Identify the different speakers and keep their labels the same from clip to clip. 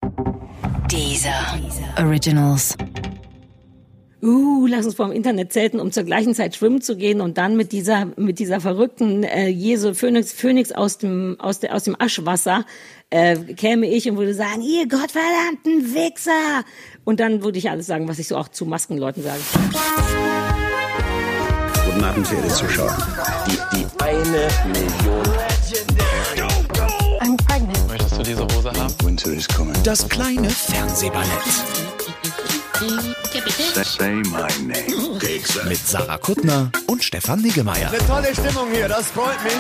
Speaker 1: Dieser Originals.
Speaker 2: Lass uns vor dem Internet zelten, um zur gleichen Zeit schwimmen zu gehen und dann mit dieser verrückten Phönix aus dem Aschwasser käme ich und würde sagen, ihr gottverdammten Wichser. Und dann würde ich alles sagen, was ich so auch zu Maskenleuten sage.
Speaker 3: Guten Abend, verehrte Zuschauer. Die 1 Million.
Speaker 4: I'm pregnant.
Speaker 5: Möchtest du diese Hose haben?
Speaker 3: Winter is coming.
Speaker 6: Das kleine Fernsehballett.
Speaker 3: Say my name.
Speaker 6: Mit Sarah Kuttner und Stefan Niggemeier.
Speaker 7: Eine tolle Stimmung hier, das freut mich.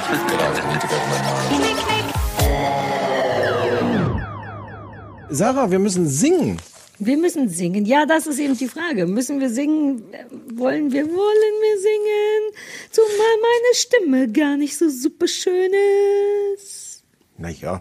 Speaker 8: Sarah, wir müssen singen.
Speaker 2: Wir müssen singen. Ja, das ist eben die Frage. Müssen wir singen? Wollen wir singen? Zumal meine Stimme gar nicht so super schön ist.
Speaker 8: Naja.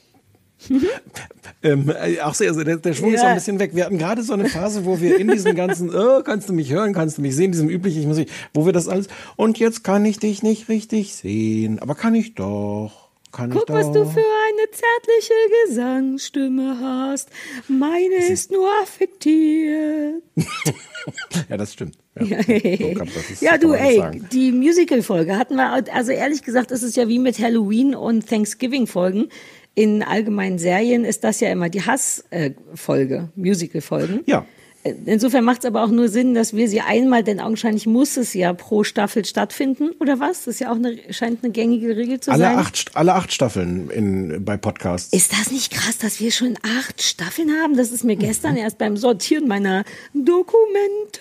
Speaker 8: Ach so, also der Schwung ist noch ein bisschen weg. Wir hatten gerade so eine Phase, wo wir in diesem ganzen, kannst du mich hören, kannst du mich sehen, diesem üblichen, wo wir das alles, und jetzt kann ich dich nicht richtig sehen, aber kann ich doch.
Speaker 2: Guck, was du für eine zärtliche Gesangsstimme hast. Meine ist nur affektiert.
Speaker 8: Ja, das stimmt.
Speaker 2: Die Musical-Folge hatten wir, also ehrlich gesagt, ist es ja wie mit Halloween und Thanksgiving-Folgen. In allgemeinen Serien ist das ja immer die Hass-Folge, Musical-Folgen.
Speaker 8: Ja.
Speaker 2: Insofern macht es aber auch nur Sinn, dass wir sie einmal, denn augenscheinlich muss es ja pro Staffel stattfinden, oder was? Das ist ja auch scheint eine gängige Regel zu sein.
Speaker 8: Alle 8 Staffeln bei Podcasts.
Speaker 2: Ist das nicht krass, dass wir schon 8 Staffeln haben? Das ist mir gestern erst beim Sortieren meiner Dokumente,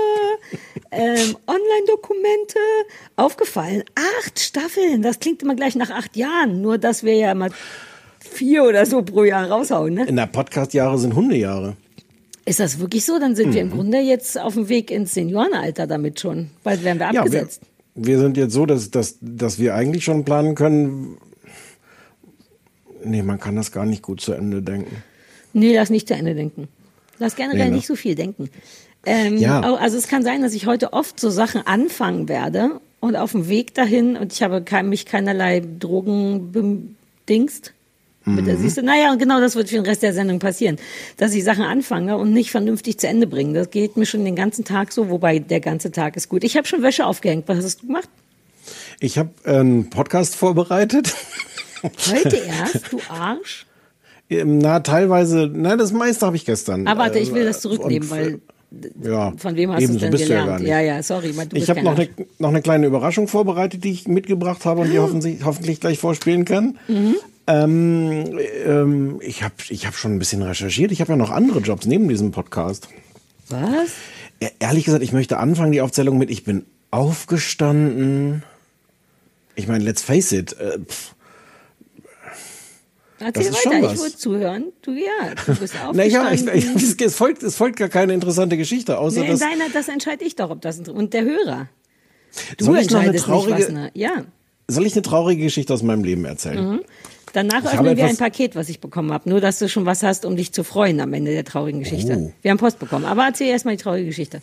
Speaker 2: Online-Dokumente aufgefallen. 8 Staffeln, das klingt immer gleich nach 8 Jahren, nur dass wir ja mal 4 oder so pro Jahr raushauen, ne?
Speaker 8: In der Podcast-Jahre sind Hundejahre.
Speaker 2: Ist das wirklich so? Dann sind wir im Grunde jetzt auf dem Weg ins Seniorenalter damit schon. Bald werden wir abgesetzt.
Speaker 8: Wir sind jetzt so, dass wir eigentlich schon planen können. Nee, man kann das gar nicht gut zu Ende denken.
Speaker 2: Nee, lass nicht zu Ende denken. Lass generell nicht so viel denken. Also es kann sein, dass ich heute oft so Sachen anfangen werde und auf dem Weg dahin, und ich habe mich keinerlei Drogen bedingst. Siehst du, naja, und genau das wird für den Rest der Sendung passieren, dass ich Sachen anfange und nicht vernünftig zu Ende bringe. Das geht mir schon den ganzen Tag so, wobei der ganze Tag ist gut. Ich habe schon Wäsche aufgehängt. Was hast du gemacht?
Speaker 8: Ich habe einen Podcast vorbereitet.
Speaker 2: Heute erst, du Arsch?
Speaker 8: Teilweise, das meiste habe ich gestern.
Speaker 2: Aber warte, ich will das zurücknehmen, weil...
Speaker 8: Ja,
Speaker 2: von wem hast du es denn gelernt?
Speaker 8: Ja,
Speaker 2: sorry.
Speaker 8: Ich habe noch eine kleine Überraschung vorbereitet, die ich mitgebracht habe und die hoffentlich gleich vorspielen kann. Ich hab schon ein bisschen recherchiert. Ich habe ja noch andere Jobs neben diesem Podcast.
Speaker 2: Was?
Speaker 8: Ehrlich gesagt, ich möchte anfangen, die Aufzählung mit: Ich bin aufgestanden. Ich meine, let's face it.
Speaker 2: Erzähl weiter, ich würde zuhören. Du bist aufgestanden.
Speaker 8: Es folgt gar keine interessante Geschichte. Außer
Speaker 2: das entscheide ich doch, ob das und der Hörer.
Speaker 8: Du entscheidest
Speaker 2: ja.
Speaker 8: Soll ich eine traurige Geschichte aus meinem Leben erzählen?
Speaker 2: Mhm. Danach öffnen wir ein Paket, was ich bekommen habe. Nur, dass du schon was hast, um dich zu freuen am Ende der traurigen Geschichte.
Speaker 8: Oh.
Speaker 2: Wir haben Post bekommen. Aber erzähl erstmal die traurige Geschichte.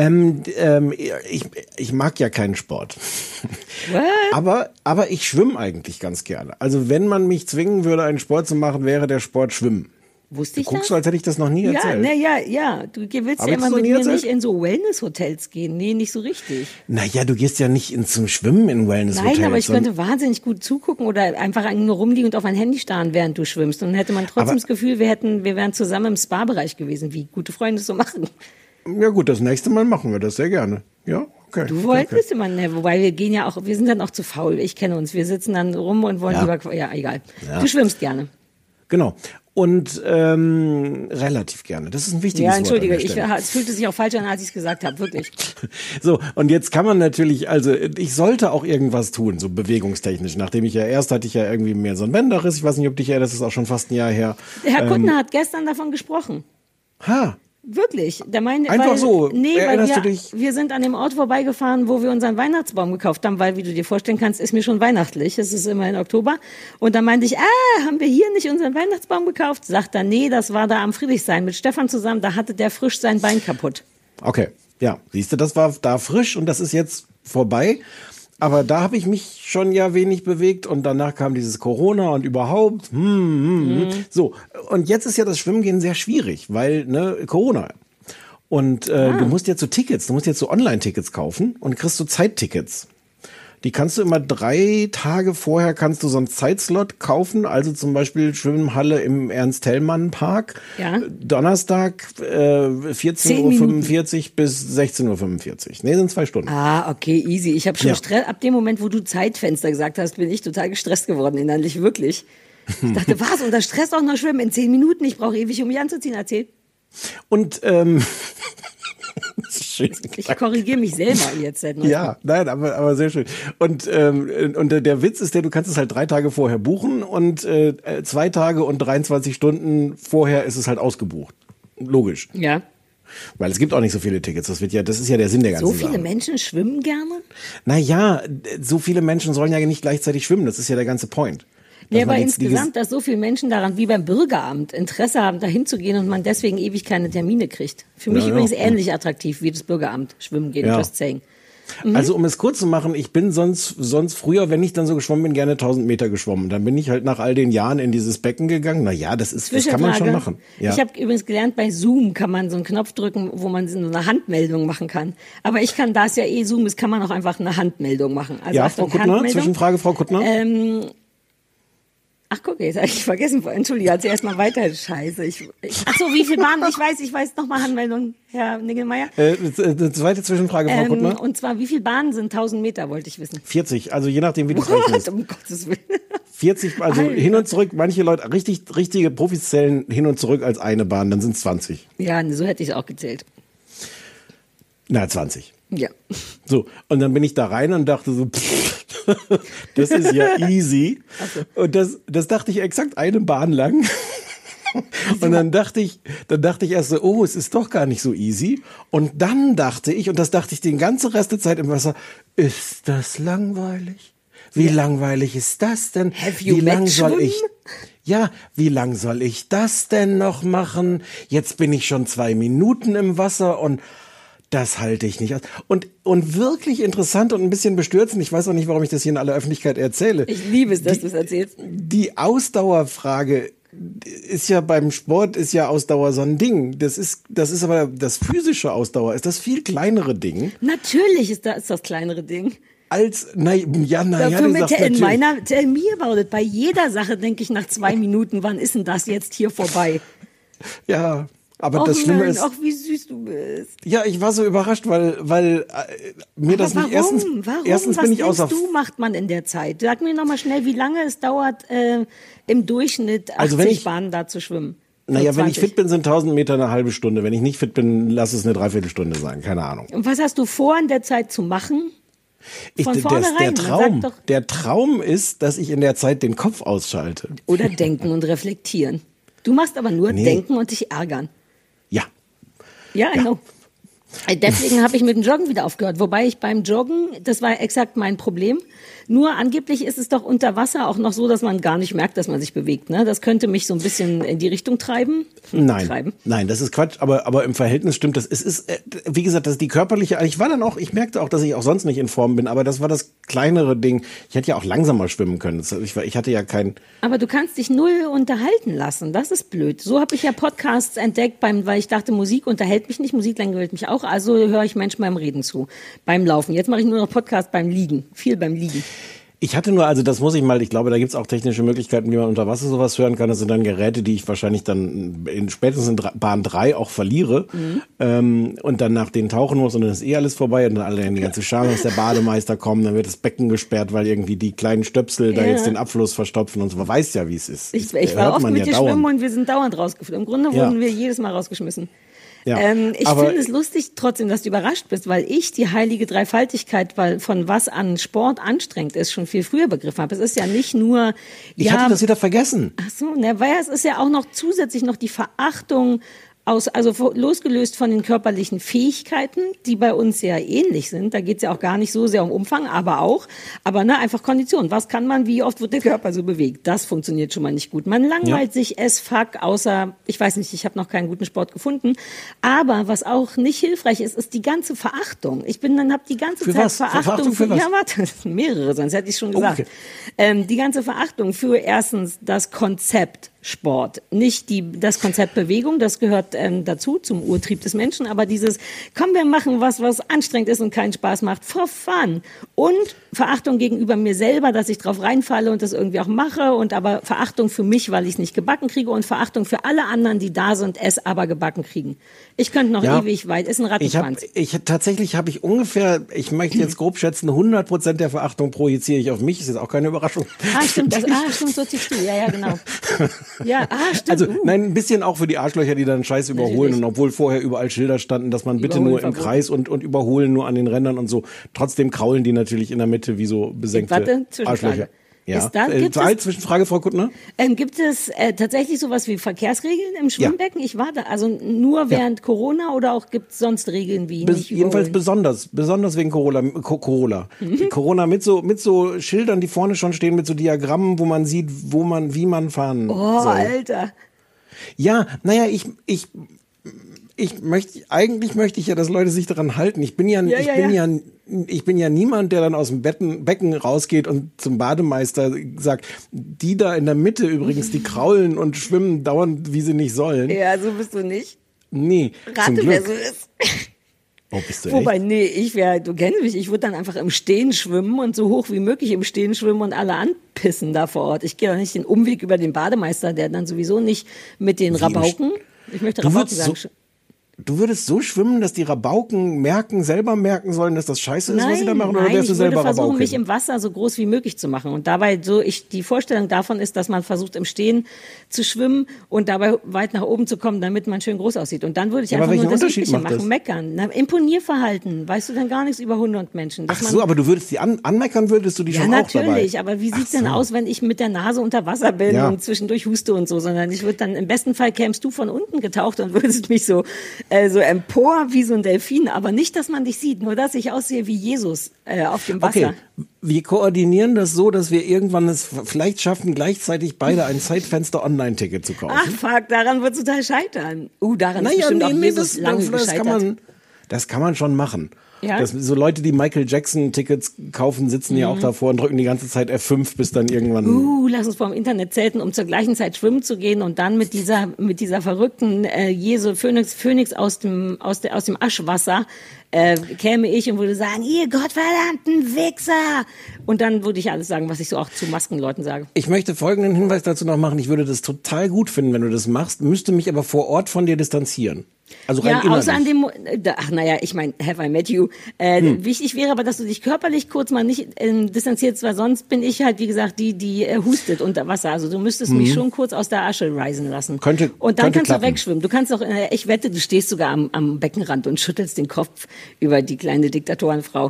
Speaker 8: Ich mag ja keinen Sport.
Speaker 2: What?
Speaker 8: Aber ich schwimme eigentlich ganz gerne. Also wenn man mich zwingen würde, einen Sport zu machen, wäre der Sport Schwimmen.
Speaker 2: Wusste ich
Speaker 8: das? Du guckst so, als hätte ich das noch nie erzählt.
Speaker 2: Ja. Du willst ja immer mit mir nicht in so Wellness-Hotels gehen. Nee, nicht so richtig.
Speaker 8: Naja, du gehst ja nicht zum Schwimmen in Wellness-Hotels.
Speaker 2: Nein, aber ich könnte wahnsinnig gut zugucken oder einfach nur rumliegen und auf ein Handy starren, während du schwimmst. Und dann hätte man trotzdem das Gefühl, wir wären zusammen im Spa-Bereich gewesen, wie gute Freunde es so machen.
Speaker 8: Ja gut, das nächste Mal machen wir das sehr gerne. Ja, okay.
Speaker 2: Du wolltest immer, wobei wir sind dann auch zu faul. Ich kenne uns. Wir sitzen dann rum und wollen lieber, egal. Ja. Du schwimmst gerne.
Speaker 8: Genau. Und relativ gerne. Das ist ein wichtiges Wort.
Speaker 2: Ja, entschuldige, es fühlte sich auch falsch an, als ich es gesagt habe, wirklich.
Speaker 8: So, und jetzt kann man natürlich, also ich sollte auch irgendwas tun, so bewegungstechnisch. Nachdem hatte ich ja irgendwie mehr so einen Bänderriss. Ich weiß nicht, ob dich erinnerst, das ist auch schon fast ein Jahr her.
Speaker 2: Der Herr Kuttner hat gestern davon gesprochen. Wirklich. Der meinte,
Speaker 8: einfach so.
Speaker 2: Nee, weil wir sind an dem Ort vorbeigefahren, wo wir unseren Weihnachtsbaum gekauft haben, weil, wie du dir vorstellen kannst, ist mir schon weihnachtlich. Es ist immerhin Oktober. Und dann meinte ich, haben wir hier nicht unseren Weihnachtsbaum gekauft? Sagt er, nee, das war da am Friedrichshain mit Stefan zusammen. Da hatte der frisch sein Bein kaputt.
Speaker 8: Okay. Ja, siehst du, das war da frisch und das ist jetzt vorbei. Aber da habe ich mich schon ja wenig bewegt und danach kam dieses Corona und überhaupt. So, und jetzt ist ja das Schwimmen sehr schwierig, weil Corona. Und du musst jetzt so Online-Tickets kaufen und kriegst so Zeittickets. Die kannst du immer 3 Tage vorher kannst du so einen Zeitslot kaufen, also zum Beispiel Schwimmhalle im Ernst-Thälmann-Park. Ja. Donnerstag 14:45 Uhr bis 16:45 Uhr. Nee, sind 2 Stunden.
Speaker 2: Ah, okay, easy. Ich habe schon Stress. Ab dem Moment, wo du Zeitfenster gesagt hast, bin ich total gestresst geworden, innerlich, wirklich. Ich dachte, was, unter Stress auch noch schwimmen in 10 Minuten? Ich brauche ewig, um mich anzuziehen, erzähl.
Speaker 8: Und
Speaker 2: schön. Ich korrigiere mich selber jetzt seit neuestem.
Speaker 8: Ja, nein, aber sehr schön. Und der Witz ist du kannst es halt 3 Tage vorher buchen und 2 Tage und 23 Stunden vorher ist es halt ausgebucht. Logisch.
Speaker 2: Ja.
Speaker 8: Weil es gibt auch nicht so viele Tickets. Das ist ja der Sinn der ganzen Sache.
Speaker 2: So viele Menschen schwimmen gerne?
Speaker 8: Naja, so viele Menschen sollen ja nicht gleichzeitig schwimmen. Das ist ja der ganze Point.
Speaker 2: Ja, aber insgesamt, dass so viele Menschen daran, wie beim Bürgeramt, Interesse haben, da hinzugehen und man deswegen ewig keine Termine kriegt. Für mich übrigens ähnlich attraktiv wie das Bürgeramt, schwimmen gehen, just saying.
Speaker 8: Also um es kurz zu machen, ich bin sonst früher, wenn ich dann so geschwommen bin, gerne 1000 Meter geschwommen. Dann bin ich halt nach all den Jahren in dieses Becken gegangen. Na ja, das kann man schon machen. Ja.
Speaker 2: Ich habe übrigens gelernt, bei Zoom kann man so einen Knopf drücken, wo man so eine Handmeldung machen kann. Aber ich kann, da es ja Zoom ist, kann man auch einfach eine Handmeldung machen. Also
Speaker 8: ja, Frau Kuttner, Zwischenfrage, Frau Kuttner.
Speaker 2: Ach, guck, jetzt habe ich vergessen. Entschuldige, erzähl erst mal weiter. Scheiße. Ach so, wie viel Bahnen? Ich weiß. Nochmal Handmeldung, Herr Niggemeier.
Speaker 8: Eine zweite Zwischenfrage, Frau Kuttner.
Speaker 2: Und zwar, wie viele Bahnen sind 1000 Meter, wollte ich wissen.
Speaker 8: 40, also je nachdem, wie du es rechnest.
Speaker 2: Um Gottes Willen.
Speaker 8: 40, also Alter. Hin und zurück. Manche Leute, richtige Profis zählen hin und zurück als eine Bahn, dann sind es 20.
Speaker 2: Ja, so hätte ich es auch gezählt.
Speaker 8: Na, 20.
Speaker 2: Ja.
Speaker 8: So, und dann bin ich da rein und dachte so, das ist ja easy. So. Und das dachte ich exakt eine Bahn lang. Und dann dachte ich erst so, oh, es ist doch gar nicht so easy. Und dann dachte ich, und das dachte ich den ganzen Rest der Zeit im Wasser, ist das langweilig? Wie langweilig ist das denn? Wie lang soll ich das denn noch machen? Jetzt bin ich schon 2 Minuten im Wasser und das halte ich nicht aus. Und wirklich interessant und ein bisschen bestürzend, ich weiß auch nicht, warum ich das hier in aller Öffentlichkeit erzähle.
Speaker 2: Ich liebe es, dass du es erzählst.
Speaker 8: Die Ausdauerfrage ist ja beim Sport, ist ja Ausdauer so ein Ding. Das ist aber das physische Ausdauer, ist das viel kleinere Ding.
Speaker 2: Natürlich ist das kleinere Ding.
Speaker 8: Tell me
Speaker 2: about it. Bei jeder Sache denke ich nach 2 Minuten, wann ist denn das jetzt hier vorbei?
Speaker 8: Ja. Aber das Schlimme ist.
Speaker 2: Ach, wie süß du bist.
Speaker 8: Ja, ich war so überrascht, weil mir das nicht erstens. Erstens bin ich außer.
Speaker 2: Was macht man in der Zeit? Sag mir nochmal schnell, wie lange es dauert, im Durchschnitt 80 Bahnen da zu schwimmen.
Speaker 8: Naja, wenn ich fit bin, sind 1000 Meter eine halbe Stunde. Wenn ich nicht fit bin, lass es eine Dreiviertelstunde sein. Keine Ahnung.
Speaker 2: Und was hast du vor, in der Zeit zu machen?
Speaker 8: Der Traum ist, dass ich in der Zeit den Kopf ausschalte.
Speaker 2: Oder denken und reflektieren. Du machst aber nur denken und dich ärgern.
Speaker 8: Ja.
Speaker 2: Ja, I know. Deswegen habe ich mit dem Joggen wieder aufgehört. Wobei ich beim Joggen, das war exakt mein Problem. Nur angeblich ist es doch unter Wasser auch noch so, dass man gar nicht merkt, dass man sich bewegt. Ne? Das könnte mich so ein bisschen in die Richtung treiben.
Speaker 8: Nein, das ist Quatsch. Aber im Verhältnis stimmt das. Es ist, wie gesagt, das ist die körperliche. Ich merkte auch, dass ich auch sonst nicht in Form bin. Aber das war das kleinere Ding. Ich hätte ja auch langsamer schwimmen können. Ich hatte ja kein.
Speaker 2: Aber du kannst dich null unterhalten lassen. Das ist blöd. So habe ich ja Podcasts entdeckt, weil ich dachte, Musik unterhält mich nicht, Musik langweilt mich auch. Also höre ich Menschen beim Reden zu, beim Laufen. Jetzt mache ich nur noch Podcast beim Liegen, viel beim Liegen.
Speaker 8: Ich hatte nur, also das muss ich mal, ich glaube, da gibt's auch technische Möglichkeiten, wie man unter Wasser sowas hören kann. Das sind dann Geräte, die ich wahrscheinlich dann spätestens in Bahn 3 auch verliere und dann nach denen tauchen muss und dann ist alles vorbei und dann alle die ganze Scham, dass der Bademeister kommt, dann wird das Becken gesperrt, weil irgendwie die kleinen Stöpsel da jetzt den Abfluss verstopfen und so. Man weiß ja, wie es ist.
Speaker 2: Ich war oft mit dir schwimmen und wir sind dauernd rausgeflogen. Im Grunde wurden wir jedes Mal rausgeschmissen.
Speaker 8: Ja,
Speaker 2: ich finde es lustig trotzdem, dass du überrascht bist, weil ich die heilige Dreifaltigkeit, von was an Sport anstrengend ist, schon viel früher begriffen habe. Es ist ja nicht nur...
Speaker 8: Ich hatte das wieder vergessen.
Speaker 2: Ach so, weil es ist ja auch noch zusätzlich noch die Verachtung losgelöst von den körperlichen Fähigkeiten, die bei uns ja ähnlich sind. Da geht es ja auch gar nicht so sehr um Umfang, aber auch. Aber einfach Kondition. Was kann man, wie oft wird der Körper so bewegt? Das funktioniert schon mal nicht gut. Man langweilt sich as fuck, außer, ich weiß nicht, ich habe noch keinen guten Sport gefunden. Aber was auch nicht hilfreich ist, ist die ganze Verachtung. Ich habe die ganze
Speaker 8: für
Speaker 2: Zeit
Speaker 8: was?
Speaker 2: Verachtung
Speaker 8: für was?
Speaker 2: Ja, warte, das sind mehrere, sonst hätte ich schon gesagt. Okay. Die ganze Verachtung für erstens das Konzept Sport. Nicht das Konzept Bewegung, das gehört dazu, zum Urtrieb des Menschen, aber dieses, komm, wir machen was anstrengend ist und keinen Spaß macht, for fun. Und Verachtung gegenüber mir selber, dass ich drauf reinfalle und das irgendwie auch mache, und aber Verachtung für mich, weil ich es nicht gebacken kriege, und Verachtung für alle anderen, die da sind, es aber gebacken kriegen. Ich könnte noch ewig weit, ist ein Rattenschwanz.
Speaker 8: Tatsächlich habe ich ungefähr, ich möchte jetzt grob schätzen, 100% der Verachtung projiziere ich auf mich, ist jetzt auch keine Überraschung.
Speaker 2: Stimmt, so tickst du, ja, genau. Ja, stimmt.
Speaker 8: Also, nein, ein bisschen auch für die Arschlöcher, die dann Scheiß überholen. Natürlich. Und obwohl vorher überall Schilder standen, dass man bitte nur im Kreis und überholen nur an den Rändern und so. Trotzdem kraulen die natürlich in der Mitte wie so besenkte Arschlöcher. Ja. Zwischenfrage, Frau Kuttner?
Speaker 2: Gibt es tatsächlich sowas wie Verkehrsregeln im Schwimmbecken? Ja. Ich war da, also nur während Corona, oder auch gibt es sonst Regeln wie nicht
Speaker 8: jedenfalls besonders wegen Corona. Corona mit so Schildern, die vorne schon stehen, mit so Diagrammen, wo man sieht, wie man fahren soll.
Speaker 2: Alter.
Speaker 8: Ja, naja, eigentlich möchte ich ja, dass Leute sich daran halten. Ich bin ja niemand, der dann aus dem Becken rausgeht und zum Bademeister sagt, die da in der Mitte übrigens, die kraulen und schwimmen dauernd, wie sie nicht sollen.
Speaker 2: Ja, so bist du nicht.
Speaker 8: Nee,
Speaker 2: Rate, wer so ist.
Speaker 8: Oh, bist du
Speaker 2: Wobei,
Speaker 8: echt?
Speaker 2: du kennst mich, ich würde dann einfach im Stehen schwimmen und so hoch wie möglich im Stehen schwimmen und alle anpissen da vor Ort. Ich gehe doch nicht den Umweg über den Bademeister, der dann sowieso nicht mit den Rabauken, ich möchte Rabauken sagen,
Speaker 8: Du würdest so schwimmen, dass die Rabauken selber merken sollen, dass das scheiße ist, was sie da machen? Oder wärst du selber Rabauken? Ich würde versuchen, mich im Wasser so groß wie möglich zu machen. Und dabei die Vorstellung davon ist, dass man versucht, im Stehen zu schwimmen und dabei weit nach oben zu kommen, damit man schön groß aussieht. Und dann würde ich einfach nur das Übliche machen, meckern. Imponierverhalten. Weißt du dann gar nichts über Hunde und Menschen. Ach so, aber du würdest die anmeckern, würdest du die schon auch dabei? Ja, natürlich.
Speaker 2: Aber wie sieht's denn aus, wenn ich mit der Nase unter Wasser bin und zwischendurch huste und so? Sondern ich würde dann, im besten Fall kämst du von unten getaucht und würdest mich so empor wie so ein Delfin, aber nicht, dass man dich sieht, nur dass ich aussehe wie Jesus auf dem Wasser.
Speaker 8: Okay, wir koordinieren das so, dass wir irgendwann es vielleicht schaffen, gleichzeitig beide ein Zeitfenster Online-Ticket zu kaufen.
Speaker 2: Ach fuck, daran wird es total scheitern. Daran ist bestimmt auch Jesus lange gescheitert.
Speaker 8: Das kann man schon machen.
Speaker 2: Ja?
Speaker 8: So Leute, die Michael Jackson-Tickets kaufen, sitzen ja auch davor und drücken die ganze Zeit F5, bis dann irgendwann...
Speaker 2: Lass uns vor dem Internet zelten, um zur gleichen Zeit schwimmen zu gehen und dann mit dieser verrückten Phönix aus dem Aschwasser käme ich und würde sagen, ihr gottverdammten Wichser! Und dann würde ich alles sagen, was ich so auch zu Maskenleuten sage.
Speaker 8: Ich möchte folgenden Hinweis dazu noch machen. Ich würde das total gut finden, wenn du das machst, müsste mich aber vor Ort von dir distanzieren. Also rein innerlich.
Speaker 2: Außer an dem, ich meine, have I met you. Wichtig wäre aber, dass du dich körperlich kurz mal nicht distanzierst, weil sonst bin ich halt, wie gesagt, die hustet unter Wasser. Also du müsstest mich schon kurz aus der Asche reisen lassen. Und dann kannst du wegschwimmen. Du kannst auch, ich wette, du stehst sogar am Beckenrand und schüttelst den Kopf über die kleine Diktatorenfrau.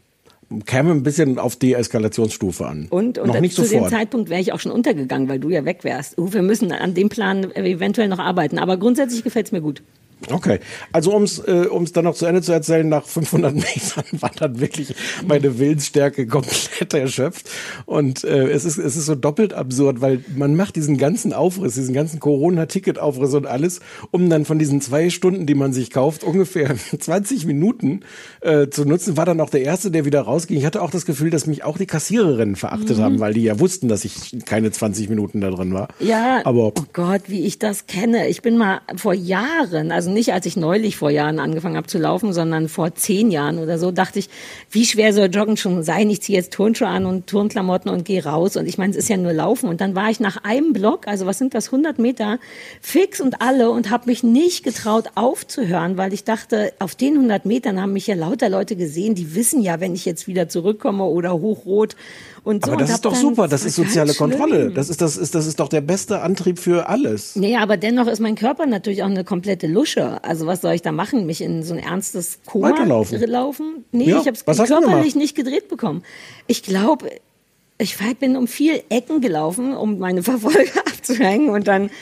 Speaker 8: Käme ein bisschen auf Deeskalationsstufe an.
Speaker 2: Und
Speaker 8: noch nicht
Speaker 2: zu
Speaker 8: sofort.
Speaker 2: dem Zeitpunkt wäre ich auch schon untergegangen, weil du ja weg wärst. Wir müssen an dem Plan eventuell noch arbeiten. Aber grundsätzlich gefällt es mir gut.
Speaker 8: Okay, also um's dann noch zu Ende zu erzählen, nach 500 Metern war dann wirklich meine Willensstärke komplett erschöpft und es ist so doppelt absurd, weil man macht diesen ganzen Aufriss, diesen ganzen Corona-Ticket-Aufriss und alles, um dann von diesen 2 Stunden, die man sich kauft, ungefähr 20 Minuten zu nutzen, war dann auch der Erste, der wieder rausging. Ich hatte auch das Gefühl, dass mich auch die Kassiererinnen verachtet haben, weil die ja wussten, dass ich keine 20 Minuten da drin war.
Speaker 2: Ja,
Speaker 8: aber
Speaker 2: oh Gott, wie ich das kenne. Ich bin mal vor Jahren, also nicht als ich neulich vor Jahren angefangen habe zu laufen, sondern vor 10 Jahren oder so, dachte ich, wie schwer soll Joggen schon sein? Ich ziehe jetzt Turnschuhe an und Turnklamotten und gehe raus. Und ich meine, es ist ja nur Laufen. Und dann war ich nach einem Block, also was sind das, 100 Meter, fix und alle und habe mich nicht getraut aufzuhören, weil ich dachte, auf den 100 Metern haben mich ja lauter Leute gesehen, die wissen ja, wenn ich jetzt wieder zurückkomme oder hochrot und so.
Speaker 8: Aber das ist doch super, das ist soziale Kontrolle. Das ist doch der beste Antrieb für alles.
Speaker 2: Naja, aber dennoch ist mein Körper natürlich auch eine komplette Lusche. Also was soll ich da machen? Mich in so ein ernstes Koma laufen? Nee, ja, ich habe es körperlich nicht gedreht bekommen. Ich glaube, ich bin um 4 Ecken gelaufen, um meine Verfolger abzuhängen und dann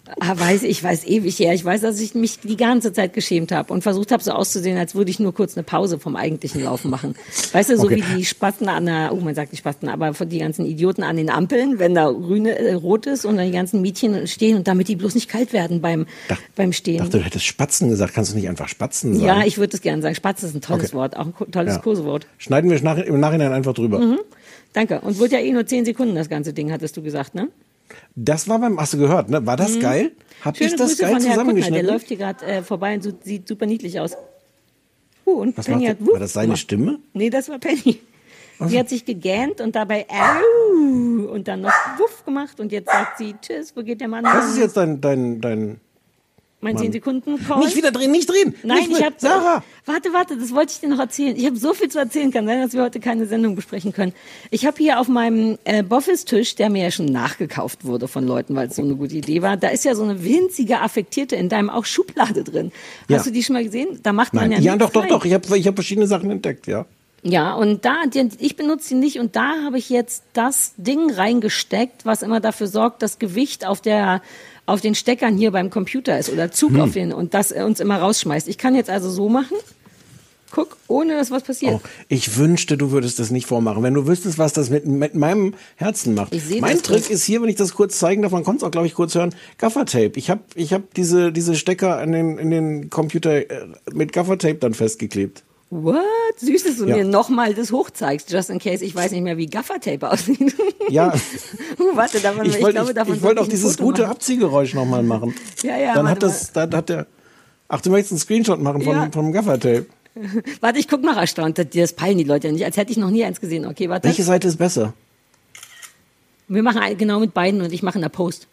Speaker 2: weiß ewig her. Ich weiß, dass ich mich die ganze Zeit geschämt habe und versucht habe, so auszusehen, als würde ich nur kurz eine Pause vom eigentlichen Laufen machen. Weißt du, so wie die Spasten man sagt die Spasten, aber von die ganzen Idioten an den Ampeln, wenn da rot ist und dann die ganzen Mädchen stehen und damit die bloß nicht kalt werden beim Stehen.
Speaker 8: Ich dachte, du hättest Spatzen gesagt. Kannst du nicht einfach Spatzen sagen?
Speaker 2: Ja, ich würde es gerne sagen. Spatz ist ein tolles Wort, auch ein tolles Kurswort.
Speaker 8: Schneiden wir im Nachhinein einfach drüber.
Speaker 2: Mhm. Danke. Und wird ja nur 10 Sekunden, das ganze Ding, hattest du gesagt, ne?
Speaker 8: Das war hast du gehört, ne? War das geil? Hab ich das geil zusammengeschnitten?
Speaker 2: Der läuft hier gerade vorbei und sieht super niedlich aus. Und
Speaker 8: was
Speaker 2: Penny
Speaker 8: macht
Speaker 2: hat
Speaker 8: war das seine Stimme?
Speaker 2: Nee, das war Penny. Die hat sich gegähnt und dabei und dann noch wuff gemacht und jetzt sagt sie, tschüss, wo geht der Mann?
Speaker 8: Was ist jetzt dein
Speaker 2: mein 10-Sekunden-Call?
Speaker 8: Nicht wieder drehen, nicht drehen!
Speaker 2: Nein,
Speaker 8: nicht Sarah!
Speaker 2: Warte, das wollte ich dir noch erzählen. Ich habe so viel zu erzählen, kann sein, dass wir heute keine Sendung besprechen können. Ich habe hier auf meinem Boffis-Tisch, der mir ja schon nachgekauft wurde von Leuten, weil es so eine gute Idee war, da ist ja so eine winzige affektierte in deinem auch Schublade drin.
Speaker 8: Ja.
Speaker 2: Hast du die schon mal gesehen? Da macht man
Speaker 8: Doch. Ich hab verschiedene Sachen entdeckt, ja.
Speaker 2: Ja, und ich benutze die nicht und da habe ich jetzt das Ding reingesteckt, was immer dafür sorgt, dass Gewicht auf den Steckern hier beim Computer ist oder Zug auf den und das uns immer rausschmeißt. Ich kann jetzt also so machen. Guck, ohne dass was passiert.
Speaker 8: Oh, ich wünschte, du würdest das nicht vormachen. Wenn du wüsstest, was das mit meinem Herzen macht. Mein Trick ist hier, wenn ich das kurz zeigen darf, man konnte es auch, glaube ich, kurz hören, Gaffertape. Ich hab diese Stecker in den Computer mit Gaffertape dann festgeklebt.
Speaker 2: What? Süß, dass du mir nochmal das hochzeigst, just in case ich weiß nicht mehr, wie Gaffertape aussieht.
Speaker 8: Ja.
Speaker 2: Warte,
Speaker 8: ich wollte auch dieses gute Abziehgeräusch nochmal machen.
Speaker 2: Ja.
Speaker 8: Dann hat der. Ach, du möchtest einen Screenshot machen vom Gaffertape?
Speaker 2: Warte, ich guck noch erstaunt. Das peilen die Leute ja nicht, als hätte ich noch nie eins gesehen. Okay, warte.
Speaker 8: Welche Seite ist besser?
Speaker 2: Wir machen genau mit beiden und ich mache in der Post.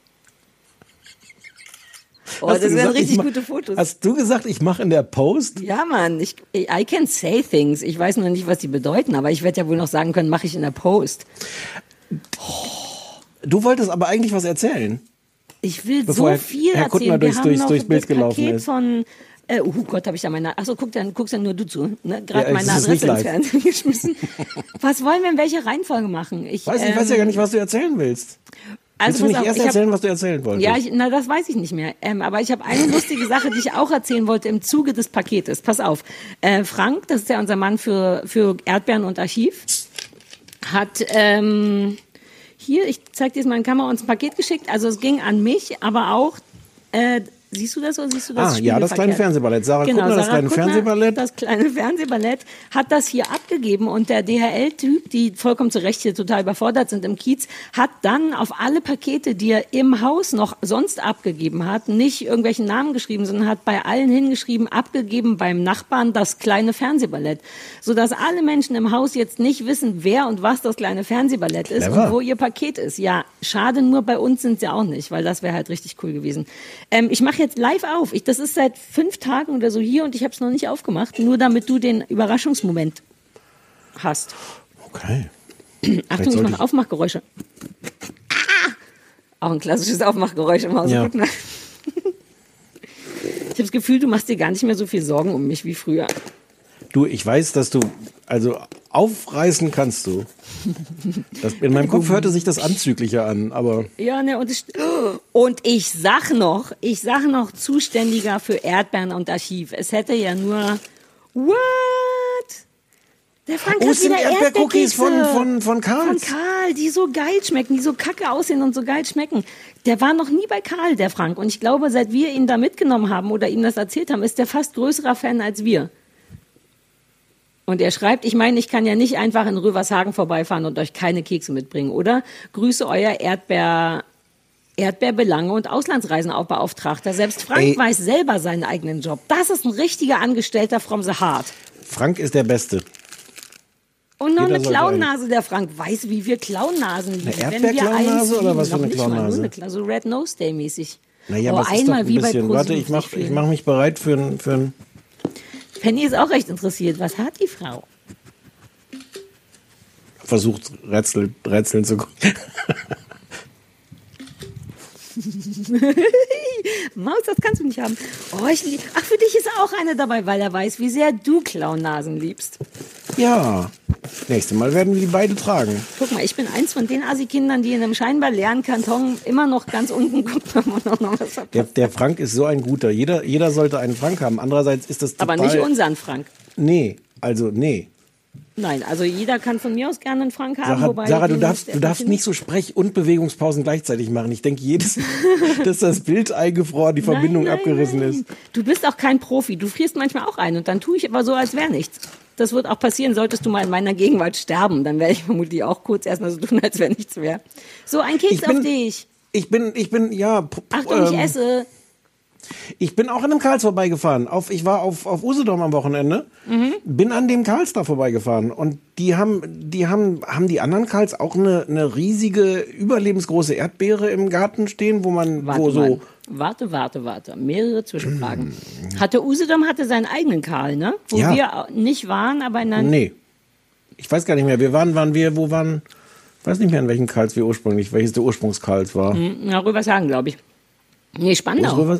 Speaker 2: Oh, das wären richtig gute Fotos.
Speaker 8: Hast du gesagt, ich mache in der Post?
Speaker 2: Ja, Mann, I can say things. Ich weiß nur nicht, was die bedeuten, aber ich werde ja wohl noch sagen können, mache ich in der Post.
Speaker 8: Du wolltest aber eigentlich was erzählen.
Speaker 2: Ich will so viel
Speaker 8: Herr Kuttner
Speaker 2: erzählen.
Speaker 8: durchs Bild gelaufen ist.
Speaker 2: Von oh Gott, habe ich da achso, guckst ja nur du zu. Ne? Gerade meine Adresse ins Fernsehen geschmissen. Was wollen wir in welcher Reihenfolge machen? Ich
Speaker 8: weiß ja gar nicht, was du erzählen willst.
Speaker 2: Also,
Speaker 8: willst du nicht erst erzählen, was du erzählen wolltest?
Speaker 2: Ja, das weiß ich nicht mehr. Aber ich habe eine lustige Sache, die ich auch erzählen wollte im Zuge des Paketes. Pass auf. Frank, das ist ja unser Mann für Erdbeeren und Archiv, hat hier, ich zeig dir jetzt mal in Kamera, uns ein Paket geschickt. Also es ging an mich, aber auch siehst du das oder siehst du das?
Speaker 8: Ja, das kleine Fernsehballett. Sarah Kuttner, das kleine Fernsehballett.
Speaker 2: Das kleine Fernsehballett hat das hier abgegeben und der DHL-Typ, die vollkommen zu Recht hier total überfordert sind im Kiez, hat dann auf alle Pakete, die er im Haus noch sonst abgegeben hat, nicht irgendwelchen Namen geschrieben, sondern hat bei allen hingeschrieben, abgegeben beim Nachbarn das kleine Fernsehballett. Sodass alle Menschen im Haus jetzt nicht wissen, wer und was das kleine Fernsehballett ist und wo ihr Paket ist. Ja, schade, nur bei uns sind sie auch nicht, weil das wäre halt richtig cool gewesen. Ich mache jetzt live auf. Das ist seit 5 Tagen oder so hier und ich habe es noch nicht aufgemacht, nur damit du den Überraschungsmoment hast.
Speaker 8: Okay.
Speaker 2: Achtung, ich mache Aufmachgeräusche. Auch ein klassisches Aufmachgeräusch im Haus. Ja. Ich habe das Gefühl, du machst dir gar nicht mehr so viel Sorgen um mich wie früher.
Speaker 8: Du, ich weiß, dass du, also aufreißen kannst du. In meinem Kopf hörte sich das anzüglicher an, aber...
Speaker 2: Ja, ne, und ich sag noch, Zuständiger für Erdbeeren und Archiv. Es hätte ja nur... What? Der Frank hat wieder
Speaker 8: Erdbeercookies von Karl.
Speaker 2: Von Karl, die so geil schmecken, die so kacke aussehen und so geil schmecken. Der war noch nie bei Karl, der Frank. Und ich glaube, seit wir ihn da mitgenommen haben oder ihm das erzählt haben, ist der fast größerer Fan als wir. Und er schreibt, ich meine, ich kann ja nicht einfach in Rövershagen vorbeifahren und euch keine Kekse mitbringen, oder? Grüße euer Erdbeerbelange und Auslandsreisen auch Beauftragter. Selbst Frank weiß selber seinen eigenen Job. Das ist ein richtiger Angestellter from the heart.
Speaker 8: Frank ist der Beste.
Speaker 2: Und noch eine Klaunase, der Frank weiß, wie wir Klaunasen lieben.
Speaker 8: Eine Erdbeerklaunase oder was für eine Klaunase?
Speaker 2: So Red Nose Day mäßig.
Speaker 8: Naja, aber einmal wie bei ProSieben. Warte, ich mach mich bereit für ein
Speaker 2: Penny ist auch recht interessiert. Was hat die Frau?
Speaker 8: Versucht Rätseln zu gucken.
Speaker 2: Maus, das kannst du nicht haben. Oh, für dich ist auch eine dabei, weil er weiß, wie sehr du Klaunasen liebst.
Speaker 8: Ja, nächstes Mal werden wir die beide tragen.
Speaker 2: Guck mal, ich bin eins von den Assi-Kindern, die in einem scheinbar leeren Karton immer noch ganz unten gucken, wenn man noch was hat.
Speaker 8: Der Frank ist so ein guter. Jeder sollte einen Frank haben. Andererseits ist das total...
Speaker 2: Aber nicht unseren Frank.
Speaker 8: Nee.
Speaker 2: Nein, also jeder kann von mir aus gerne einen Frank haben.
Speaker 8: Sarah, du darfst nicht so Sprech- und Bewegungspausen gleichzeitig machen. Ich denke dass das Bild eingefroren, die Verbindung abgerissen ist.
Speaker 2: Du bist auch kein Profi. Du frierst manchmal auch ein und dann tue ich aber so, als wäre nichts. Das wird auch passieren, solltest du mal in meiner Gegenwart sterben. Dann werde ich vermutlich auch kurz erstmal so tun, als wäre nichts mehr. So, ein Keks auf dich.
Speaker 8: Ich bin, ja...
Speaker 2: Achtung, ich esse.
Speaker 8: Ich bin auch an einem Karls vorbeigefahren. Ich war auf Usedom am Wochenende, bin an dem Karls da vorbeigefahren und haben die anderen Karls auch eine riesige, überlebensgroße Erdbeere im Garten stehen, wo man
Speaker 2: Warte. Mehrere Zwischenfragen. Usedom hatte seinen eigenen Karl, ne? Wo wir nicht waren, aber in einer...
Speaker 8: Nee. Ich weiß gar nicht mehr. Ich weiß nicht mehr, in welchem Karls wir welches der Ursprungskarls war.
Speaker 2: Na, Rübershagen, glaube ich. Nee, Spandau.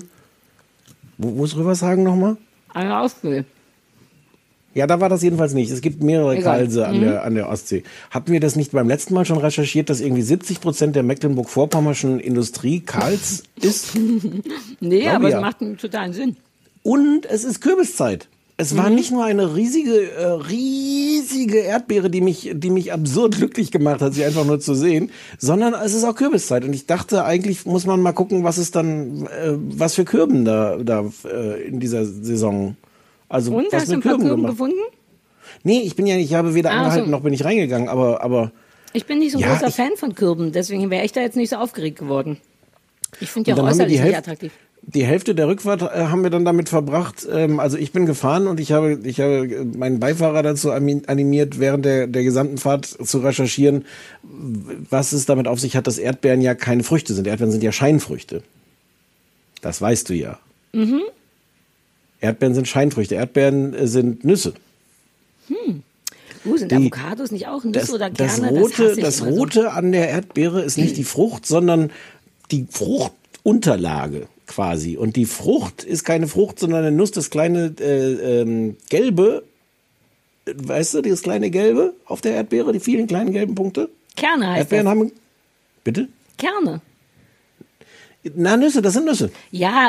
Speaker 8: Wo ist Rübershagen nochmal?
Speaker 2: An der Ostsee.
Speaker 8: Ja, da war das jedenfalls nicht. Es gibt mehrere Karlse an der Ostsee. Hatten wir das nicht beim letzten Mal schon recherchiert, dass irgendwie 70% der Mecklenburg-Vorpommerschen Industrie Karls ist?
Speaker 2: Nee, aber es macht einen totalen Sinn.
Speaker 8: Und es ist Kürbiszeit. Es war nicht nur eine riesige Erdbeere, die mich absurd glücklich gemacht hat, sie einfach nur zu sehen, sondern es ist auch Kürbiszeit. Und ich dachte, eigentlich muss man mal gucken, was für Kürben da in dieser Saison. Also,
Speaker 2: und
Speaker 8: was
Speaker 2: hast du ein paar Kürben gefunden?
Speaker 8: Nee, ich habe weder angehalten noch bin ich reingegangen, aber
Speaker 2: ich bin nicht so ein großer Fan von Kürben, deswegen wäre ich da jetzt nicht so aufgeregt geworden. Ich finde die auch äußerlich nicht attraktiv.
Speaker 8: Die Hälfte der Rückfahrt haben wir dann damit verbracht. Also ich bin gefahren und ich habe meinen Beifahrer dazu animiert, während der gesamten Fahrt zu recherchieren, was es damit auf sich hat, dass Erdbeeren ja keine Früchte sind. Erdbeeren sind ja Scheinfrüchte. Das weißt du ja. Mhm. Erdbeeren sind Scheinfrüchte. Erdbeeren sind Nüsse.
Speaker 2: Sind Avocados nicht auch Nüsse oder Kerne?
Speaker 8: Das Rote an der Erdbeere ist nicht die Frucht, sondern die Fruchtunterlage. Quasi. Und die Frucht ist keine Frucht, sondern eine Nuss, das kleine Gelbe, weißt du, das kleine Gelbe auf der Erdbeere, die vielen kleinen gelben Punkte?
Speaker 2: Kerne heißt
Speaker 8: Erdbeeren
Speaker 2: das.
Speaker 8: Haben, bitte?
Speaker 2: Kerne.
Speaker 8: Na, Nüsse, das sind Nüsse.
Speaker 2: Ja,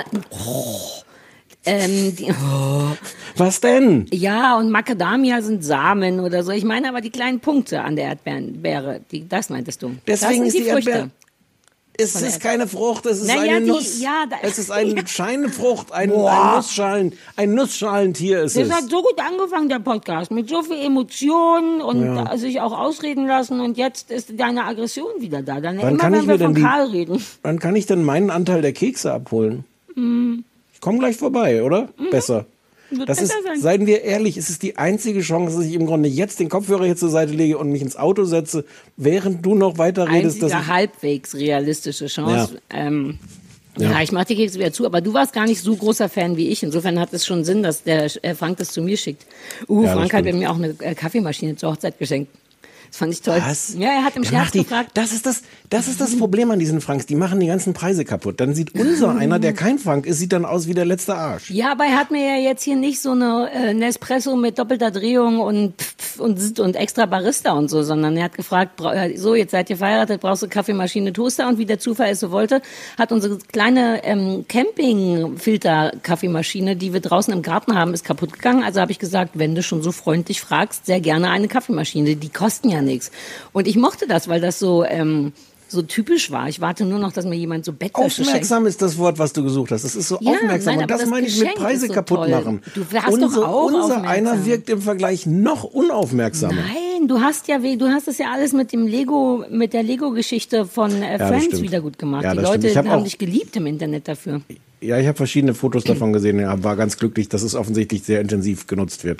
Speaker 8: Was denn?
Speaker 2: Ja, und Macadamia sind Samen oder so. Ich meine aber die kleinen Punkte an der Erdbeere, das meintest du.
Speaker 8: Deswegen
Speaker 2: das
Speaker 8: ist die
Speaker 2: Früchte.
Speaker 8: Erdbeere... Es ist keine Frucht, es ist eine Nuss. Es ist eine Scheinfrucht, ein Nussschalentier ist es.
Speaker 2: Das hat so gut angefangen, der Podcast, mit so viel Emotionen und sich auch ausreden lassen und jetzt ist deine Aggression wieder da. Wenn wir von Karl reden.
Speaker 8: Wann kann ich denn meinen Anteil der Kekse abholen? Ich komme gleich vorbei, oder? Besser. Seien wir ehrlich, es ist die einzige Chance, dass ich im Grunde jetzt den Kopfhörer hier zur Seite lege und mich ins Auto setze, während du noch weiter redest.
Speaker 2: Einzige halbwegs realistische Chance. Ja, ich mache die Kekse wieder zu, aber du warst gar nicht so großer Fan wie ich. Insofern hat es schon Sinn, dass der Frank das zu mir schickt. Frank hat mir auch eine Kaffeemaschine zur Hochzeit geschenkt. Das fand ich toll.
Speaker 8: Was?
Speaker 2: Ja, er hat im Scherz gefragt.
Speaker 8: Das ist das Problem an diesen Franks. Die machen die ganzen Preise kaputt. Dann sieht einer, der kein Frank ist, sieht dann aus wie der letzte Arsch.
Speaker 2: Ja, aber er hat mir ja jetzt hier nicht so eine Nespresso mit doppelter Drehung und extra Barista und so, sondern er hat gefragt, so, jetzt seid ihr verheiratet, brauchst du Kaffeemaschine, Toaster? Und wie der Zufall es so wollte, hat unsere kleine Camping-Filter-Kaffeemaschine, die wir draußen im Garten haben, ist kaputt gegangen. Also habe ich gesagt, wenn du schon so freundlich fragst, sehr gerne eine Kaffeemaschine. Die kosten ja nichts. Und ich mochte das, weil das so typisch war. Ich warte nur noch, dass mir jemand so Bettwäsche schenkt.
Speaker 8: Aufmerksam ist das Wort, was du gesucht hast. Das ist so aufmerksam. Und das meine ich mit Preise kaputt machen.
Speaker 2: Du hast doch auch
Speaker 8: unser einer wirkt im Vergleich noch unaufmerksamer.
Speaker 2: Nein, du hast es ja alles mit der Lego-Geschichte von Friends wieder gut gemacht.
Speaker 8: Ja,
Speaker 2: die Leute haben dich geliebt im Internet dafür.
Speaker 8: Ja, ich habe verschiedene Fotos davon gesehen. Ich war ganz glücklich, dass es offensichtlich sehr intensiv genutzt wird.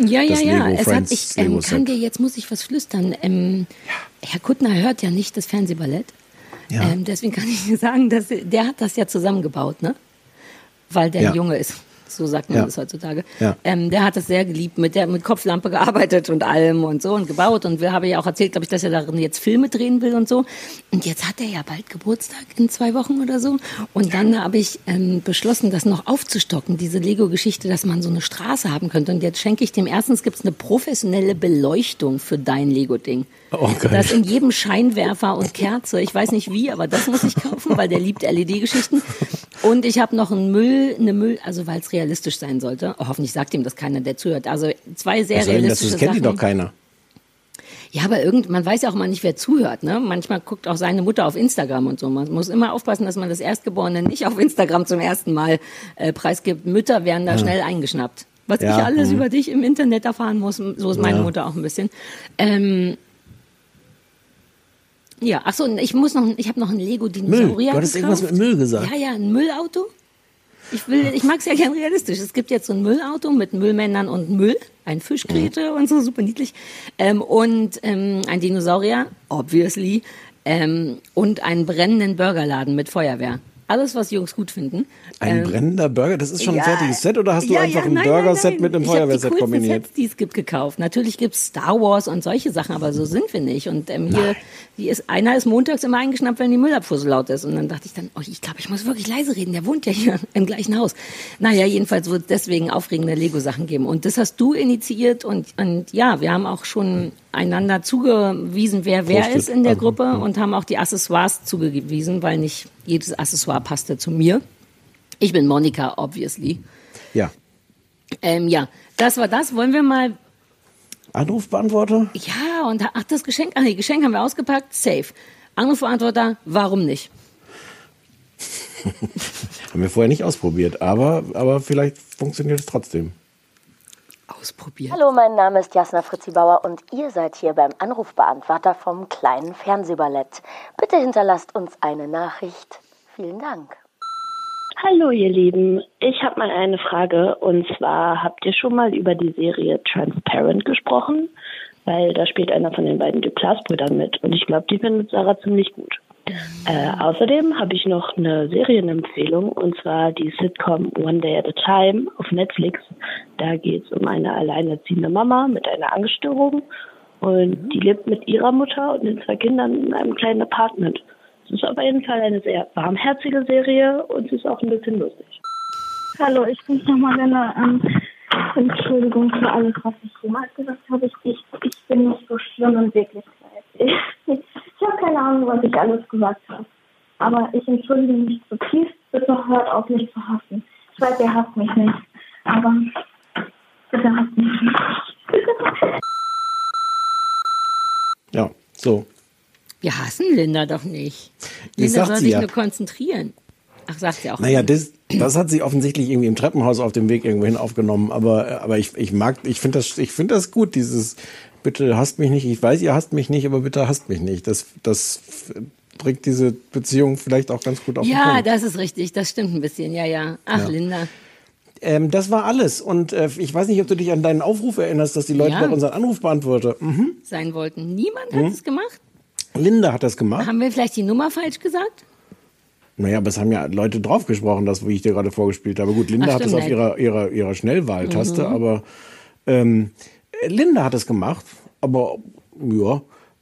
Speaker 2: Jetzt muss ich was flüstern. Herr Kuttner hört ja nicht das Fernsehballett. Ja. Deswegen kann ich dir sagen, der hat das ja zusammengebaut, ne? Weil der ein Junge ist. so sagt man das heutzutage. Ja. Der hat das sehr geliebt, mit Kopflampe gearbeitet und allem und so und gebaut. Und wir haben ja auch erzählt, glaube ich, dass er darin jetzt Filme drehen will und so. Und jetzt hat er ja bald Geburtstag in 2 Wochen oder so. Und dann habe ich beschlossen, das noch aufzustocken, diese Lego-Geschichte, dass man so eine Straße haben könnte. Und jetzt schenke ich dem, erstens gibt es eine professionelle Beleuchtung für dein Lego-Ding. Okay. Das in jedem Scheinwerfer und Kerze. Ich weiß nicht wie, aber das muss ich kaufen, weil der liebt LED-Geschichten. Und ich habe noch also weil es realistisch sein sollte. Oh, hoffentlich sagt ihm das keiner, der zuhört. Also 2 sehr realistische Sachen.
Speaker 8: Das kennt ihn doch keiner.
Speaker 2: Ja, aber man weiß ja auch mal nicht, wer zuhört. Ne? Manchmal guckt auch seine Mutter auf Instagram und so. Man muss immer aufpassen, dass man das Erstgeborene nicht auf Instagram zum ersten Mal preisgibt. Mütter werden da schnell eingeschnappt. Was ich alles über dich im Internet erfahren muss, so ist meine Mutter auch ein bisschen. Ja, ach so, ich habe noch ein Lego-Dinosaurier.
Speaker 8: Du hattest irgendwas mit Müll gesagt.
Speaker 2: Ja, ein Müllauto. Ich mag es ja gern realistisch. Es gibt jetzt so ein Müllauto mit Müllmännern und Müll, ein Fischgräte und so, super niedlich. Und ein Dinosaurier, obviously, und einen brennenden Burgerladen mit Feuerwehr. Alles, was Jungs gut finden.
Speaker 8: Ein brennender Burger? Das ist schon ein fertiges Set oder hast du einfach ein Burger-Set mit einem Feuerwehrset kombiniert? Ich habe die Sets,
Speaker 2: die es gibt, gekauft. Natürlich gibt es Star Wars und solche Sachen, aber so sind wir nicht. Und einer ist montags immer eingeschnappt, wenn die Müllabfuhr so laut ist. Und dann dachte ich dann, ich glaube, ich muss wirklich leise reden. Der wohnt ja hier im gleichen Haus. Naja, jedenfalls wird es deswegen aufregende Lego-Sachen geben. Und das hast du initiiert. Und ja, wir haben auch schon einander zugewiesen, wer ist in der Gruppe und haben auch die Accessoires zugewiesen, weil nicht jedes Accessoire passte zu mir. Ich bin Monika, obviously.
Speaker 8: Ja.
Speaker 2: Ja, das war das. Wollen wir mal...
Speaker 8: Anrufbeantworter?
Speaker 2: Ja, und das Geschenk... Geschenk haben wir ausgepackt. Safe. Anrufbeantworter, warum nicht?
Speaker 8: Haben wir vorher nicht ausprobiert, aber vielleicht funktioniert es trotzdem.
Speaker 2: Ausprobiert.
Speaker 4: Hallo, mein Name ist Jasna Fritzi Bauer und ihr seid hier beim Anrufbeantworter vom kleinen Fernsehballett. Bitte hinterlasst uns eine Nachricht. Vielen Dank.
Speaker 5: Hallo ihr Lieben, ich habe mal eine Frage und zwar habt ihr schon mal über die Serie Transparent gesprochen? Weil da spielt einer von den beiden Duplass-Brüdern mit und ich glaube, die findet Sarah ziemlich gut. Außerdem habe ich noch eine Serienempfehlung und zwar die Sitcom One Day at a Time auf Netflix. Da geht es um eine alleinerziehende Mama mit einer Angststörung und die lebt mit ihrer Mutter und den 2 Kindern in einem kleinen Apartment. Es ist auf jeden Fall eine sehr warmherzige Serie und sie ist auch ein bisschen lustig.
Speaker 9: Hallo, ich muss nochmal gerne Entschuldigung für alles, was ich jemals gesagt habe. Ich bin nicht so schlimm in Wirklichkeit. Ich habe keine Ahnung, was ich alles gesagt habe. Aber ich entschuldige mich zutiefst. Bitte hört auf, mich zu hassen. Ich weiß, ihr hasst mich nicht. Aber bitte hasst mich nicht.
Speaker 8: Ja, so.
Speaker 2: Wir hassen Linda doch nicht. Linda soll sich nur konzentrieren. Ach, sagt sie auch.
Speaker 8: Naja, das hat sie offensichtlich irgendwie im Treppenhaus auf dem Weg irgendwohin aufgenommen. Aber ich finde das gut, dieses bitte hasst mich nicht. Ich weiß, ihr hasst mich nicht, aber bitte hasst mich nicht. Das bringt diese Beziehung vielleicht auch ganz gut auf den Punkt.
Speaker 2: Ja, das ist richtig. Das stimmt ein bisschen. Ja. Ach, ja. Linda.
Speaker 8: Das war alles. Und ich weiß nicht, ob du dich an deinen Aufruf erinnerst, dass die Leute bei unseren Anrufbeantworter
Speaker 2: sein wollten. Niemand hat es gemacht?
Speaker 8: Linda hat das gemacht.
Speaker 2: Haben wir vielleicht die Nummer falsch gesagt?
Speaker 8: Naja, aber es haben ja Leute draufgesprochen, das, wie ich dir gerade vorgespielt habe. Gut, Linda hat es auf ihrer Schnellwahltaste, aber Linda hat es gemacht, aber ja.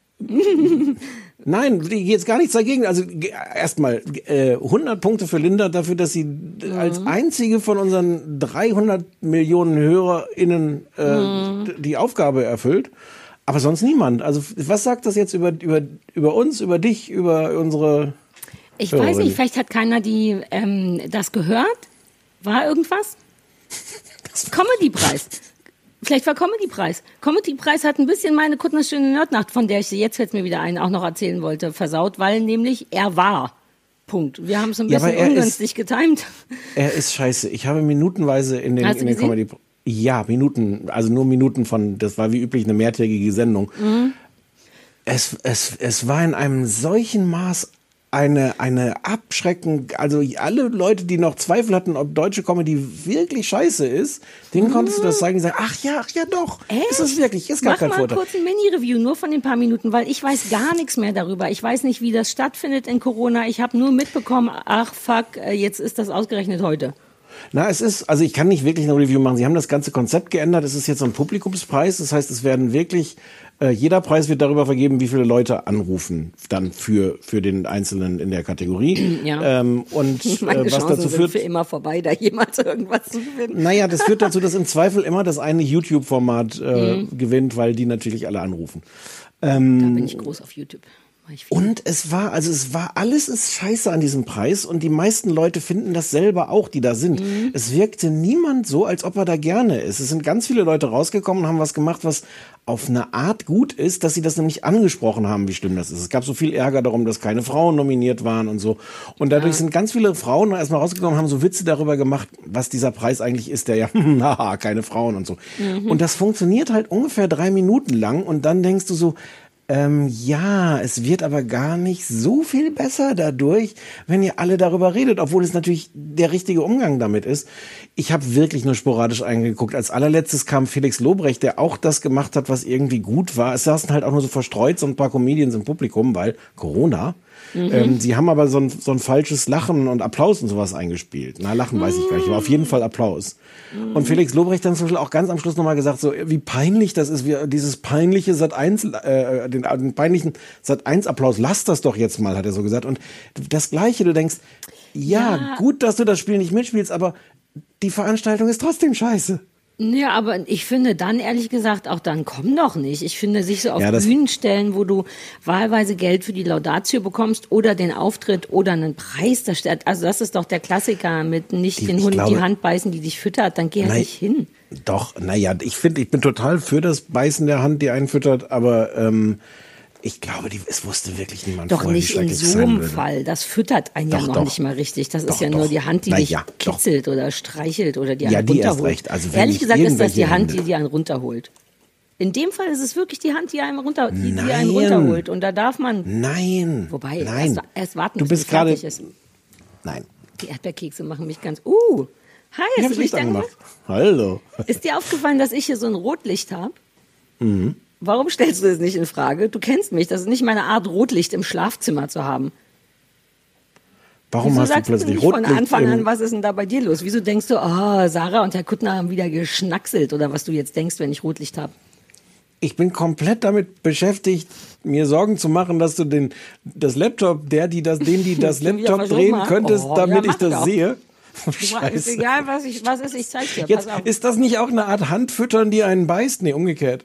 Speaker 8: Nein, jetzt gar nichts dagegen. Also erstmal 100 Punkte für Linda dafür, dass sie als einzige von unseren 300 Millionen HörerInnen die Aufgabe erfüllt. Aber sonst niemand. Also was sagt das jetzt über uns, über dich, über unsere...
Speaker 2: Ich weiß nicht, vielleicht hat keiner das gehört. War irgendwas? Comedy-Preis. Vielleicht war Comedy-Preis. Comedy-Preis hat ein bisschen meine Kuttners schöne Nerdnacht, von der ich jetzt fällt mir wieder ein, auch noch erzählen wollte, versaut, weil nämlich er war. Punkt. Wir haben es ein bisschen ungünstig getimt.
Speaker 8: Er ist scheiße. Ich habe minutenweise in den Comedy... Ja, Minuten, also nur Minuten von, das war wie üblich eine mehrtägige Sendung. Mhm. Es war in einem solchen Maß eine abschreckend, also alle Leute, die noch Zweifel hatten, ob deutsche Comedy wirklich scheiße ist, denen konntest du das zeigen und sagen, ach ja doch, ist es wirklich, ist gar kein Vorteil.
Speaker 2: Mach mal kurz ein Mini-Review, nur von den paar Minuten, weil ich weiß gar nichts mehr darüber. Ich weiß nicht, wie das stattfindet in Corona. Ich habe nur mitbekommen, ach fuck, jetzt ist das ausgerechnet heute.
Speaker 8: Na, also ich kann nicht wirklich eine Review machen. Sie haben das ganze Konzept geändert. Es ist jetzt so ein Publikumspreis. Das heißt, es werden wirklich, jeder Preis wird darüber vergeben, wie viele Leute anrufen dann für den Einzelnen in der Kategorie.
Speaker 2: Ja.
Speaker 8: Und
Speaker 2: meine
Speaker 8: was
Speaker 2: Chancen
Speaker 8: dazu führt,
Speaker 2: sind für immer vorbei, da jemals irgendwas zu finden.
Speaker 8: Naja, das führt dazu, dass im Zweifel immer das eine YouTube-Format gewinnt, weil die natürlich alle anrufen.
Speaker 2: Da bin ich groß auf YouTube.
Speaker 8: Und alles ist scheiße an diesem Preis und die meisten Leute finden das selber auch, die da sind. Es wirkte niemand so, als ob er da gerne ist. Es sind ganz viele Leute rausgekommen und haben was gemacht, was auf eine Art gut ist, dass sie das nämlich angesprochen haben, wie schlimm das ist. Es gab so viel Ärger darum, dass keine Frauen nominiert waren und so. Und dadurch sind ganz viele Frauen erstmal rausgekommen und haben so Witze darüber gemacht, was dieser Preis eigentlich ist, der ja, haha, keine Frauen und so. Und das funktioniert halt ungefähr 3 Minuten lang und dann denkst du so, ja, es wird aber gar nicht so viel besser dadurch, wenn ihr alle darüber redet, obwohl es natürlich der richtige Umgang damit ist. Ich habe wirklich nur sporadisch eingeguckt. Als allerletztes kam Felix Lobrecht, der auch das gemacht hat, was irgendwie gut war. Es saßen halt auch nur so verstreut so ein paar Comedians im Publikum, weil Corona. Sie haben aber so ein falsches Lachen und Applaus und sowas eingespielt. Na, Lachen weiß ich gar nicht, aber auf jeden Fall Applaus. Und Felix Lobrecht dann zum Beispiel auch ganz am Schluss nochmal gesagt, so wie peinlich das ist, wie dieses peinliche Sat.1, den peinlichen Sat.1-Applaus, lass das doch jetzt mal, hat er so gesagt. Und das Gleiche, du denkst, ja, gut, dass du das Spiel nicht mitspielst, aber die Veranstaltung ist trotzdem scheiße.
Speaker 2: Ja, aber ich finde dann, ehrlich gesagt, auch dann komm doch nicht. Ich finde, sich so auf Bühnen stellen, wo du wahlweise Geld für die Laudatio bekommst oder den Auftritt oder einen Preis, also das ist doch der Klassiker mit nicht den Hund die Hand beißen, die dich füttert, dann geh halt nicht hin.
Speaker 8: Doch, naja, ich bin total für das Beißen der Hand, die einen füttert, aber ich glaube, es wusste wirklich niemand
Speaker 2: doch
Speaker 8: vorher,
Speaker 2: nicht in so einem Fall. Das füttert einen ja noch nicht mal richtig. Das ist ja nur die Hand, die dich kitzelt oder streichelt oder die einen runterholt. Die erst recht. Also ehrlich gesagt ist das die Hand, die einen runterholt. In dem Fall ist es wirklich die Hand, die einen runterholt. Und da darf man...
Speaker 8: Nein.
Speaker 2: Wobei, erst warten,
Speaker 8: du
Speaker 2: bis
Speaker 8: bist gerade...
Speaker 2: ist.
Speaker 8: Nein.
Speaker 2: Die Erdbeerkekse machen mich ganz... Hi, hast du Licht angemacht?
Speaker 8: Hallo.
Speaker 2: Ist dir aufgefallen, dass ich hier so ein Rotlicht habe? Warum stellst du das nicht in Frage? Du kennst mich, das ist nicht meine Art, Rotlicht im Schlafzimmer zu haben.
Speaker 8: Warum hast du plötzlich Rotlicht?
Speaker 2: Von Anfang an, was ist denn da bei dir los? Wieso denkst du, Sarah und Herr Kuttner haben wieder geschnackselt oder was du jetzt denkst, wenn ich Rotlicht habe?
Speaker 8: Ich bin komplett damit beschäftigt, mir Sorgen zu machen, dass du das Laptop, den die das Laptop drehen könntest, damit ich das sehe.
Speaker 2: Scheiße. Ist egal, was ist, ich zeig's dir.
Speaker 8: Jetzt, ist das nicht auch eine Art Handfüttern, die einen beißt? Nee, umgekehrt.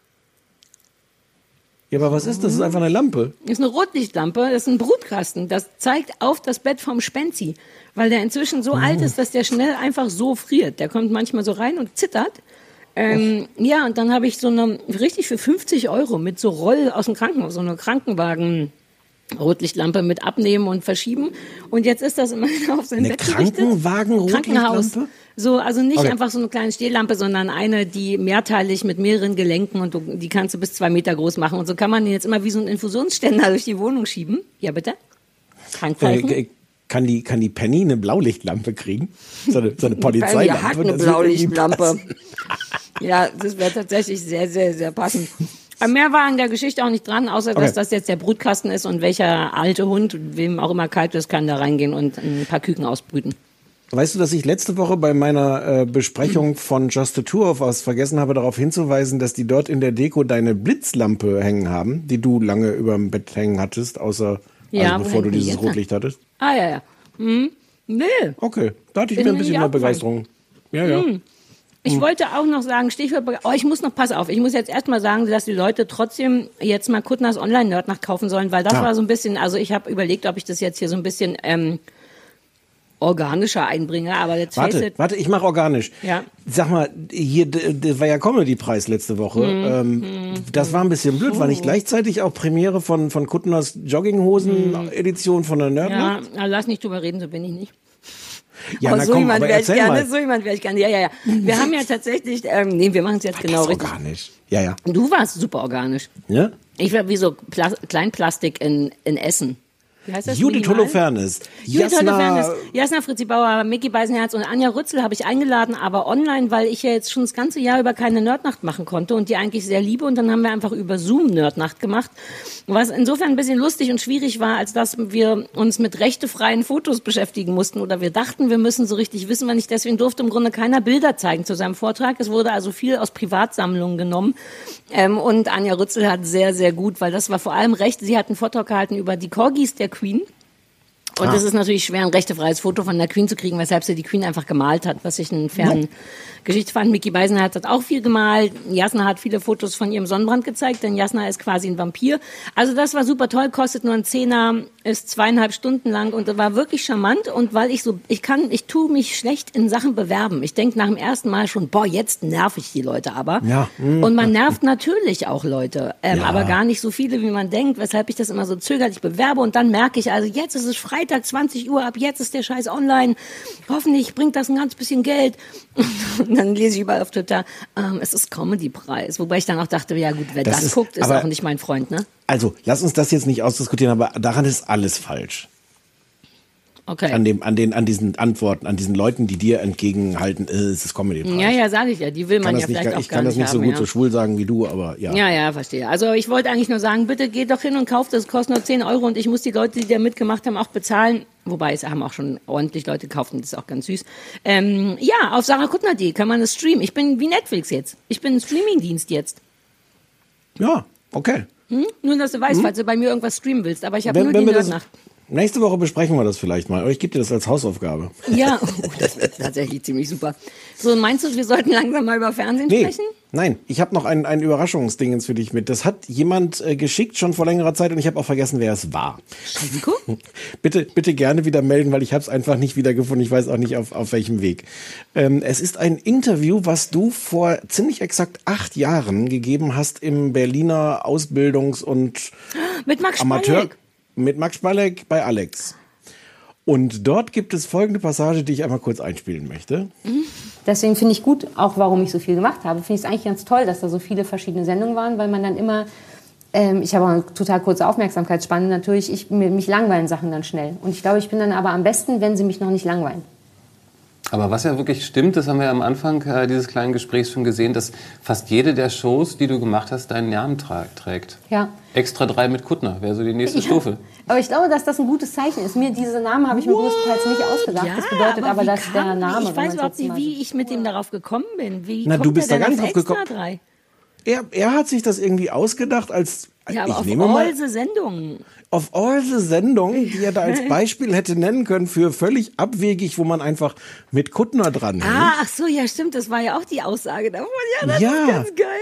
Speaker 8: Ja, aber was ist das? Das ist einfach eine Lampe.
Speaker 2: Das ist eine Rotlichtlampe, das ist ein Brutkasten. Das zeigt auf das Bett vom Spenzi, weil der inzwischen so alt ist, dass der schnell einfach so friert. Der kommt manchmal so rein und zittert. Ja, und dann habe ich so eine, richtig für 50 € mit so Roll aus dem Krankenhaus, so eine Krankenwagen Rotlichtlampe mit abnehmen und verschieben. Und jetzt ist das immer auf sein Bett gerichtet.
Speaker 8: Krankenwagen-Rotlichtlampe?
Speaker 2: So, also nicht einfach so eine kleine Stehlampe, sondern eine, die mehrteilig mit mehreren Gelenken und die kannst du bis 2 Meter groß machen. Und so kann man den jetzt immer wie so einen Infusionsständer durch die Wohnung schieben. Ja, bitte? Krankpfeifen?
Speaker 8: Kann die Penny eine Blaulichtlampe kriegen? So eine Polizeilampe?
Speaker 2: Die hat eine Blaulichtlampe. Ja, das wäre tatsächlich sehr, sehr, sehr passend. Aber mehr war an der Geschichte auch nicht dran, außer dass das jetzt der Brutkasten ist und welcher alte Hund, wem auch immer kalt ist, kann da reingehen und ein paar Küken ausbrüten.
Speaker 8: Weißt du, dass ich letzte Woche bei meiner Besprechung von Just a Tour of Us vergessen habe, darauf hinzuweisen, dass die dort in der Deko deine Blitzlampe hängen haben, die du lange über dem Bett hängen hattest, bevor du dieses Rotlicht hattest?
Speaker 2: Ja. Nee.
Speaker 8: Okay, da hatte ich mir ein bisschen mehr Begeisterung. Ja.
Speaker 2: Ich wollte auch noch sagen, Stichwort, ich muss jetzt erstmal sagen, dass die Leute trotzdem jetzt mal Kuttners Online-Nerd nachkaufen sollen, weil das war so ein bisschen, also ich habe überlegt, ob ich das jetzt hier so ein bisschen organischer einbringe, aber jetzt
Speaker 8: Warte, ich mache organisch. Ja. Sag mal, hier das war ja Comedy-Preis letzte Woche. Das war ein bisschen blöd, war nicht gleichzeitig auch Premiere von Kuttners Jogginghosen-Edition von der Nerdler?
Speaker 2: Ja, lass nicht drüber reden, so bin ich nicht.
Speaker 8: Ja, so jemand wäre ich
Speaker 2: gerne. Ja. Wir haben ja tatsächlich, wir machen es jetzt genau richtig.
Speaker 8: Organisch. Ja.
Speaker 2: Du warst super organisch.
Speaker 8: Ja?
Speaker 2: Ich war wie so Kleinplastik in Essen. Wie heißt das?
Speaker 8: Judith Holofernes.
Speaker 2: Jasna Fritzi Bauer, Micky Beisenherz und Anja Rützel habe ich eingeladen, aber online, weil ich ja jetzt schon das ganze Jahr über keine Nerdnacht machen konnte und die eigentlich sehr liebe. Und dann haben wir einfach über Zoom Nerdnacht gemacht, was insofern ein bisschen lustig und schwierig war, als dass wir uns mit rechtefreien Fotos beschäftigen mussten oder wir dachten, wir müssen so richtig wissen wir nicht. Deswegen durfte im Grunde keiner Bilder zeigen zu seinem Vortrag. Es wurde also viel aus Privatsammlungen genommen. Und Anja Rützel hat sehr, sehr gut, weil das war vor allem recht. Sie hat einen Vortrag gehalten über die Corgis der Queen. Und es ist natürlich schwer, ein rechtefreies Foto von der Queen zu kriegen, weshalb sie die Queen einfach gemalt hat, was ich einen fairen Geschichte fand. Micky Beisenherz hat auch viel gemalt. Jasna hat viele Fotos von ihrem Sonnenbrand gezeigt, denn Jasna ist quasi ein Vampir. Also das war super toll, kostet nur einen Zehner, ist 2,5 Stunden lang und war wirklich charmant. Und weil ich tue mich schlecht in Sachen bewerben. Ich denke nach dem ersten Mal schon, jetzt nerv ich die Leute aber. Ja. Und man nervt natürlich auch Leute, aber gar nicht so viele, wie man denkt, weshalb ich das immer so zögerlich bewerbe. Und dann merke ich, also jetzt ist es Freitag, 20 Uhr, ab jetzt ist der Scheiß online. Hoffentlich bringt das ein ganz bisschen Geld. Und dann lese ich überall auf Twitter, es ist Comedy-Preis. Wobei ich dann auch dachte, ja gut, wer das guckt, ist auch nicht mein Freund, ne?
Speaker 8: Also, lass uns das jetzt nicht ausdiskutieren, aber daran ist alles falsch.
Speaker 2: Okay.
Speaker 8: An diesen Antworten, an diesen Leuten, die dir entgegenhalten, es ist Comedy-Preis.
Speaker 2: Ja, sage ich ja. Die will man ja vielleicht auch gar nicht haben.
Speaker 8: Ich kann das nicht so gut so schwul sagen wie du, aber ja.
Speaker 2: Ja, verstehe. Also ich wollte eigentlich nur sagen, bitte geht doch hin und kauft das, kostet nur 10 Euro und ich muss die Leute, die da mitgemacht haben, auch bezahlen. Wobei, es haben auch schon ordentlich Leute gekauft und das ist auch ganz süß. Auf sarakuttner.de kann man das streamen. Ich bin wie Netflix jetzt. Ich bin ein Streamingdienst jetzt.
Speaker 8: Ja, okay.
Speaker 2: Nur, dass du weißt, falls du bei mir irgendwas streamen willst. Aber ich habe nur die Nerdnacht.
Speaker 8: Nächste Woche besprechen wir das vielleicht mal. Aber ich gebe dir das als Hausaufgabe.
Speaker 2: Ja, das wird tatsächlich ziemlich super. So, meinst du, wir sollten langsam mal über Fernsehen sprechen?
Speaker 8: Nein, ich habe noch ein Überraschungsdingens für dich mit. Das hat jemand geschickt schon vor längerer Zeit und ich habe auch vergessen, wer es war. Bitte gerne wieder melden, weil ich habe es einfach nicht wiedergefunden. Ich weiß auch nicht, auf welchem Weg. Es ist ein Interview, was du vor ziemlich exakt 8 Jahren gegeben hast im Berliner Ausbildungs- und
Speaker 2: mit Max
Speaker 8: Amateur.
Speaker 2: Spalleck.
Speaker 8: Mit Max Spalleck bei Alex. Und dort gibt es folgende Passage, die ich einmal kurz einspielen möchte.
Speaker 10: Deswegen finde ich gut, auch warum ich so viel gemacht habe, finde ich es eigentlich ganz toll, dass da so viele verschiedene Sendungen waren, weil man dann immer, ich habe auch eine total kurze Aufmerksamkeitsspanne, natürlich, mich langweilen Sachen dann schnell. Und ich glaube, ich bin dann aber am besten, wenn sie mich noch nicht langweilen.
Speaker 11: Aber was ja wirklich stimmt, das haben wir am Anfang dieses kleinen Gesprächs schon gesehen, dass fast jede der Shows, die du gemacht hast, deinen Namen trägt.
Speaker 10: Ja.
Speaker 11: Extra 3 mit Kuttner wäre so die nächste Stufe.
Speaker 10: Aber ich glaube, dass das ein gutes Zeichen ist. Diese Namen habe ich mir größtenteils nicht ausgedacht.
Speaker 2: Ja,
Speaker 10: das bedeutet aber, dass der Name...
Speaker 2: Ich weiß überhaupt nicht, wie ich mit dem darauf gekommen bin.
Speaker 8: Du bist da gar nicht drauf gekommen. Er hat sich das irgendwie ausgedacht als...
Speaker 2: Ja, aber auf all the Sendungen.
Speaker 8: Auf all the Sendungen, die er da als Beispiel hätte nennen können für völlig abwegig, wo man einfach mit Kuttner dran hängt.
Speaker 2: Ach so, ja stimmt, das war ja auch die Aussage davon. Ja, das ist ganz geil.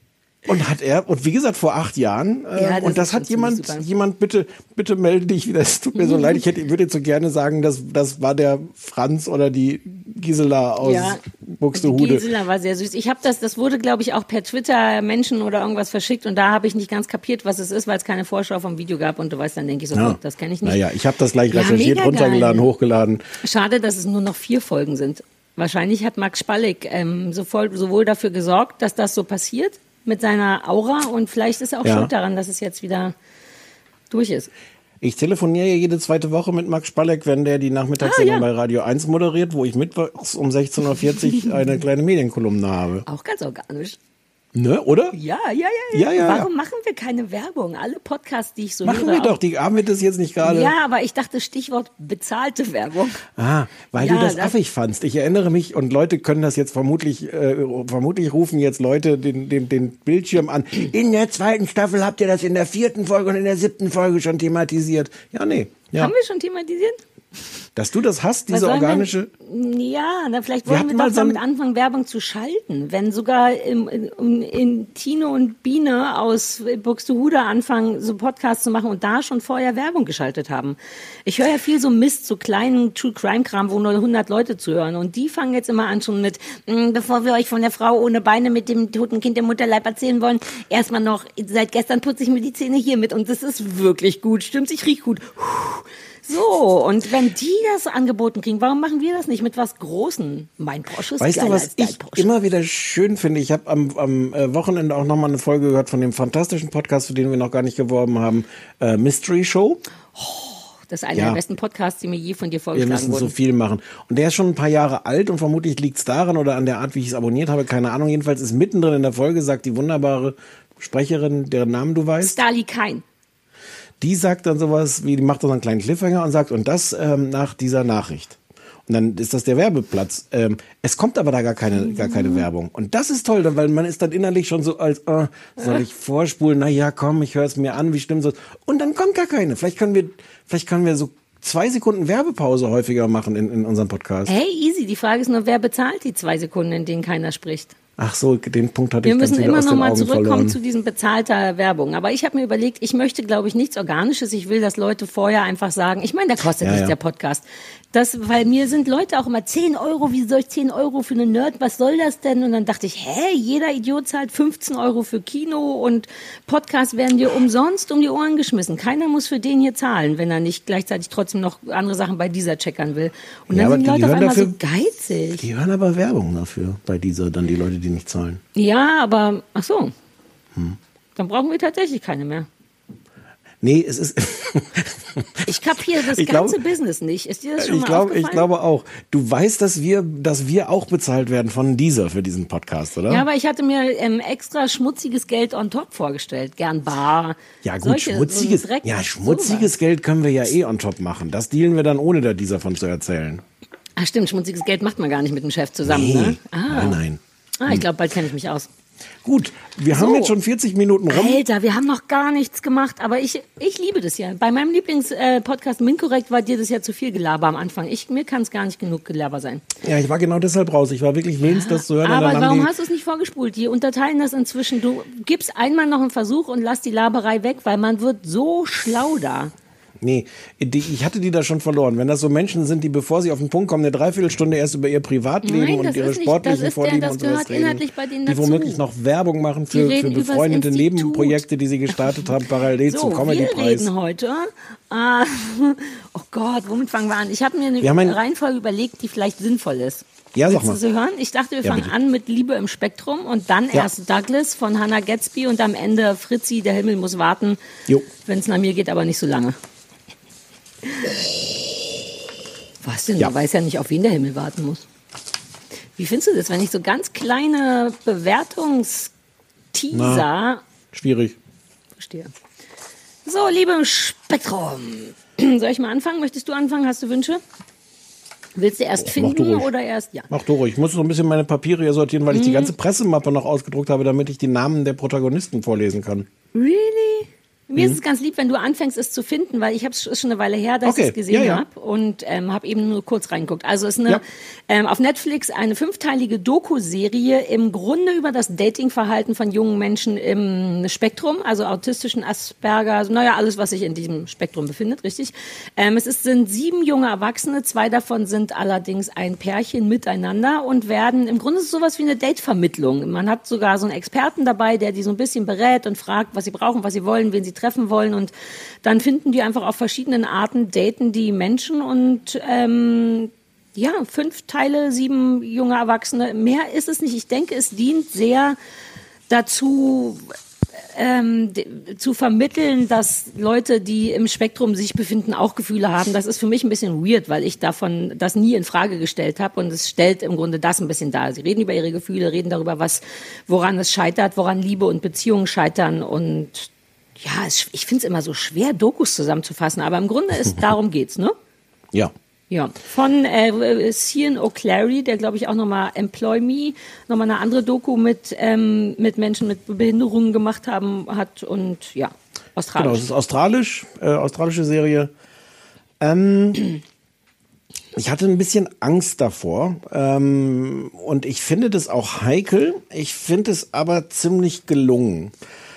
Speaker 8: Und wie gesagt, vor 8 Jahren, und das hat jemand, bitte melde dich wieder, es tut mir so leid, würde jetzt so gerne sagen, das war der Franz oder die Gisela aus Buxtehude.
Speaker 2: Die Gisela war sehr süß. Ich habe das wurde, glaube ich, auch per Twitter Menschen oder irgendwas verschickt und da habe ich nicht ganz kapiert, was es ist, weil es keine Vorschau vom Video gab und du weißt, dann denke ich sofort, das kenne ich nicht.
Speaker 8: Naja, ich habe das gleich recherchiert, runtergeladen, hochgeladen.
Speaker 2: Schade, dass es nur noch 4 Folgen sind. Wahrscheinlich hat Max Spalleck sowohl dafür gesorgt, dass das so passiert, mit seiner Aura und vielleicht ist er auch schuld daran, dass es jetzt wieder durch ist.
Speaker 8: Ich telefoniere jede 2. Woche mit Max Spalleck, wenn der die Nachmittagssendung bei Radio 1 moderiert, wo ich mittwochs um 16.40 Uhr eine kleine Medienkolumne habe.
Speaker 2: Auch ganz organisch.
Speaker 8: Ne, oder?
Speaker 2: Ja. Warum machen wir keine Werbung? Alle Podcasts, die ich so höre.
Speaker 8: Machen wir doch, die haben wir das jetzt nicht gerade.
Speaker 2: Ja, aber ich dachte Stichwort bezahlte Werbung.
Speaker 8: Weil du das affig fandst. Ich erinnere mich, und Leute können das jetzt vermutlich rufen jetzt Leute den Bildschirm an. In der 2. Staffel habt ihr das in der 4. Folge und in der 7. Folge schon thematisiert. Ja, nee. Ja.
Speaker 2: Haben wir schon thematisiert?
Speaker 8: Dass du das hast, diese organische...
Speaker 2: Vielleicht wollen wir doch damit anfangen, Werbung zu schalten. Wenn sogar in Tino und Biene aus Buxtehude anfangen, so Podcasts zu machen und da schon vorher Werbung geschaltet haben. Ich höre ja viel so Mist, so kleinen True-Crime-Kram, wo nur 100 Leute zuhören. Und die fangen jetzt immer an schon mit, bevor wir euch von der Frau ohne Beine mit dem toten Kind im Mutterleib erzählen wollen, erstmal noch, seit gestern putze ich mir die Zähne hier mit. Und das ist wirklich gut. Stimmt's, ich riech gut. So, und wenn die das angeboten kriegen, warum machen wir das nicht mit was Großen? Mein Porsche ist
Speaker 8: weißt du, was ich immer wieder schön finde? Ich habe am Wochenende auch nochmal eine Folge gehört von dem fantastischen Podcast, für den wir noch gar nicht geworben haben, Mystery Show.
Speaker 2: Das ist einer der besten Podcasts, die mir je von dir vorgeschlagen wurden.
Speaker 8: Wir müssen so viel machen. Und der ist schon ein paar Jahre alt und vermutlich liegt es daran oder an der Art, wie ich es abonniert habe, keine Ahnung. Jedenfalls ist mittendrin in der Folge, sagt die wunderbare Sprecherin, deren Namen du weißt.
Speaker 2: Stali Kein.
Speaker 8: Die sagt dann sowas wie, die macht dann einen kleinen Cliffhanger und sagt, und das nach dieser Nachricht. Und dann ist das der Werbeplatz. Es kommt aber da gar keine Werbung. Und das ist toll, weil man ist dann innerlich schon so als, soll ich vorspulen? Na ja, komm, ich höre es mir an, wie stimmt das? Und dann kommt gar keine. Vielleicht können wir so 2 Sekunden Werbepause häufiger machen in unserem Podcast.
Speaker 2: Hey, easy. Die Frage ist nur, wer bezahlt die 2 Sekunden, in denen keiner spricht?
Speaker 8: Ach so, den Punkt hatte ich
Speaker 2: ganz wieder aus den Augen verloren. Wir müssen immer noch mal zurückkommen zu diesem bezahlter Werbung. Aber ich habe mir überlegt, ich möchte, glaube ich, nichts Organisches. Ich will, dass Leute vorher einfach sagen, ich meine, da kostet nichts der Podcast. Weil mir sind Leute auch immer 10 Euro, wie soll ich 10 Euro für einen Nerd, was soll das denn? Und dann dachte ich, jeder Idiot zahlt 15 Euro für Kino und Podcasts werden dir umsonst um die Ohren geschmissen. Keiner muss für den hier zahlen, wenn er nicht gleichzeitig trotzdem noch andere Sachen bei dieser checkern will. Und dann sind die Leute auf einmal so geizig.
Speaker 8: Die hören aber Werbung dafür, bei dieser, dann die Leute, die nicht zahlen.
Speaker 2: Ja, aber, ach so. Dann brauchen wir tatsächlich keine mehr.
Speaker 8: Nee, es ist...
Speaker 2: Ich kapiere das ganze Business nicht. Ist dir das schon mal aufgefallen?
Speaker 8: Ich glaube auch. Du weißt, dass wir auch bezahlt werden von dieser für diesen Podcast, oder?
Speaker 2: Ja, aber ich hatte mir extra schmutziges Geld on top vorgestellt. Gern bar.
Speaker 8: Ja gut, schmutziges Geld können wir ja on top machen. Das dealen wir dann, ohne da dieser von zu erzählen.
Speaker 2: Ach stimmt, schmutziges Geld macht man gar nicht mit dem Chef zusammen, ne?
Speaker 8: Nein.
Speaker 2: Ich glaube, bald kenne ich mich aus.
Speaker 8: Gut, wir haben jetzt schon 40 Minuten rum.
Speaker 2: Alter, wir haben noch gar nichts gemacht, aber ich liebe das ja. Bei meinem Lieblingspodcast Minkorrekt war dir das ja zu viel Gelaber am Anfang. Mir kann es gar nicht genug Gelaber sein.
Speaker 8: Ja, ich war genau deshalb raus. Ich war wirklich willens, das zu hören.
Speaker 2: Aber warum hast du es nicht vorgespult? Die unterteilen das inzwischen. Du gibst einmal noch einen Versuch und lass die Laberei weg, weil man wird so schlau da.
Speaker 8: Nee, ich hatte die da schon verloren. Wenn das so Menschen sind, die, bevor sie auf den Punkt kommen, eine Dreiviertelstunde erst über ihr Privatleben und ihre sportlichen Vorlieben und sowas reden, die womöglich noch Werbung machen für befreundete Nebenprojekte, die sie gestartet haben, parallel zum Comedy-Preis.
Speaker 2: Wir reden heute. Oh Gott, womit fangen wir an? Ich habe mir eine Reihenfolge überlegt, die vielleicht sinnvoll ist.
Speaker 8: Ja, sag mal.
Speaker 2: Willst du sie hören? Ich dachte, wir fangen an mit Liebe im Spektrum und dann erst Douglas von Hannah Gadsby und am Ende Fritzi, der Himmel muss warten, wenn es nach mir geht, aber nicht so lange. Was denn? Du weißt ja nicht, auf wen der Himmel warten muss. Wie findest du das, wenn ich so ganz kleine Bewertungsteaser...
Speaker 8: Schwierig.
Speaker 2: Verstehe. So, Liebe im Spektrum. Soll ich mal anfangen? Möchtest du anfangen? Hast du Wünsche? Willst du erst finden oder erst... Ja.
Speaker 8: Mach du ruhig. Ich muss so ein bisschen meine Papiere hier sortieren, weil ich die ganze Pressemappe noch ausgedruckt habe, damit ich die Namen der Protagonisten vorlesen kann.
Speaker 2: Really? Mir ist es ganz lieb, wenn du anfängst, es zu finden, weil ist schon eine Weile her, dass ich es gesehen habe und habe eben nur kurz reingeguckt. Also es ist auf Netflix eine 5-teilige Doku-Serie im Grunde über das Datingverhalten von jungen Menschen im Spektrum, also autistischen Asperger, alles, was sich in diesem Spektrum befindet, richtig. Sind 7 junge Erwachsene, 2 davon sind allerdings ein Pärchen miteinander und werden, im Grunde ist es sowas wie eine Date-Vermittlung. Man hat sogar so einen Experten dabei, der die so ein bisschen berät und fragt, was sie brauchen, was sie wollen, wen sie treffen wollen und dann finden die einfach auf verschiedenen Arten, daten die Menschen und 5 Teile, 7 junge Erwachsene. Mehr ist es nicht. Ich denke, es dient sehr dazu, zu vermitteln, dass Leute, die im Spektrum sich befinden, auch Gefühle haben. Das ist für mich ein bisschen weird, weil ich davon das nie in Frage gestellt habe und es stellt im Grunde das ein bisschen dar. Sie reden über ihre Gefühle, reden darüber, woran es scheitert, woran Liebe und Beziehungen scheitern und ich finde es immer so schwer, Dokus zusammenzufassen, aber im Grunde darum geht's, ne?
Speaker 8: Ja.
Speaker 2: Ja, von Cian O'Clery, der glaube ich auch nochmal Employ Me, nochmal eine andere Doku mit Menschen mit Behinderungen gemacht hat und australisch.
Speaker 8: Genau, es ist australische Serie. Ich hatte ein bisschen Angst davor und ich finde das auch heikel, ich finde es aber ziemlich gelungen.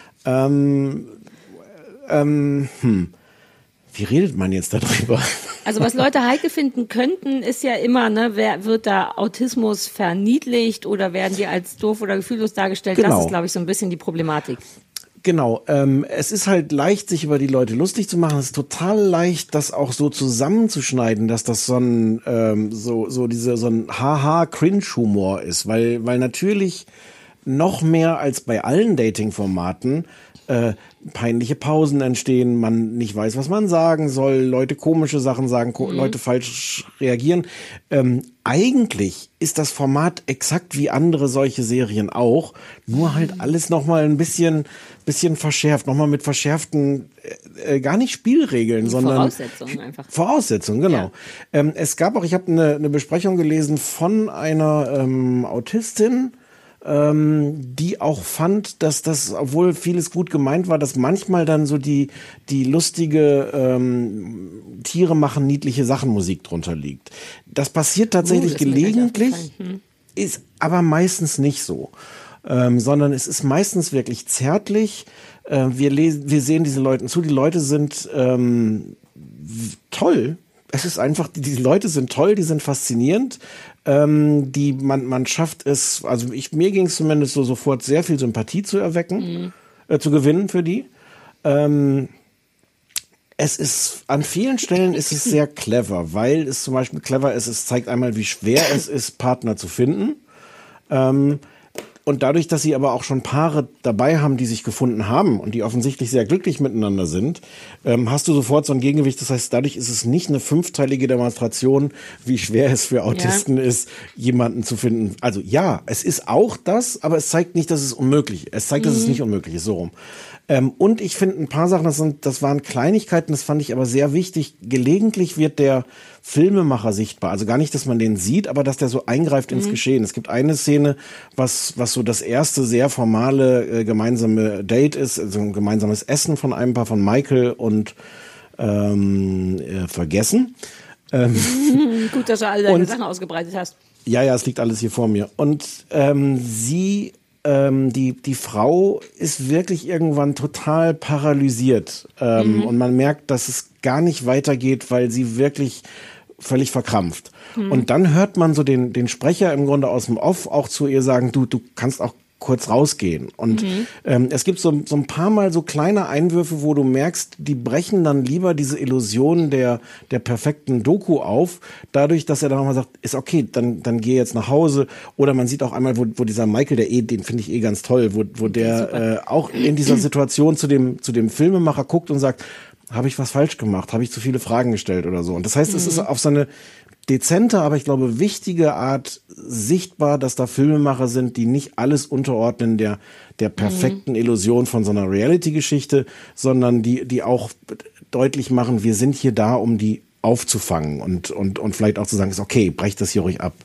Speaker 8: Wie redet man jetzt darüber?
Speaker 2: Also was Leute heikel finden könnten, ist ja immer, wird da Autismus verniedlicht oder werden die als doof oder gefühllos dargestellt? Genau. Das ist, glaube ich, so ein bisschen die Problematik.
Speaker 8: Genau, es ist halt leicht, sich über die Leute lustig zu machen. Es ist total leicht, das auch so zusammenzuschneiden, dass das so ein Haha-Cringe-Humor ist, weil natürlich noch mehr als bei allen Dating-Formaten peinliche Pausen entstehen, man nicht weiß, was man sagen soll, Leute komische Sachen sagen, Leute falsch reagieren. Eigentlich ist das Format exakt wie andere solche Serien auch, nur halt alles nochmal ein bisschen verschärft, nochmal mit verschärften, gar nicht Spielregeln, sondern
Speaker 2: Voraussetzungen einfach.
Speaker 8: Voraussetzungen, genau. Ja. Es gab auch, ich habe eine Besprechung gelesen von einer Autistin, die auch fand, dass das, obwohl vieles gut gemeint war, dass manchmal dann so die lustige Tiere machen niedliche Sachen Musik drunter liegt. Das passiert tatsächlich gelegentlich, ist aber meistens nicht so. Sondern es ist meistens wirklich zärtlich. Wir sehen diesen Leuten zu, die Leute sind toll. Es ist einfach, die Leute sind toll, die sind faszinierend. Man schafft es, also mir ging es zumindest so sofort, sehr viel Sympathie zu erwecken, zu gewinnen für die. Es ist, an vielen Stellen ist es sehr clever, weil es zum Beispiel clever ist, es zeigt einmal, wie schwer es ist, Partner zu finden. Und dadurch, dass sie aber auch schon Paare dabei haben, die sich gefunden haben und die offensichtlich sehr glücklich miteinander sind, hast du sofort so ein Gegengewicht. Das heißt, dadurch ist es nicht eine 5-teilige Demonstration, wie schwer es für Autisten ist, jemanden zu finden. Also ja, es ist auch das, aber es zeigt nicht, dass es unmöglich ist. Es zeigt, dass es nicht unmöglich ist, so rum. Und ich finde ein paar Sachen, das waren Kleinigkeiten, das fand ich aber sehr wichtig. Gelegentlich wird der Filmemacher sichtbar. Also gar nicht, dass man den sieht, aber dass der so eingreift ins Geschehen. Es gibt eine Szene, was so das erste sehr formale gemeinsame Date ist, also ein gemeinsames Essen von einem Paar, von Michael und Vergessen.
Speaker 2: Gut, dass du alle deine Sachen ausgebreitet hast.
Speaker 8: Ja, es liegt alles hier vor mir. Und die Frau ist wirklich irgendwann total paralysiert. Und man merkt, dass es gar nicht weitergeht, weil sie wirklich völlig verkrampft. Und dann hört man so den Sprecher im Grunde aus dem Off auch zu ihr sagen, du kannst auch kurz rausgehen. Und es gibt so ein paar Mal so kleine Einwürfe, wo du merkst, die brechen dann lieber diese Illusion der perfekten Doku auf, dadurch, dass er dann nochmal sagt, ist okay, dann geh jetzt nach Hause. Oder man sieht auch einmal, wo dieser Michael, den finde ich ganz toll, wo der auch in dieser Situation zu dem Filmemacher guckt und sagt, habe ich was falsch gemacht? Habe ich zu viele Fragen gestellt oder so? Und das heißt, es ist auf so eine dezente, aber ich glaube wichtige Art sichtbar, dass da Filmemacher sind, die nicht alles unterordnen der perfekten Illusion von so einer Reality-Geschichte, sondern die auch deutlich machen, wir sind hier da, um die aufzufangen und vielleicht auch zu sagen, ist okay, brecht das hier ruhig ab.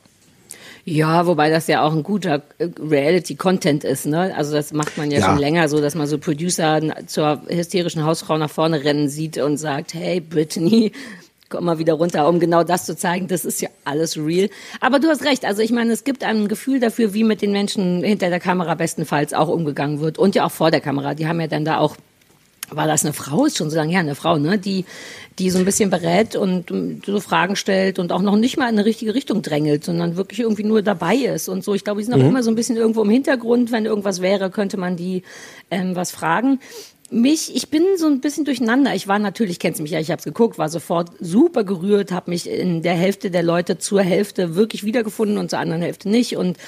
Speaker 2: Ja, wobei das ja auch ein guter Reality-Content ist, ne? Also das macht man ja schon länger so, dass man so Producer zur hysterischen Hausfrau nach vorne rennen sieht und sagt, hey Brittany, komm mal wieder runter, um genau das zu zeigen, das ist ja alles real. Aber du hast recht, also ich meine, es gibt ein Gefühl dafür, wie mit den Menschen hinter der Kamera bestenfalls auch umgegangen wird und ja auch vor der Kamera. Die haben ja dann da auch, war das eine Frau, ist schon so lange her, eine Frau, ne, die so ein bisschen berät und so Fragen stellt und auch noch nicht mal in eine richtige Richtung drängelt, sondern wirklich irgendwie nur dabei ist und so. Ich glaube, die sind auch immer so ein bisschen irgendwo im Hintergrund. Wenn irgendwas wäre, könnte man die was fragen. Ich bin so ein bisschen durcheinander. Ich war natürlich, kennst du mich ja, ich habe es geguckt, war sofort super gerührt, habe mich in der Hälfte der Leute zur Hälfte wirklich wiedergefunden und zur anderen Hälfte nicht und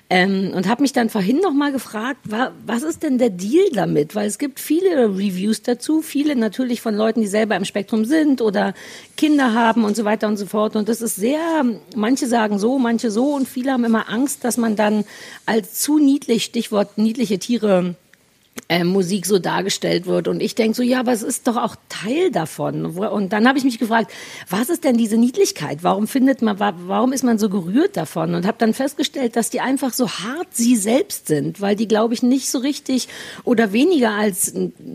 Speaker 2: habe mich dann vorhin noch mal gefragt, was ist denn der Deal damit? Weil es gibt viele Reviews dazu, viele natürlich von Leuten, die selber im Spektrum sind oder Kinder haben und so weiter und so fort. Und das ist sehr, manche sagen so, manche so und viele haben immer Angst, dass man dann als zu niedlich, Stichwort niedliche Tiere, Musik so dargestellt wird. Und ich denke so, ja, aber es ist doch auch Teil davon. Und dann habe ich mich gefragt, was ist denn diese Niedlichkeit? Warum ist man so gerührt davon? Und habe dann festgestellt, dass die einfach so hart sie selbst sind, weil die, glaube ich, nicht so richtig oder weniger als,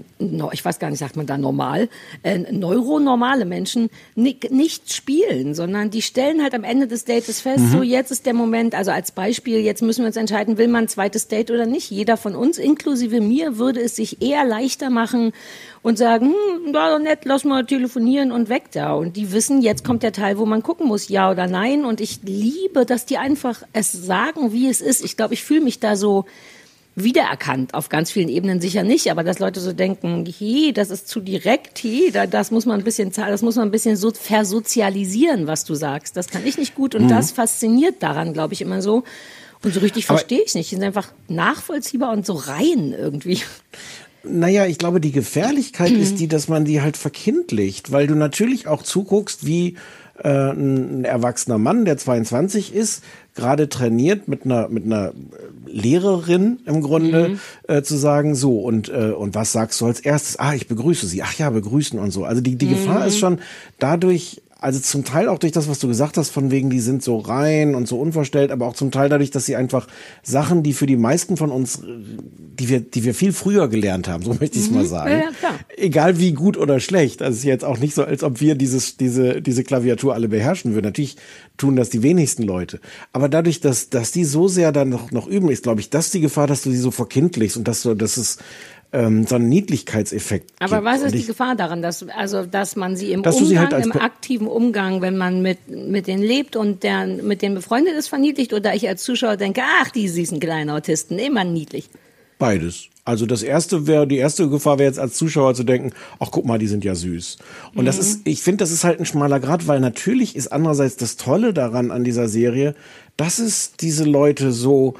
Speaker 2: ich weiß gar nicht, sagt man da normal, neuronormale Menschen nicht spielen, sondern die stellen halt am Ende des Dates fest, so jetzt ist der Moment, also als Beispiel, jetzt müssen wir uns entscheiden, will man ein zweites Date oder nicht? Jeder von uns, inklusive mir, würde es sich eher leichter machen und sagen, war doch nett, lass mal telefonieren und weg da. Und die wissen, jetzt kommt der Teil, wo man gucken muss, ja oder nein. Und ich liebe, dass die einfach es sagen, wie es ist. Ich glaube, ich fühle mich da so wiedererkannt, auf ganz vielen Ebenen sicher nicht, aber dass Leute so denken, hey, das ist zu direkt, hey, das muss man ein bisschen so versozialisieren, was du sagst. Das kann ich nicht gut und das fasziniert daran, glaube ich, immer so. Und so richtig verstehe ich es nicht. Die sind einfach nachvollziehbar und so rein irgendwie.
Speaker 8: Naja, ich glaube, die Gefährlichkeit ist die, dass man die halt verkindlicht, weil du natürlich auch zuguckst, wie ein erwachsener Mann, der 22 ist, gerade trainiert mit einer Lehrerin im Grunde zu sagen, so und was sagst du als erstes? Ich begrüße sie. Ach ja, begrüßen und so. Also die Gefahr ist schon dadurch, also zum Teil auch durch das, was du gesagt hast, von wegen, die sind so rein und so unverstellt, aber auch zum Teil dadurch, dass sie einfach Sachen, die für die meisten von uns, die wir viel früher gelernt haben, so möchte ich es mal sagen.
Speaker 2: Ja, klar.
Speaker 8: Egal wie gut oder schlecht. Also es ist jetzt auch nicht so, als ob wir diese Klaviatur alle beherrschen würden. Natürlich tun das die wenigsten Leute. Aber dadurch, dass die so sehr dann noch üben, ist, glaube ich, das die Gefahr, dass du sie so verkindlichst und dass es so einen Niedlichkeitseffekt
Speaker 2: Aber
Speaker 8: gibt.
Speaker 2: was ist die Gefahr daran, dass man sie im aktiven Umgang, wenn man mit denen lebt und mit denen befreundet ist, verniedlicht, oder ich als Zuschauer denke, ach, die süßen kleinen Autisten, immer niedlich?
Speaker 8: Beides. Also die erste Gefahr wäre jetzt als Zuschauer zu denken, ach guck mal, die sind ja süß. Und ich finde, das ist halt ein schmaler Grat, weil natürlich ist andererseits das Tolle daran an dieser Serie, dass es diese Leute so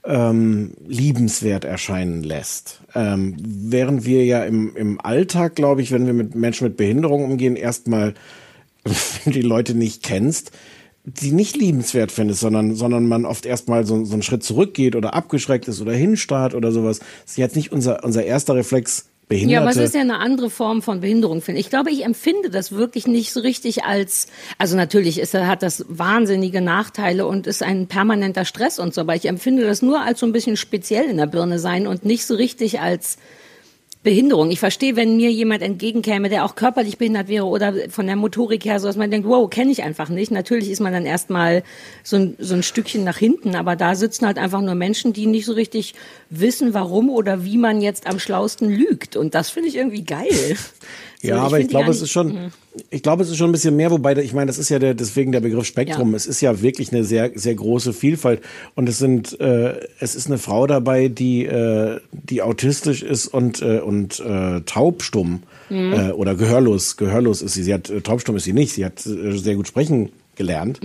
Speaker 8: liebenswert erscheinen lässt. Während wir ja im Alltag, glaube ich, wenn wir mit Menschen mit Behinderung umgehen, erstmal, wenn du die Leute nicht kennst, die nicht liebenswert findest, sondern man oft erstmal so einen Schritt zurückgeht oder abgeschreckt ist oder hinstarrt oder sowas. Das ist jetzt nicht unser erster Reflex, Behinderte.
Speaker 2: Ja, aber es ist ja eine andere Form von Behinderung, finde ich. Ich glaube, ich empfinde das wirklich nicht so richtig also natürlich hat das wahnsinnige Nachteile und ist ein permanenter Stress und so, aber ich empfinde das nur als so ein bisschen speziell in der Birne sein und nicht so richtig als Behinderung. Ich verstehe, wenn mir jemand entgegenkäme, der auch körperlich behindert wäre oder von der Motorik her, so dass man denkt, wow, kenne ich einfach nicht. Natürlich ist man dann erstmal so ein Stückchen nach hinten, aber da sitzen halt einfach nur Menschen, die nicht so richtig wissen, warum oder wie man jetzt am schlausten lügt. Und das finde ich irgendwie geil.
Speaker 8: Ja, aber ich glaube, es ist schon ein bisschen mehr, wobei, ich meine, das ist ja deswegen der Begriff Spektrum. Ja. Es ist ja wirklich eine sehr, sehr große Vielfalt. Und es ist eine Frau dabei, die autistisch ist und taubstumm, oder gehörlos ist sie. Taubstumm ist sie nicht. Sie hat sehr gut sprechen gelernt.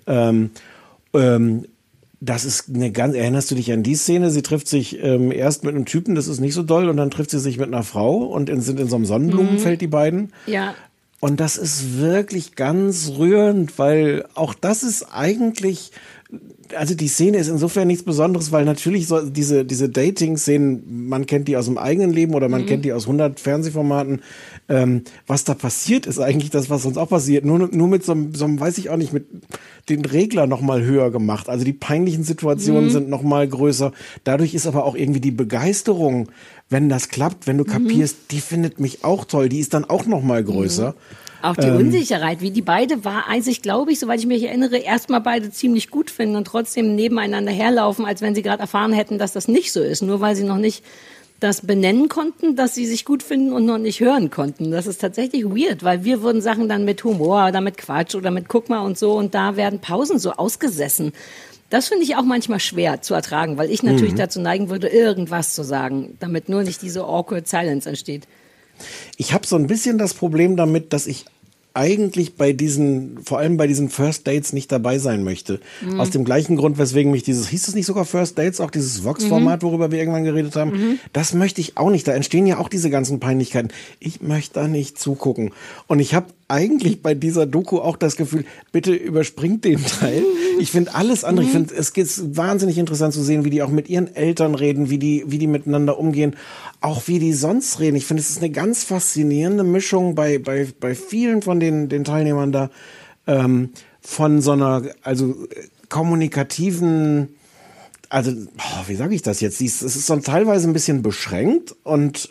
Speaker 8: Das ist erinnerst du dich an die Szene? Sie trifft sich erst mit einem Typen, das ist nicht so doll, und dann trifft sie sich mit einer Frau und sind in so einem Sonnenblumenfeld, die beiden. Ja. Und das ist wirklich ganz rührend, weil auch das ist eigentlich, also die Szene ist insofern nichts Besonderes, weil natürlich so diese Dating-Szenen, man kennt die aus dem eigenen Leben oder man kennt die aus 100 Fernsehformaten. Was da passiert, ist eigentlich das, was uns auch passiert. Nur mit so einem, weiß ich auch nicht, mit den Regler noch mal höher gemacht. Also die peinlichen Situationen sind noch mal größer. Dadurch ist aber auch irgendwie die Begeisterung, wenn das klappt, wenn du kapierst, die findet mich auch toll. Die ist dann auch noch mal größer.
Speaker 2: Auch die Unsicherheit, wie die beide war, eigentlich glaube ich, soweit ich mich erinnere, erstmal beide ziemlich gut finden und trotzdem nebeneinander herlaufen, als wenn sie gerade erfahren hätten, dass das nicht so ist. Nur weil sie noch nicht das benennen konnten, dass sie sich gut finden und noch nicht hören konnten. Das ist tatsächlich weird, weil wir würden Sachen dann mit Humor oder mit Quatsch oder mit Guck mal und so, und da werden Pausen so ausgesessen. Das finde ich auch manchmal schwer zu ertragen, weil ich natürlich dazu neigen würde, irgendwas zu sagen, damit nur nicht diese awkward silence entsteht.
Speaker 8: Ich habe so ein bisschen das Problem damit, dass ich eigentlich vor allem bei diesen First Dates nicht dabei sein möchte. Aus dem gleichen Grund, weswegen mich hieß es nicht sogar First Dates, auch dieses Vox-Format, worüber wir irgendwann geredet haben, das möchte ich auch nicht. Da entstehen ja auch diese ganzen Peinlichkeiten. Ich möchte da nicht zugucken. Und ich habe eigentlich bei dieser Doku auch das Gefühl, bitte überspringt den Teil. Ich finde alles andere, ich finde, es ist wahnsinnig interessant zu sehen, wie die auch mit ihren Eltern reden, wie die miteinander umgehen, auch wie die sonst reden. Ich finde, es ist eine ganz faszinierende Mischung bei vielen von den Teilnehmern da, von so einer, kommunikativen, wie sage ich das jetzt? Es ist so teilweise ein bisschen beschränkt und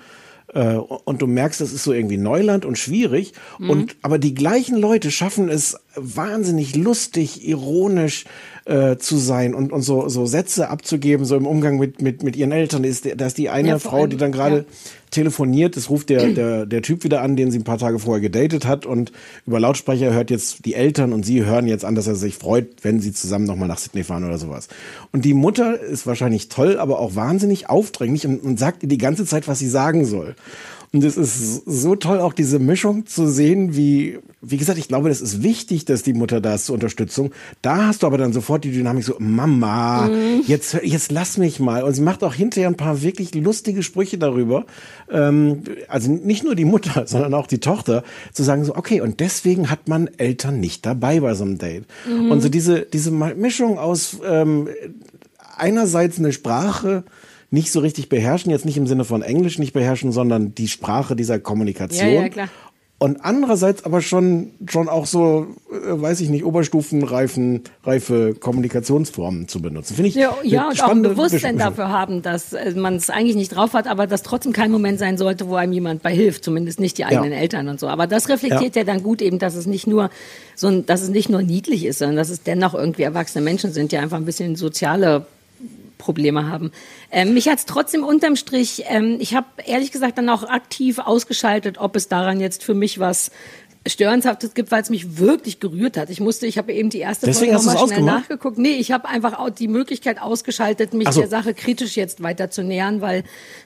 Speaker 8: du merkst, das ist so irgendwie Neuland und schwierig. Aber die gleichen Leute schaffen es wahnsinnig lustig, ironisch zu sein und so Sätze abzugeben, so im Umgang mit ihren Eltern. Da ist die eine Frau, die dann gerade telefoniert, es ruft der Typ wieder an, den sie ein paar Tage vorher gedatet hat, und über Lautsprecher hört jetzt die Eltern und sie hören jetzt an, dass er sich freut, wenn sie zusammen nochmal nach Sydney fahren oder sowas. Und die Mutter ist wahrscheinlich toll, aber auch wahnsinnig aufdringlich und sagt ihr die ganze Zeit, was sie sagen soll. Und es ist so toll, auch diese Mischung zu sehen, wie gesagt, ich glaube, das ist wichtig, dass die Mutter da ist zur Unterstützung. Da hast du aber dann sofort die Dynamik so, Mama, jetzt lass mich mal. Und sie macht auch hinterher ein paar wirklich lustige Sprüche darüber. Also nicht nur die Mutter, sondern auch die Tochter, zu sagen so, okay, und deswegen hat man Eltern nicht dabei bei so einem Date. Und so diese Mischung aus einerseits eine Sprache nicht so richtig beherrschen, jetzt nicht im Sinne von Englisch nicht beherrschen, sondern die Sprache dieser Kommunikation.
Speaker 2: Ja, klar.
Speaker 8: Und andererseits aber schon auch so, weiß ich nicht, oberstufenreife Kommunikationsformen zu benutzen. Finde ich
Speaker 2: ja, und auch ein Bewusstsein dafür haben, dass man es eigentlich nicht drauf hat, aber das trotzdem kein Moment sein sollte, wo einem jemand bei hilft, zumindest nicht die eigenen Eltern und so. Aber das reflektiert ja dann gut eben, dass es nicht nur niedlich ist, sondern dass es dennoch irgendwie erwachsene Menschen sind, die einfach ein bisschen soziale Probleme haben. Mich hat es trotzdem unterm Strich, ich habe ehrlich gesagt dann auch aktiv ausgeschaltet, ob es daran jetzt für mich was Störenshaftes gibt, weil es mich wirklich gerührt hat. Ich habe eben die erste Folge nochmal schnell nachgeguckt. Nee, ich habe einfach auch die Möglichkeit ausgeschaltet, mich der Sache kritisch jetzt weiter zu nähern, weil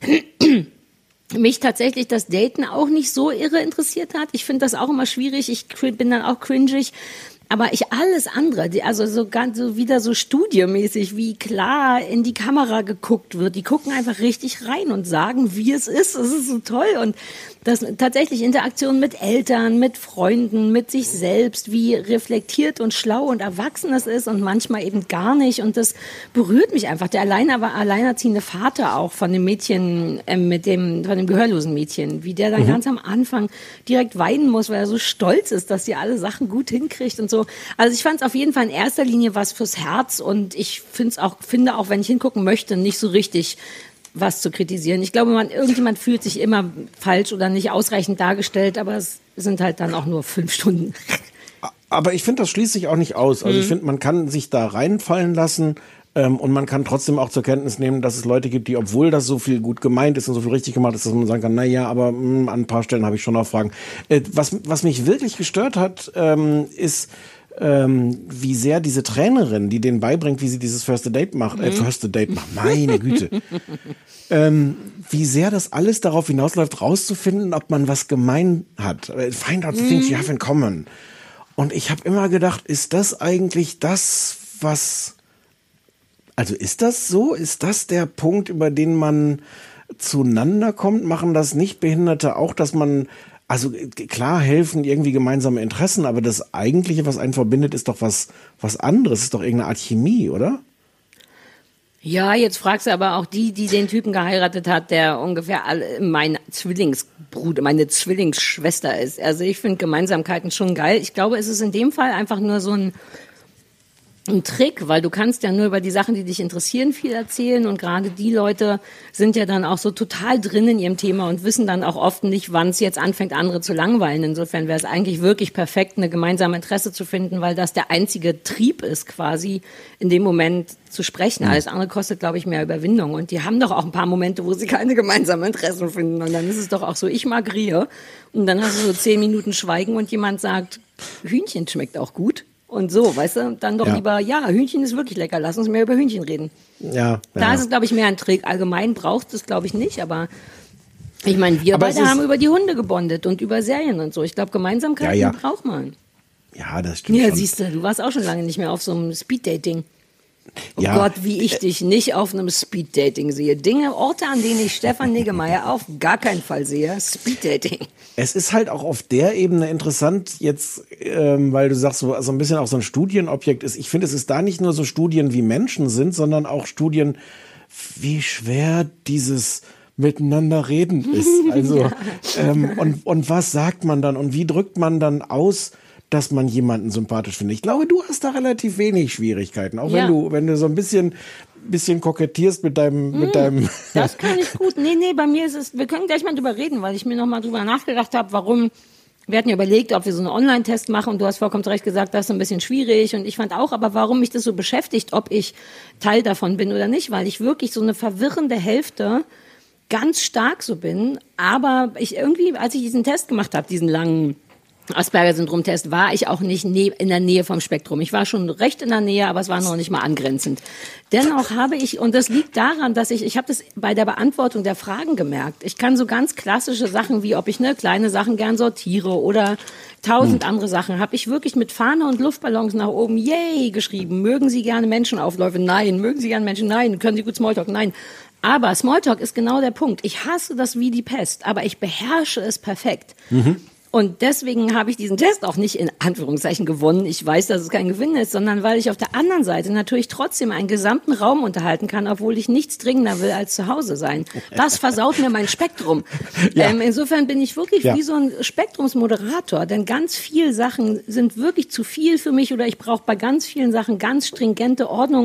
Speaker 2: mich tatsächlich das Daten auch nicht so irre interessiert hat. Ich finde das auch immer schwierig. Ich bin dann auch cringig. Aber alles andere, also so ganz so wieder so studiomäßig, wie klar in die Kamera geguckt wird. Die gucken einfach richtig rein und sagen, wie es ist. Das ist so toll. Und das tatsächlich Interaktion mit Eltern, mit Freunden, mit sich selbst, wie reflektiert und schlau und erwachsen es ist und manchmal eben gar nicht. Und das berührt mich einfach. Der alleinerziehende Vater auch von dem Mädchen, von dem gehörlosen Mädchen, wie der dann ganz am Anfang direkt weinen muss, weil er so stolz ist, dass sie alle Sachen gut hinkriegt und so. Also ich fand es auf jeden Fall in erster Linie was fürs Herz und ich finde auch, wenn ich hingucken möchte, nicht so richtig was zu kritisieren. Ich glaube, irgendjemand fühlt sich immer falsch oder nicht ausreichend dargestellt, aber es sind halt dann auch nur 5 Stunden.
Speaker 8: Aber ich finde, das schließt sich auch nicht aus. Also ich finde, man kann sich da reinfallen lassen und man kann trotzdem auch zur Kenntnis nehmen, dass es Leute gibt, die, obwohl das so viel gut gemeint ist und so viel richtig gemacht ist, dass man sagen kann, naja, aber an ein paar Stellen habe ich schon noch Fragen. Was mich wirklich gestört hat, ist, wie sehr diese Trainerin, die denen beibringt, wie sie dieses First Date macht, meine Güte, wie sehr das alles darauf hinausläuft, rauszufinden, ob man was gemein hat. Find out the things you have in common. Und ich habe immer gedacht, ist das eigentlich das, also ist das so? Ist das der Punkt, über den man zueinander kommt? Machen das Nichtbehinderte auch, dass man, also klar helfen irgendwie gemeinsame Interessen, aber das Eigentliche, was einen verbindet, ist doch was anderes, ist doch irgendeine Art Chemie, oder?
Speaker 2: Ja, jetzt fragst du aber auch die den Typen geheiratet hat, der ungefähr meine Zwillingsschwester ist. Also ich finde Gemeinsamkeiten schon geil. Ich glaube, es ist in dem Fall einfach nur so ein Trick, weil du kannst ja nur über die Sachen, die dich interessieren, viel erzählen und gerade die Leute sind ja dann auch so total drin in ihrem Thema und wissen dann auch oft nicht, wann es jetzt anfängt, andere zu langweilen. Insofern wäre es eigentlich wirklich perfekt, eine gemeinsame Interesse zu finden, weil das der einzige Trieb ist, quasi in dem Moment zu sprechen. Alles andere kostet, glaube ich, mehr Überwindung und die haben doch auch ein paar Momente, wo sie keine gemeinsamen Interessen finden und dann ist es doch auch so, ich mag Rehe und dann hast du so 10 Minuten Schweigen und jemand sagt, Hühnchen schmeckt auch gut. Und so, weißt du, dann doch lieber, Hühnchen ist wirklich lecker, lass uns mehr über Hühnchen reden. Ja. Da ist es, glaube ich, mehr ein Trick. Allgemein braucht es, glaube ich, nicht, aber ich meine, wir beide haben über die Hunde gebondet und über Serien und so. Ich glaube, Gemeinsamkeiten braucht man.
Speaker 8: Ja, das stimmt.
Speaker 2: Ja, siehst du warst auch schon lange nicht mehr auf so einem Speeddating. Oh Gott, wie ich dich nicht auf einem Speeddating sehe. Orte, an denen ich Stefan Niggemeier auf gar keinen Fall sehe. Speeddating.
Speaker 8: Es ist halt auch auf der Ebene interessant jetzt, weil du sagst, so ein bisschen auch so ein Studienobjekt ist. Ich finde, es ist da nicht nur so Studien, wie Menschen sind, sondern auch Studien, wie schwer dieses Miteinander reden ist. Also, und was sagt man dann und wie drückt man dann aus, dass man jemanden sympathisch findet. Ich glaube, du hast da relativ wenig Schwierigkeiten, auch wenn du so ein bisschen kokettierst mit deinem.
Speaker 2: Das kann ich gut. Nee, bei mir ist es, wir können gleich mal drüber reden, weil ich mir nochmal drüber nachgedacht habe, wir hatten ja überlegt, ob wir so einen Online-Test machen und du hast vollkommen recht gesagt, das ist ein bisschen schwierig und ich fand auch, aber warum mich das so beschäftigt, ob ich Teil davon bin oder nicht, weil ich wirklich so eine verwirrende Hälfte ganz stark so bin, aber ich irgendwie, als ich diesen Test gemacht habe, diesen langen, Asperger-Syndrom-Test war ich auch nicht in der Nähe vom Spektrum. Ich war schon recht in der Nähe, aber es war noch nicht mal angrenzend. Dennoch habe ich, und das liegt daran, dass ich habe das bei der Beantwortung der Fragen gemerkt. Ich kann so ganz klassische Sachen wie, ob ich kleine Sachen gern sortiere oder 1000 andere Sachen, habe ich wirklich mit Fahne und Luftballons nach oben, yay, geschrieben. Mögen Sie gerne Menschenaufläufe? Nein. Mögen Sie gerne Menschen? Nein. Können Sie gut Smalltalk? Nein. Aber Smalltalk ist genau der Punkt. Ich hasse das wie die Pest, aber ich beherrsche es perfekt. Und deswegen habe ich diesen Test auch nicht in Anführungszeichen gewonnen. Ich weiß, dass es kein Gewinn ist, sondern weil ich auf der anderen Seite natürlich trotzdem einen gesamten Raum unterhalten kann, obwohl ich nichts dringender will als zu Hause sein. Das versaut mir mein Spektrum. Ja. Insofern bin ich wirklich wie so ein Spektrumsmoderator, denn ganz viele Sachen sind wirklich zu viel für mich oder ich brauche bei ganz vielen Sachen ganz stringente Ordnung.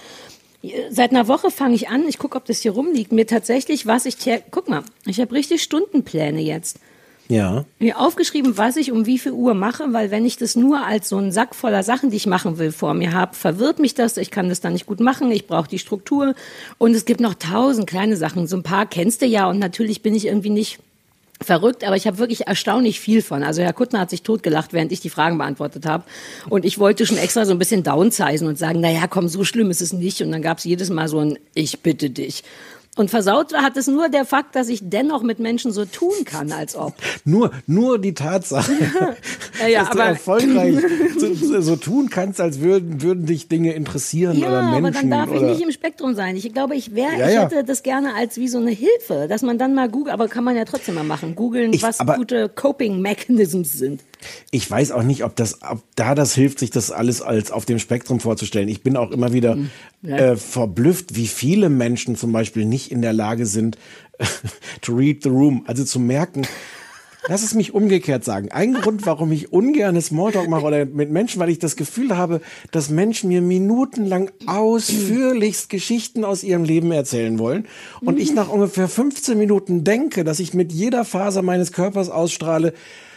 Speaker 2: Seit einer Woche fange ich an, ich gucke, ob das hier rumliegt, mir tatsächlich, guck mal, ich habe richtig Stundenpläne jetzt.
Speaker 8: Ja.
Speaker 2: Mir aufgeschrieben, was ich um wie viel Uhr mache, weil wenn ich das nur als so einen Sack voller Sachen, die ich machen will, vor mir habe, verwirrt mich das, ich kann das dann nicht gut machen, ich brauche die Struktur und es gibt noch 1000 kleine Sachen, so ein paar kennst du ja und natürlich bin ich irgendwie nicht verrückt, aber ich habe wirklich erstaunlich viel von. Also Herr Kuttner hat sich totgelacht, während ich die Fragen beantwortet habe und ich wollte schon extra so ein bisschen downsizen und sagen, naja, komm, so schlimm ist es nicht und dann gab es jedes Mal so ein Ich bitte dich. Und versaut hat es nur der Fakt, dass ich dennoch mit Menschen so tun kann, als ob.
Speaker 8: Nur die Tatsache, dass du erfolgreich so tun kannst, als würden dich Dinge interessieren oder Menschen.
Speaker 2: Ja, aber dann darf ich nicht im Spektrum sein. Ich glaube, ich hätte das gerne als wie so eine Hilfe, dass man dann mal googelt, aber kann man ja trotzdem mal machen, googeln, was gute Coping Mechanisms sind.
Speaker 8: Ich weiß auch nicht, ob das hilft, sich das alles als auf dem Spektrum vorzustellen. Ich bin auch immer wieder verblüfft, wie viele Menschen zum Beispiel nicht in der Lage sind, to read the room, also zu merken. Lass es mich umgekehrt sagen. Ein Grund, warum ich ungern Smalltalk mache oder mit Menschen, weil ich das Gefühl habe, dass Menschen mir minutenlang ausführlichst Geschichten aus ihrem Leben erzählen wollen und ich nach ungefähr 15 Minuten denke, dass ich mit jeder Faser meines Körpers ausstrahle,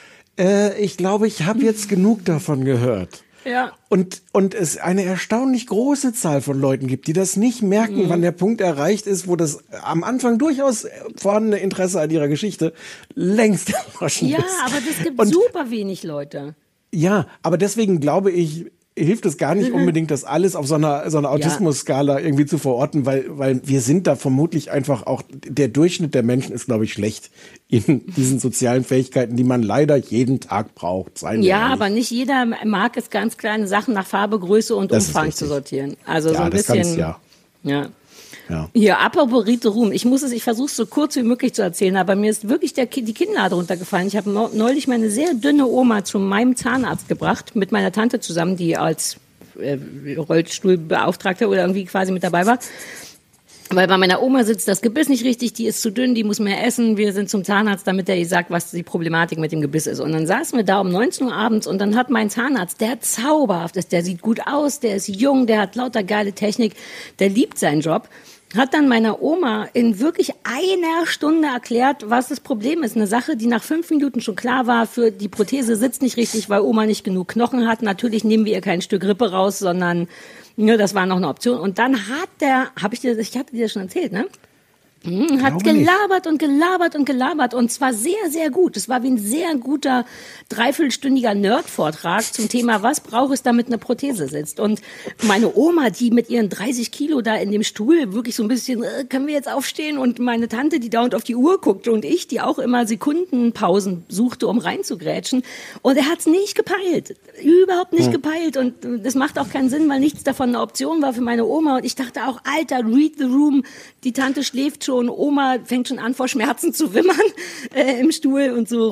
Speaker 8: ich glaube, ich habe jetzt genug davon gehört.
Speaker 2: Ja.
Speaker 8: Und es eine erstaunlich große Zahl von Leuten gibt, die das nicht merken, wann der Punkt erreicht ist, wo das am Anfang durchaus vorhandene Interesse an ihrer Geschichte längst erloschen ist.
Speaker 2: Ja, aber das gibt super wenig Leute.
Speaker 8: Ja, aber deswegen glaube ich, hilft es gar nicht unbedingt, das alles auf so einer Autismus-Skala irgendwie zu verorten, weil wir sind da vermutlich einfach auch, der Durchschnitt der Menschen ist, glaube ich, schlecht in diesen sozialen Fähigkeiten, die man leider jeden Tag braucht.
Speaker 2: Aber nicht jeder mag es, ganz kleine Sachen nach Farbe, Größe und Umfang zu sortieren. Also so ein bisschen. Ja. Hier, apropos Rite Ruhm. Ich versuche es so kurz wie möglich zu erzählen, aber mir ist wirklich die Kinnlade runtergefallen. Ich habe neulich meine sehr dünne Oma zu meinem Zahnarzt gebracht, mit meiner Tante zusammen, die als Rollstuhlbeauftragte oder irgendwie quasi mit dabei war. Weil bei meiner Oma sitzt das Gebiss nicht richtig, die ist zu dünn, die muss mehr essen. Wir sind zum Zahnarzt, damit er ihr sagt, was die Problematik mit dem Gebiss ist. Und dann saßen wir da um 19 Uhr abends und dann hat mein Zahnarzt, der zauberhaft ist, der sieht gut aus, der ist jung, der hat lauter geile Technik, der liebt seinen Job, hat dann meiner Oma in wirklich einer Stunde erklärt, was das Problem ist. Eine Sache, die nach 5 Minuten schon klar war, für die Prothese sitzt nicht richtig, weil Oma nicht genug Knochen hat. Natürlich nehmen wir ihr kein Stück Rippe raus, sondern das war noch eine Option. Und dann ich hatte dir das schon erzählt, ne? Hat gelabert und gelabert und gelabert und zwar sehr, sehr gut. Es war wie ein sehr guter, dreiviertelstündiger Nerd-Vortrag zum Thema, was braucht es, damit eine Prothese sitzt. Und meine Oma, die mit ihren 30 Kilo da in dem Stuhl wirklich so ein bisschen, können wir jetzt aufstehen? Und meine Tante, die dauernd auf die Uhr guckte und ich, die auch immer Sekundenpausen suchte, um reinzugrätschen. Und er hat's nicht gepeilt. Überhaupt nicht gepeilt. Und das macht auch keinen Sinn, weil nichts davon eine Option war für meine Oma. Und ich dachte auch, Alter, read the room. Die Tante schläft schon. Oma fängt schon an, vor Schmerzen zu wimmern im Stuhl und so.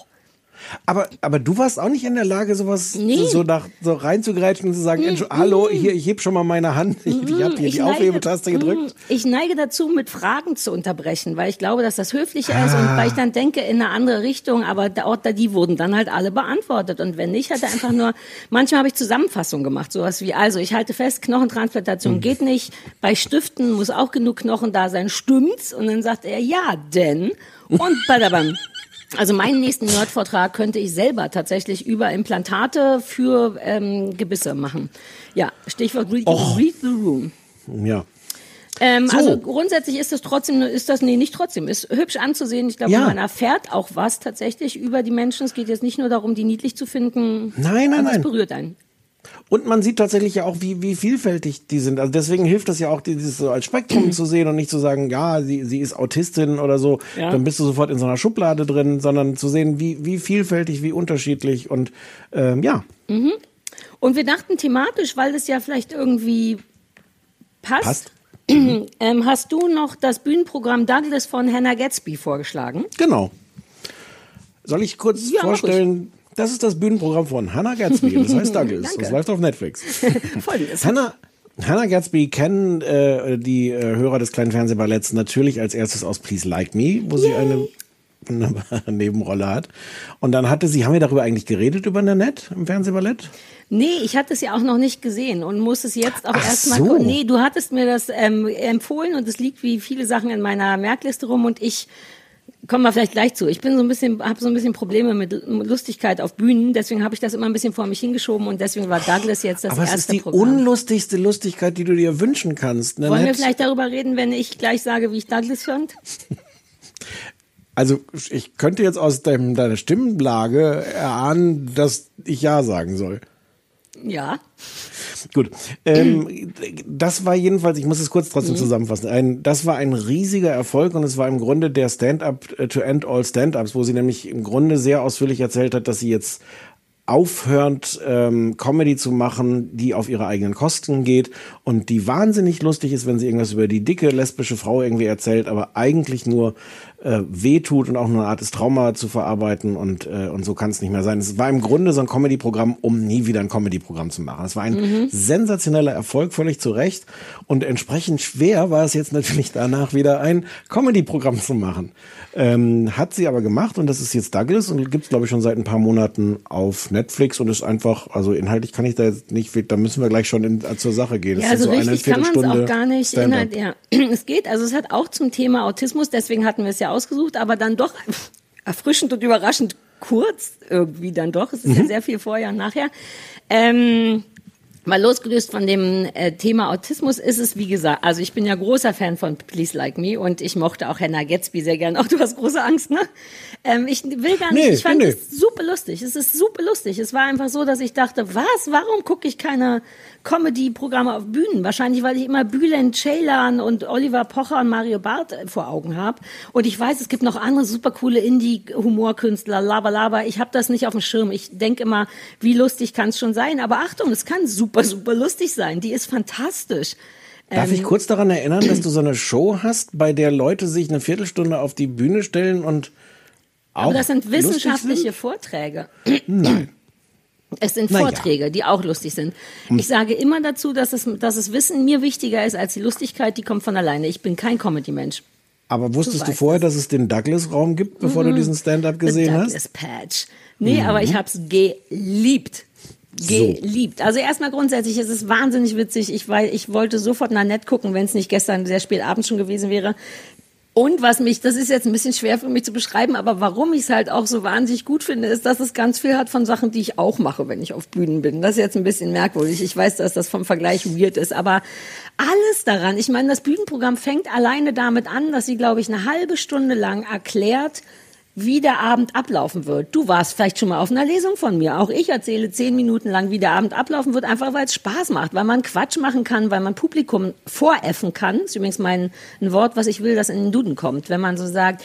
Speaker 8: Aber du warst auch nicht in der Lage, sowas so reinzugrätschen und zu sagen, hallo, hier, ich heb schon mal meine Hand, ich habe hier die Aufhebetaste gedrückt.
Speaker 2: Ich neige dazu, mit Fragen zu unterbrechen, weil ich glaube, dass das höflicher ist und weil ich dann denke, in eine andere Richtung, aber die wurden dann halt alle beantwortet und wenn nicht, hat er einfach nur, manchmal habe ich Zusammenfassungen gemacht, sowas wie, also ich halte fest, Knochentransplantation geht nicht, bei Stiften muss auch genug Knochen da sein, stimmt's? Und dann sagt er, ja, denn, und badabam. Also meinen nächsten Nerd-Vortrag könnte ich selber tatsächlich über Implantate für Gebisse machen. Ja, Stichwort read the room.
Speaker 8: Ja.
Speaker 2: Also grundsätzlich ist ist hübsch anzusehen. Ich glaube, man erfährt auch was tatsächlich über die Menschen. Es geht jetzt nicht nur darum, die niedlich zu finden.
Speaker 8: Nein.
Speaker 2: Das berührt einen.
Speaker 8: Und man sieht tatsächlich ja auch, wie vielfältig die sind. Also deswegen hilft das ja auch, dieses so als Spektrum zu sehen und nicht zu sagen, ja, sie ist Autistin oder so, dann bist du sofort in so einer Schublade drin, sondern zu sehen, wie vielfältig, wie unterschiedlich und ja.
Speaker 2: Mhm. Und wir dachten thematisch, weil das ja vielleicht irgendwie passt. Hast du noch das Bühnenprogramm Douglas von Hannah Gadsby vorgeschlagen?
Speaker 8: Genau. Soll ich kurz vorstellen? Das ist das Bühnenprogramm von Hannah Gadsby. Das heißt Douglas. Das läuft auf Netflix. Hannah Gadsby kennen die Hörer des kleinen Fernsehballetts natürlich als erstes aus Please Like Me, wo sie eine Nebenrolle hat. Und dann haben wir darüber eigentlich geredet, über Nanette im Fernsehballett?
Speaker 2: Nee, ich hatte es ja auch noch nicht gesehen und muss es jetzt auch erstmal gucken. Nee, du hattest mir das empfohlen und es liegt wie viele Sachen in meiner Merkliste rum und kommen wir vielleicht gleich zu. Ich bin habe so ein bisschen Probleme mit Lustigkeit auf Bühnen, deswegen habe ich das immer ein bisschen vor mich hingeschoben und deswegen war Douglas jetzt das erste Programm. Aber es ist die
Speaker 8: unlustigste Lustigkeit, die du dir wünschen kannst.
Speaker 2: Wollen wir vielleicht darüber reden, wenn ich gleich sage, wie ich Douglas fand?
Speaker 8: Also ich könnte jetzt aus deiner Stimmenlage erahnen, dass ich Ja sagen soll.
Speaker 2: Ja.
Speaker 8: Gut. Das war jedenfalls, ich muss es kurz trotzdem zusammenfassen, das war ein riesiger Erfolg und es war im Grunde der Stand-up to end all Stand-ups, wo sie nämlich im Grunde sehr ausführlich erzählt hat, dass sie jetzt aufhört, Comedy zu machen, die auf ihre eigenen Kosten geht und die wahnsinnig lustig ist, wenn sie irgendwas über die dicke lesbische Frau irgendwie erzählt, aber eigentlich nur wehtut und auch nur eine Art des Trauma zu verarbeiten und so kann es nicht mehr sein. Es war im Grunde so ein Comedy-Programm, um nie wieder ein Comedy-Programm zu machen. Es war ein sensationeller Erfolg, völlig zu Recht und entsprechend schwer war es jetzt natürlich danach wieder ein Comedy-Programm zu machen. Hat sie aber gemacht und das ist jetzt Douglas und gibt's glaube ich schon seit ein paar Monaten auf Netflix und ist einfach, also inhaltlich kann ich da jetzt nicht, da müssen wir gleich schon zur Sache gehen.
Speaker 2: Ja, also so richtig kann man es auch gar nicht. Es geht, also es hat auch zum Thema Autismus, deswegen hatten wir es ja ausgesucht, aber dann doch erfrischend und überraschend kurz irgendwie dann doch. Es ist ja sehr viel vorher und nachher. Mal losgelöst von dem Thema Autismus ist es, wie gesagt, also ich bin ja großer Fan von Please Like Me und ich mochte auch Hannah Gadsby sehr gern. Auch du hast große Angst, ne? Ich will gar nicht, ich fand es super lustig. Es ist super lustig. Es war einfach so, dass ich dachte, warum gucke ich keine Comedy-Programme auf Bühnen? Wahrscheinlich, weil ich immer Bülent Ceylan und Oliver Pocher und Mario Barth vor Augen habe. Und ich weiß, es gibt noch andere super coole Indie-Humorkünstler, Laber. Ich habe das nicht auf dem Schirm. Ich denke immer, wie lustig kann es schon sein? Aber Achtung, es kann super lustig sein. Die ist fantastisch.
Speaker 8: Darf ich kurz daran erinnern, dass du so eine Show hast, bei der Leute sich eine Viertelstunde auf die Bühne stellen und auch
Speaker 2: aber das sind wissenschaftliche Vorträge.
Speaker 8: Nein.
Speaker 2: Es sind Vorträge, die auch lustig sind. Ich sage immer dazu, dass das Wissen mir wichtiger ist als die Lustigkeit, die kommt von alleine. Ich bin kein Comedy-Mensch.
Speaker 8: Aber wusstest du vorher, dass es den Douglas-Raum gibt, bevor du diesen Stand-up gesehen hast?
Speaker 2: Douglas Patch. Nee, aber ich hab's geliebt. Geliebt. Also erstmal grundsätzlich ist es wahnsinnig witzig. Ich wollte sofort Nanette gucken, wenn es nicht gestern sehr spät abends schon gewesen wäre. Und das ist jetzt ein bisschen schwer für mich zu beschreiben, aber warum ich es halt auch so wahnsinnig gut finde, ist, dass es ganz viel hat von Sachen, die ich auch mache, wenn ich auf Bühnen bin. Das ist jetzt ein bisschen merkwürdig. Ich weiß, dass das vom Vergleich weird ist, aber alles daran. Ich meine, das Bühnenprogramm fängt alleine damit an, dass sie, glaube ich, eine halbe Stunde lang erklärt, wie der Abend ablaufen wird. Du warst vielleicht schon mal auf einer Lesung von mir. Auch ich erzähle 10 Minuten lang, wie der Abend ablaufen wird, einfach weil es Spaß macht, weil man Quatsch machen kann, weil man Publikum voräffen kann. Das ist übrigens ein Wort, was ich will, das in den Duden kommt. Wenn man so sagt,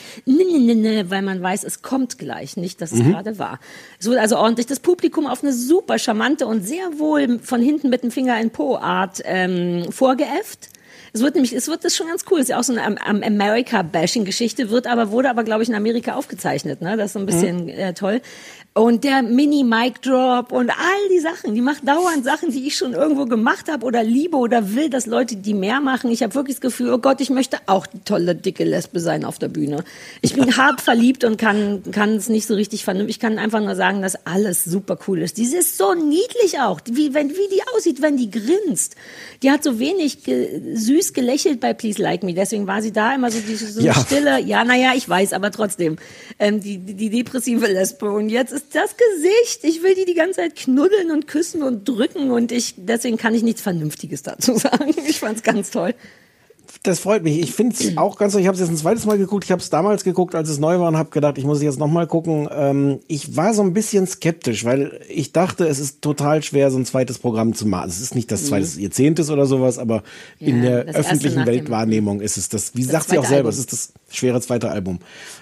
Speaker 2: weil man weiß, es kommt gleich, nicht, dass es gerade war. Es wird also ordentlich das Publikum auf eine super charmante und sehr wohl von hinten mit dem Finger in Po-Art vorgeäfft. Es wird das schon ganz cool. Es ist ja auch so eine America-Bashing-Geschichte, wurde aber, glaube ich, in Amerika aufgezeichnet, ne? Das ist so ein bisschen toll. Und der Mini-Mic-Drop und all die Sachen, die macht dauernd Sachen, die ich schon irgendwo gemacht habe oder liebe oder will, dass Leute die mehr machen. Ich habe wirklich das Gefühl, oh Gott, ich möchte auch die tolle, dicke Lesbe sein auf der Bühne. Ich bin hart verliebt und kann es nicht so richtig vernünftig. Ich kann einfach nur sagen, dass alles super cool ist. Die ist so niedlich auch, wie die aussieht, wenn die grinst. Die hat so wenig süß gelächelt bei Please Like Me. Deswegen war sie da immer so eine stille, ich weiß, aber trotzdem, die depressive Lesbe. Und jetzt ist das Gesicht. Ich will die ganze Zeit knuddeln und küssen und drücken und deswegen kann ich nichts Vernünftiges dazu sagen. Ich fand's ganz toll.
Speaker 8: Das freut mich. Ich finde es auch ganz, ich habe es jetzt ein zweites Mal geguckt. Ich habe es damals geguckt, als es neu war und habe gedacht, ich muss jetzt nochmal gucken. Ich war so ein bisschen skeptisch, weil ich dachte, es ist total schwer, so ein zweites Programm zu machen. Es ist nicht das zweite Jahrzehntes oder sowas, aber in der öffentlichen Weltwahrnehmung ist es das. Wie sagt sie auch selber, es ist das schwere zweite Album.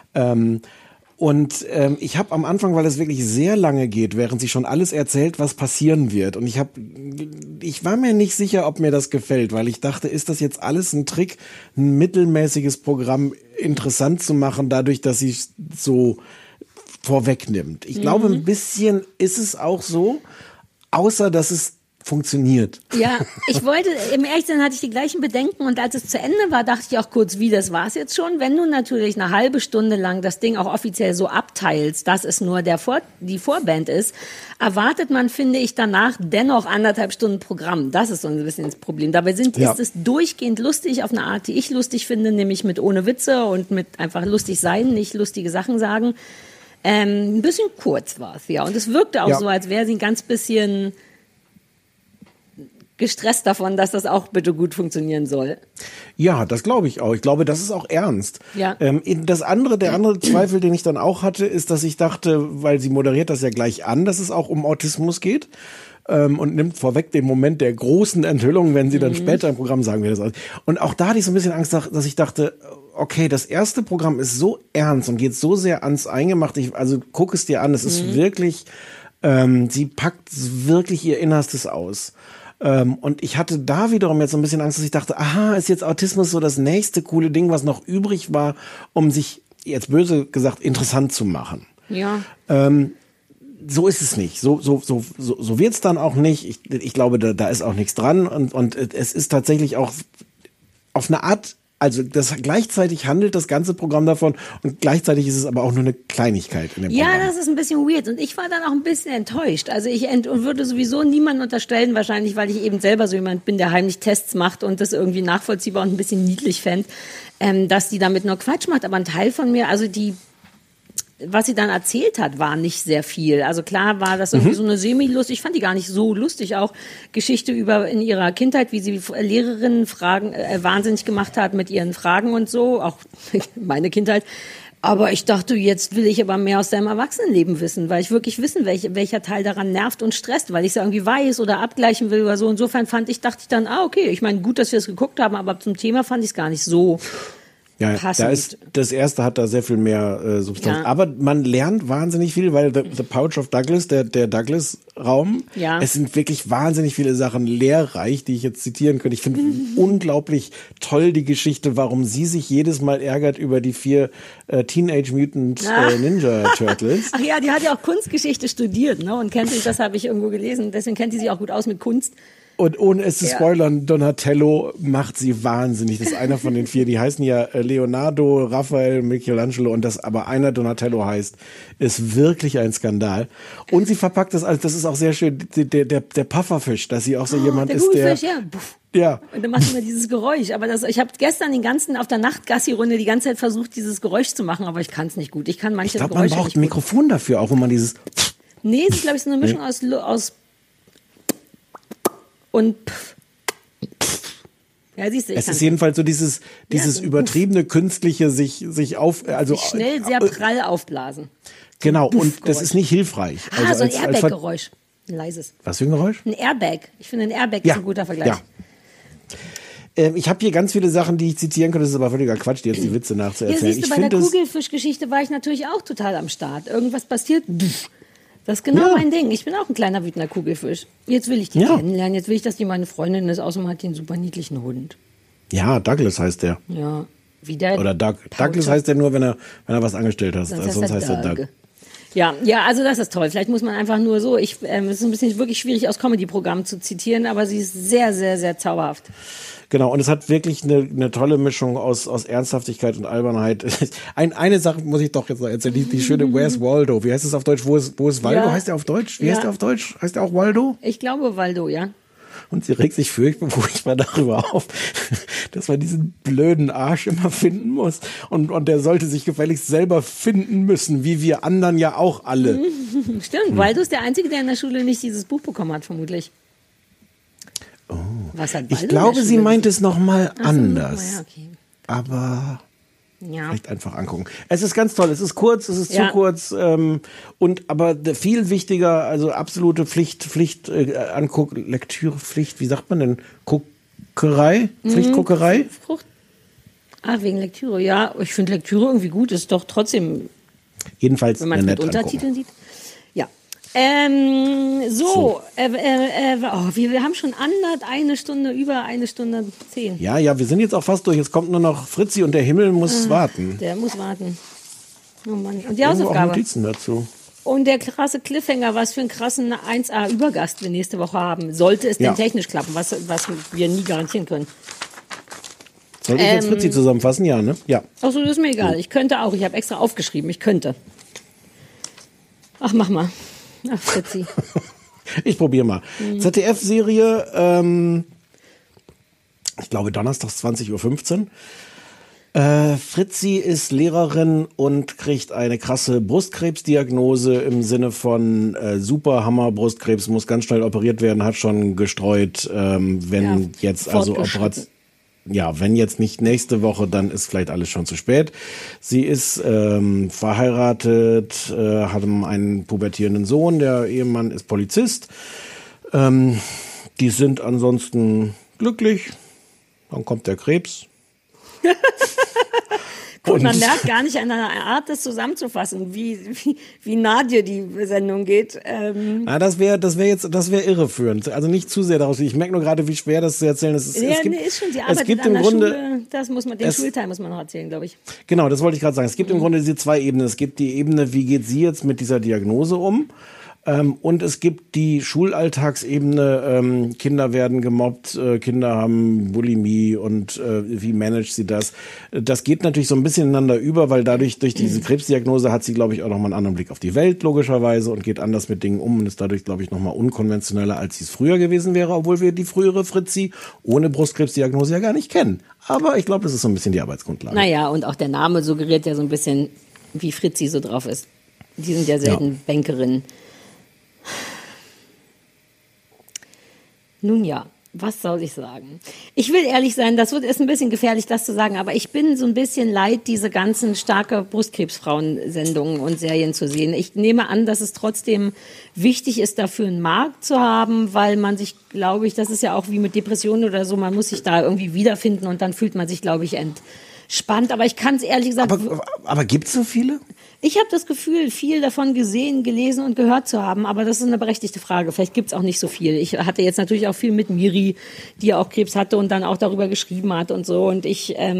Speaker 8: Und ich habe am Anfang, weil es wirklich sehr lange geht, während sie schon alles erzählt, was passieren wird. Und ich war mir nicht sicher, ob mir das gefällt, weil ich dachte, ist das jetzt alles ein Trick, ein mittelmäßiges Programm interessant zu machen, dadurch, dass sie so vorwegnimmt. Ich glaube, ein bisschen ist es auch so, außer dass es funktioniert.
Speaker 2: Ja, ich wollte, im Ehrlichsein hatte ich die gleichen Bedenken und als es zu Ende war, dachte ich auch kurz, wie, das war's jetzt schon? Wenn du natürlich eine halbe Stunde lang das Ding auch offiziell so abteilst, dass es nur die Vorband ist, erwartet man, finde ich, danach dennoch 1,5 Stunden Programm. Das ist so ein bisschen das Problem. Dabei ist es durchgehend lustig auf eine Art, die ich lustig finde, nämlich mit ohne Witze und mit einfach lustig sein, nicht lustige Sachen sagen. Ein bisschen kurz war es, ja. Und es wirkte auch so, als wäre sie ein ganz bisschen gestresst davon, dass das auch bitte gut funktionieren soll.
Speaker 8: Ja, das glaube ich auch. Ich glaube, das ist auch ernst.
Speaker 2: Ja.
Speaker 8: Der andere Zweifel, den ich dann auch hatte, ist, dass ich dachte, weil sie moderiert das ja gleich an, dass es auch um Autismus geht. Und nimmt vorweg den Moment der großen Enthüllung, wenn sie dann später im Programm sagen, wie das alles. Und auch da hatte ich so ein bisschen Angst, dass ich dachte, okay, das erste Programm ist so ernst und geht so sehr ans Eingemachte. Also guck es dir an, es ist wirklich, sie packt wirklich ihr Innerstes aus. Und ich hatte da wiederum jetzt so ein bisschen Angst, dass ich dachte, aha, ist jetzt Autismus so das nächste coole Ding, was noch übrig war, um sich, jetzt böse gesagt, interessant zu machen.
Speaker 2: Ja.
Speaker 8: So ist es nicht. So wird's dann auch nicht. Ich glaube, da ist auch nichts dran. Und es ist tatsächlich auch auf eine Art, also gleichzeitig handelt das ganze Programm davon und gleichzeitig ist es aber auch nur eine Kleinigkeit in dem Programm.
Speaker 2: Ja, das ist ein bisschen weird und ich war dann auch ein bisschen enttäuscht. Also ich würde sowieso niemanden unterstellen, wahrscheinlich, weil ich eben selber so jemand bin, der heimlich Tests macht und das irgendwie nachvollziehbar und ein bisschen niedlich fände, dass die damit nur Quatsch macht. Aber ein Teil von mir, also was sie dann erzählt hat, war nicht sehr viel. Also klar war das irgendwie so eine semi-lustig, ich fand die gar nicht so lustig, auch Geschichte über in ihrer Kindheit, wie sie Lehrerinnen wahnsinnig gemacht hat mit ihren Fragen und so, auch meine Kindheit. Aber ich dachte, jetzt will ich aber mehr aus seinem Erwachsenenleben wissen, weil ich wirklich wissen, welcher Teil daran nervt und stresst, weil ich es irgendwie weiß oder abgleichen will oder so. Insofern dachte ich dann, okay, ich meine, gut, dass wir es geguckt haben, aber zum Thema fand ich es gar nicht so.
Speaker 8: Ja, das erste hat da sehr viel mehr Substanz. Ja. Aber man lernt wahnsinnig viel, weil The Pouch of Douglas, der Douglas-Raum, es sind wirklich wahnsinnig viele Sachen lehrreich, die ich jetzt zitieren könnte. Ich finde unglaublich toll die Geschichte, warum sie sich jedes Mal ärgert über die 4 Teenage Mutant Ninja Turtles.
Speaker 2: Ach ja, die hat ja auch Kunstgeschichte studiert, ne? Und kennt sich, das habe ich irgendwo gelesen, deswegen kennt die sich auch gut aus mit Kunst.
Speaker 8: Und ohne es zu spoilern, Donatello macht sie wahnsinnig. Das ist einer von den 4, die heißen ja Leonardo, Raphael, Michelangelo und aber einer Donatello heißt, ist wirklich ein Skandal. Und sie verpackt das, also das ist auch sehr schön, der Pufferfisch, dass sie auch so jemand
Speaker 2: der
Speaker 8: ist, der...
Speaker 2: Ja. Und dann macht immer dieses Geräusch. Aber ich habe gestern auf der Nacht-Gassi-Runde die ganze Zeit versucht, dieses Geräusch zu machen, aber ich kann es nicht gut. Ich kann manche Geräusche nicht gut.
Speaker 8: Ich glaube, man braucht ein Mikrofon dafür, auch wenn man dieses...
Speaker 2: Nee, es ist, glaube ich, so eine Mischung aus und ja, siehst du,
Speaker 8: es ist jedenfalls so dieses übertriebene künstliche sich auf, also
Speaker 2: schnell sehr prall aufblasen.
Speaker 8: Genau, und das ist nicht hilfreich.
Speaker 2: Also so ein Airbag-Geräusch, ein leises.
Speaker 8: Was für ein Geräusch?
Speaker 2: Ein Airbag. Ich finde, ein Airbag ist ein guter Vergleich.
Speaker 8: Ja. Ich habe hier ganz viele Sachen, die ich zitieren könnte. Das ist aber völliger Quatsch, dir jetzt die Witze nachzuerzählen.
Speaker 2: Ja, siehst du, bei der Kugelfischgeschichte war ich natürlich auch total am Start. Irgendwas passiert. Das ist genau mein Ding. Ich bin auch ein kleiner wütender Kugelfisch. Jetzt will ich die kennenlernen. Jetzt will ich, dass die meine Freundin ist. Außerdem hat die einen super niedlichen Hund.
Speaker 8: Ja, Douglas heißt der.
Speaker 2: Ja. Wie der
Speaker 8: Oder Douglas heißt der nur, wenn er was angestellt hat. Sonst heißt er Doug.
Speaker 2: Ja, also das ist toll. Vielleicht muss man einfach nur so. Es ist ein bisschen wirklich schwierig, aus Comedy-Programmen zu zitieren, aber sie ist sehr, sehr, sehr zauberhaft.
Speaker 8: Genau, und es hat wirklich eine tolle Mischung aus Ernsthaftigkeit und Albernheit. Eine Sache muss ich doch jetzt noch erzählen, die schöne Where's Waldo? Wie heißt es auf Deutsch? Wo ist Waldo? Heißt der auf Deutsch? Wie heißt der auf Deutsch? Heißt der auch Waldo?
Speaker 2: Ich glaube Waldo, ja.
Speaker 8: Und sie regt sich furchtbar darüber auf, dass man diesen blöden Arsch immer finden muss. Und der sollte sich gefälligst selber finden müssen, wie wir anderen ja auch alle.
Speaker 2: Stimmt, Waldo ist der Einzige, der in der Schule nicht dieses Buch bekommen hat, vermutlich.
Speaker 8: Oh. Ich glaube, sie meint es nochmal anders. Okay. Aber vielleicht einfach angucken. Es ist ganz toll. Es ist kurz, es ist zu kurz. Aber viel wichtiger, also absolute Pflicht, Lektürepflicht, wie sagt man denn? Guckerei? Pflichtguckerei?
Speaker 2: Wegen Lektüre. Ja, ich finde Lektüre irgendwie gut. Ist doch trotzdem,
Speaker 8: jedenfalls,
Speaker 2: wenn man es mit Untertiteln sieht. Ja. Wir haben schon über 1 Stunde 10.
Speaker 8: Ja, wir sind jetzt auch fast durch. Jetzt kommt nur noch Fritzi und der Himmel muss warten.
Speaker 2: Der muss warten. Oh Mann. Und die Hausaufgabe.
Speaker 8: Auch Notizen dazu.
Speaker 2: Und der krasse Cliffhanger, was für einen krassen 1A-Übergast wir nächste Woche haben. Sollte es denn technisch klappen, was wir nie garantieren können.
Speaker 8: Soll ich jetzt Fritzi zusammenfassen? Ja, ne? Ja.
Speaker 2: Achso, das ist mir egal. Ich könnte auch. Ich habe extra aufgeschrieben. Ich könnte. Ach, mach mal. Ach, Fritzi.
Speaker 8: Ich probiere mal. ZDF-Serie, ich glaube donnerstags 20:15 Uhr. Fritzi ist Lehrerin und kriegt eine krasse Brustkrebsdiagnose im Sinne von Superhammer Brustkrebs, muss ganz schnell operiert werden, hat schon gestreut, wenn jetzt nicht nächste Woche, dann ist vielleicht alles schon zu spät. Sie ist verheiratet, hat einen pubertierenden Sohn, der Ehemann ist Polizist. Die sind ansonsten glücklich. Dann kommt der Krebs.
Speaker 2: Gut, man merkt gar nicht an einer Art, das zusammenzufassen, wie nah dir die Sendung geht.
Speaker 8: Das wäre irreführend. Also nicht zu sehr daraus. Ich merke nur gerade, wie schwer das zu erzählen ist.
Speaker 2: Ist schon die Arbeit an der Schule. Den Schulteil muss man noch erzählen, glaube ich.
Speaker 8: Genau, das wollte ich gerade sagen. Es gibt im Grunde diese 2 Ebenen. Es gibt die Ebene, wie geht sie jetzt mit dieser Diagnose um? Und es gibt die Schulalltagsebene, Kinder werden gemobbt, Kinder haben Bulimie und wie managt sie das? Das geht natürlich so ein bisschen ineinander über, weil durch diese Krebsdiagnose hat sie, glaube ich, auch nochmal einen anderen Blick auf die Welt, logischerweise, und geht anders mit Dingen um und ist dadurch, glaube ich, nochmal unkonventioneller, als sie es früher gewesen wäre, obwohl wir die frühere Fritzi ohne Brustkrebsdiagnose ja gar nicht kennen. Aber ich glaube, das ist so ein bisschen die Arbeitsgrundlage.
Speaker 2: Naja, und auch der Name suggeriert ja so ein bisschen, wie Fritzi so drauf ist. Die sind ja selten Bankerinnen. Nun ja, was soll ich sagen? Ich will ehrlich sein, ist ein bisschen gefährlich, das zu sagen, aber ich bin so ein bisschen leid, diese ganzen starke Brustkrebsfrauen-Sendungen und Serien zu sehen. Ich nehme an, dass es trotzdem wichtig ist, dafür einen Markt zu haben, weil man sich, glaube ich, das ist ja auch wie mit Depressionen oder so, man muss sich da irgendwie wiederfinden und dann fühlt man sich, glaube ich, entspannt. Aber ich kann es ehrlich gesagt...
Speaker 8: Aber gibt es so viele?
Speaker 2: Ich habe das Gefühl, viel davon gesehen, gelesen und gehört zu haben, aber das ist eine berechtigte Frage. Vielleicht gibt's auch nicht so viel. Ich hatte jetzt natürlich auch viel mit Miri, die ja auch Krebs hatte und dann auch darüber geschrieben hat und so. Und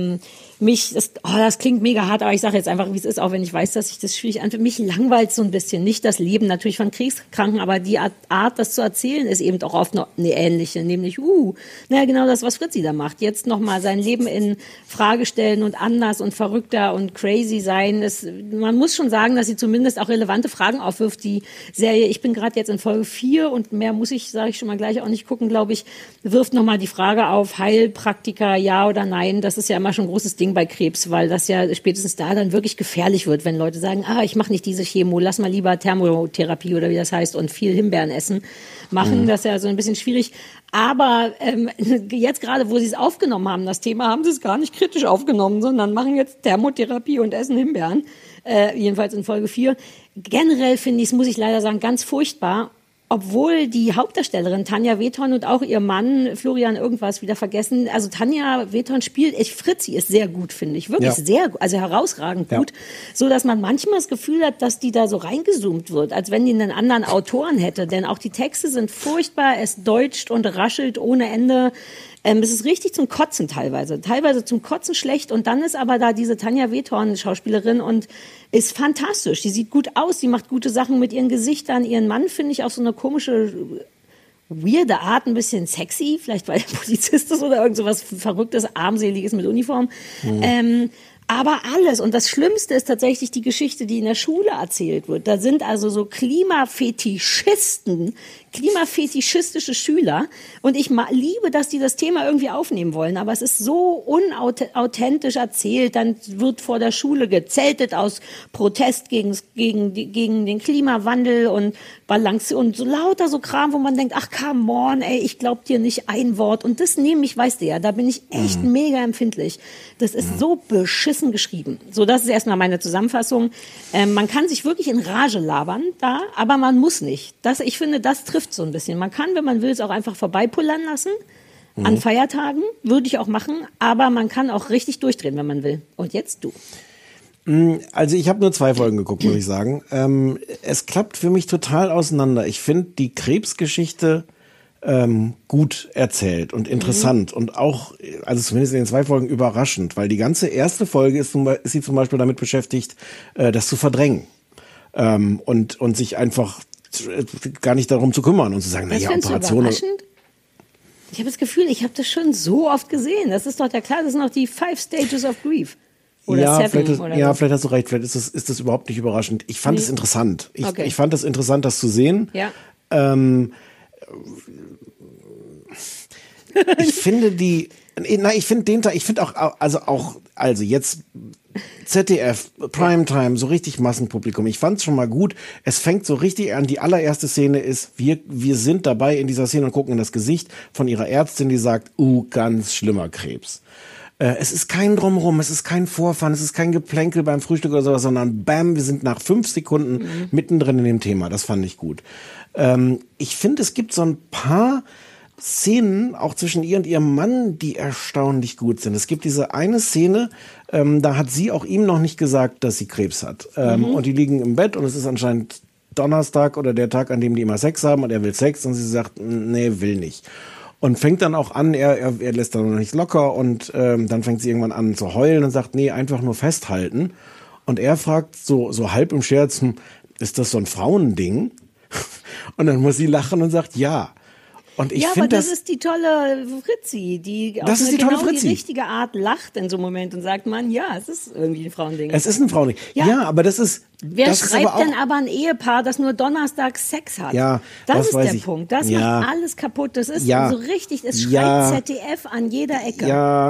Speaker 2: das klingt mega hart, aber ich sage jetzt einfach, wie es ist, auch wenn ich weiß, dass sich das schwierig anfühlt. Mich langweilt so ein bisschen. Nicht das Leben natürlich von Krebskranken, aber die Art, das zu erzählen, ist eben auch oft eine ähnliche. Nämlich, genau das, was Fritzi da macht. Jetzt nochmal sein Leben in Frage stellen und anders und verrückter und crazy sein. Man muss schon sagen, dass sie zumindest auch relevante Fragen aufwirft. Die Serie, ich bin gerade jetzt in Folge 4 und mehr muss ich, sage ich schon mal gleich, auch nicht gucken, glaube ich, wirft nochmal die Frage auf, Heilpraktiker, ja oder nein. Das ist ja immer schon ein großes Ding bei Krebs, weil das ja spätestens da dann wirklich gefährlich wird, wenn Leute sagen, ich mache nicht diese Chemo, lass mal lieber Thermotherapie oder wie das heißt und viel Himbeeren essen machen. Das ist ja so ein bisschen schwierig. Aber jetzt gerade, wo sie es aufgenommen haben, das Thema, haben sie es gar nicht kritisch aufgenommen, sondern machen jetzt Thermotherapie und essen Himbeeren. Jedenfalls in Folge 4. Generell finde ich es, muss ich leider sagen, ganz furchtbar, obwohl die Hauptdarstellerin Tanja Weton und auch ihr Mann Florian irgendwas wieder vergessen, also Tanja Weton spielt, Fritzi ist sehr gut, finde ich, wirklich sehr gut, also herausragend gut, so dass man manchmal das Gefühl hat, dass die da so reingezoomt wird, als wenn die einen anderen Autoren hätte, denn auch die Texte sind furchtbar, es deutscht und raschelt ohne Ende. Es ist richtig zum Kotzen teilweise zum Kotzen schlecht und dann ist aber da diese Tanja Weton, Schauspielerin, und ist fantastisch. Die sieht gut aus, die macht gute Sachen mit ihren Gesichtern. Ihren Mann finde ich auf so eine komische, weirde Art ein bisschen sexy, vielleicht weil er Polizist ist oder irgend so was Verrücktes, Armseliges mit Uniform. Aber alles. Und das Schlimmste ist tatsächlich die Geschichte, die in der Schule erzählt wird. Da sind also so klimafetischistische Schüler. Und ich liebe, dass die das Thema irgendwie aufnehmen wollen. Aber es ist so unauthentisch erzählt. Dann wird vor der Schule gezeltet aus Protest gegen den Klimawandel und Balance und so lauter so Kram, wo man denkt, ach come on, ey, ich glaub dir nicht ein Wort. Und das nehme ich, weißt du ja, da bin ich echt mega empfindlich. Das ist so beschissen geschrieben. So, das ist erstmal meine Zusammenfassung. Man kann sich wirklich in Rage labern da, aber man muss nicht. Ich finde, das trifft so ein bisschen. Man kann, wenn man will, es auch einfach vorbeipullern lassen. An Feiertagen würde ich auch machen, aber man kann auch richtig durchdrehen, wenn man will. Und jetzt du.
Speaker 8: Also ich habe nur 2 Folgen geguckt, muss ich sagen. Es klappt für mich total auseinander. Ich finde die Krebsgeschichte gut erzählt und interessant und auch, also zumindest in den 2 Folgen überraschend, weil die ganze erste Folge ist sie zum Beispiel damit beschäftigt, das zu verdrängen und sich einfach gar nicht darum zu kümmern und zu sagen, naja, Operationen.
Speaker 2: Ich habe das Gefühl, ich habe das schon so oft gesehen. Das ist doch ja klar, das sind doch die 5 Stages of Grief. Oder
Speaker 8: ja,
Speaker 2: 7
Speaker 8: vielleicht hast du recht, vielleicht ist das überhaupt nicht überraschend. Ich fand es interessant. Ich fand es interessant, das zu sehen.
Speaker 2: Ja.
Speaker 8: Ich finde jetzt ZDF, Primetime, so richtig Massenpublikum. Ich fand's schon mal gut. Es fängt so richtig an. Die allererste Szene ist, wir sind dabei in dieser Szene und gucken in das Gesicht von ihrer Ärztin, die sagt, ganz schlimmer Krebs. Es ist kein Drumherum, es ist kein Vorfahren, es ist kein Geplänkel beim Frühstück oder sowas, sondern bam, wir sind nach 5 Sekunden mittendrin in dem Thema. Das fand ich gut. Ich finde, es gibt so ein paar Szenen, auch zwischen ihr und ihrem Mann, die erstaunlich gut sind. Es gibt diese eine Szene, da hat sie auch ihm noch nicht gesagt, dass sie Krebs hat. Und die liegen im Bett und es ist anscheinend Donnerstag oder der Tag, an dem die immer Sex haben und er will Sex und sie sagt, nee, will nicht. Und fängt dann auch an, er lässt dann noch nicht locker und dann fängt sie irgendwann an zu heulen und sagt, nee, einfach nur festhalten. Und er fragt so halb im Scherz, ist das so ein Frauending? Und dann muss sie lachen und sagt, ja. Und ich
Speaker 2: aber das ist die tolle Fritzi, die auf die richtige Art lacht in so einem Moment und sagt, man, ja, es ist irgendwie ein Frauending.
Speaker 8: Es ist ein Frauending. Ja, aber das ist...
Speaker 2: Wer schreibt denn aber ein Ehepaar, das nur Donnerstag Sex hat?
Speaker 8: Ja,
Speaker 2: das ist der Punkt. Das macht alles kaputt. Das ist so richtig, es schreit ZDF an jeder Ecke.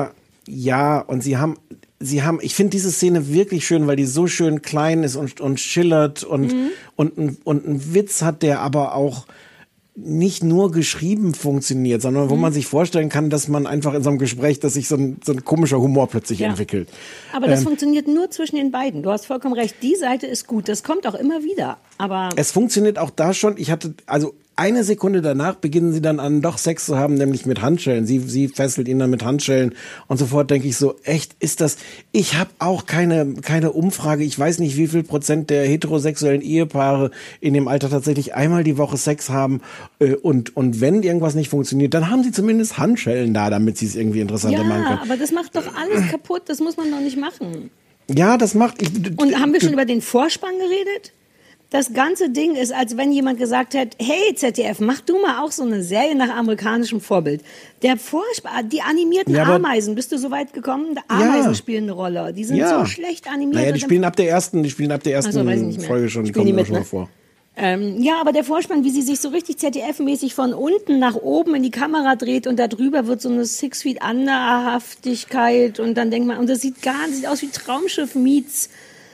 Speaker 8: Ja, und sie haben, ich finde diese Szene wirklich schön, weil die so schön klein ist und schillert und einen Witz hat, der aber auch nicht nur geschrieben funktioniert, sondern wo man sich vorstellen kann, dass man einfach in so einem Gespräch, dass sich so ein komischer Humor plötzlich entwickelt.
Speaker 2: Aber das funktioniert nur zwischen den beiden. Du hast vollkommen recht. Die Seite ist gut. Das kommt auch immer wieder. Aber
Speaker 8: es funktioniert auch da schon. Eine Sekunde danach beginnen sie dann an, doch Sex zu haben, nämlich mit Handschellen. Sie fesselt ihn dann mit Handschellen und sofort denke ich so, echt, ist das... Ich habe auch keine Umfrage, ich weiß nicht, wie viel % der heterosexuellen Ehepaare in dem Alter tatsächlich einmal die Woche Sex haben und wenn irgendwas nicht funktioniert, dann haben sie zumindest Handschellen da, damit sie es irgendwie interessanter machen können.
Speaker 2: Ja, aber das macht doch alles kaputt, das muss man doch nicht machen.
Speaker 8: Ja, das macht...
Speaker 2: Und haben wir schon über den Vorspann geredet? Das ganze Ding ist, als wenn jemand gesagt hätte, hey ZDF, mach du mal auch so eine Serie nach amerikanischem Vorbild. Der Vorspann, die animierten Ameisen, bist du so weit gekommen? Ameisen spielen eine Rolle. Die sind so schlecht animiert.
Speaker 8: Naja, die spielen ab der ersten Folge schon, die kommen schon mal vor.
Speaker 2: Aber der Vorspann, wie sie sich so richtig ZDF-mäßig von unten nach oben in die Kamera dreht und da drüber wird so eine 6 Feet Under-Haftigkeit und dann denkt man, und das sieht aus wie Traumschiff meets...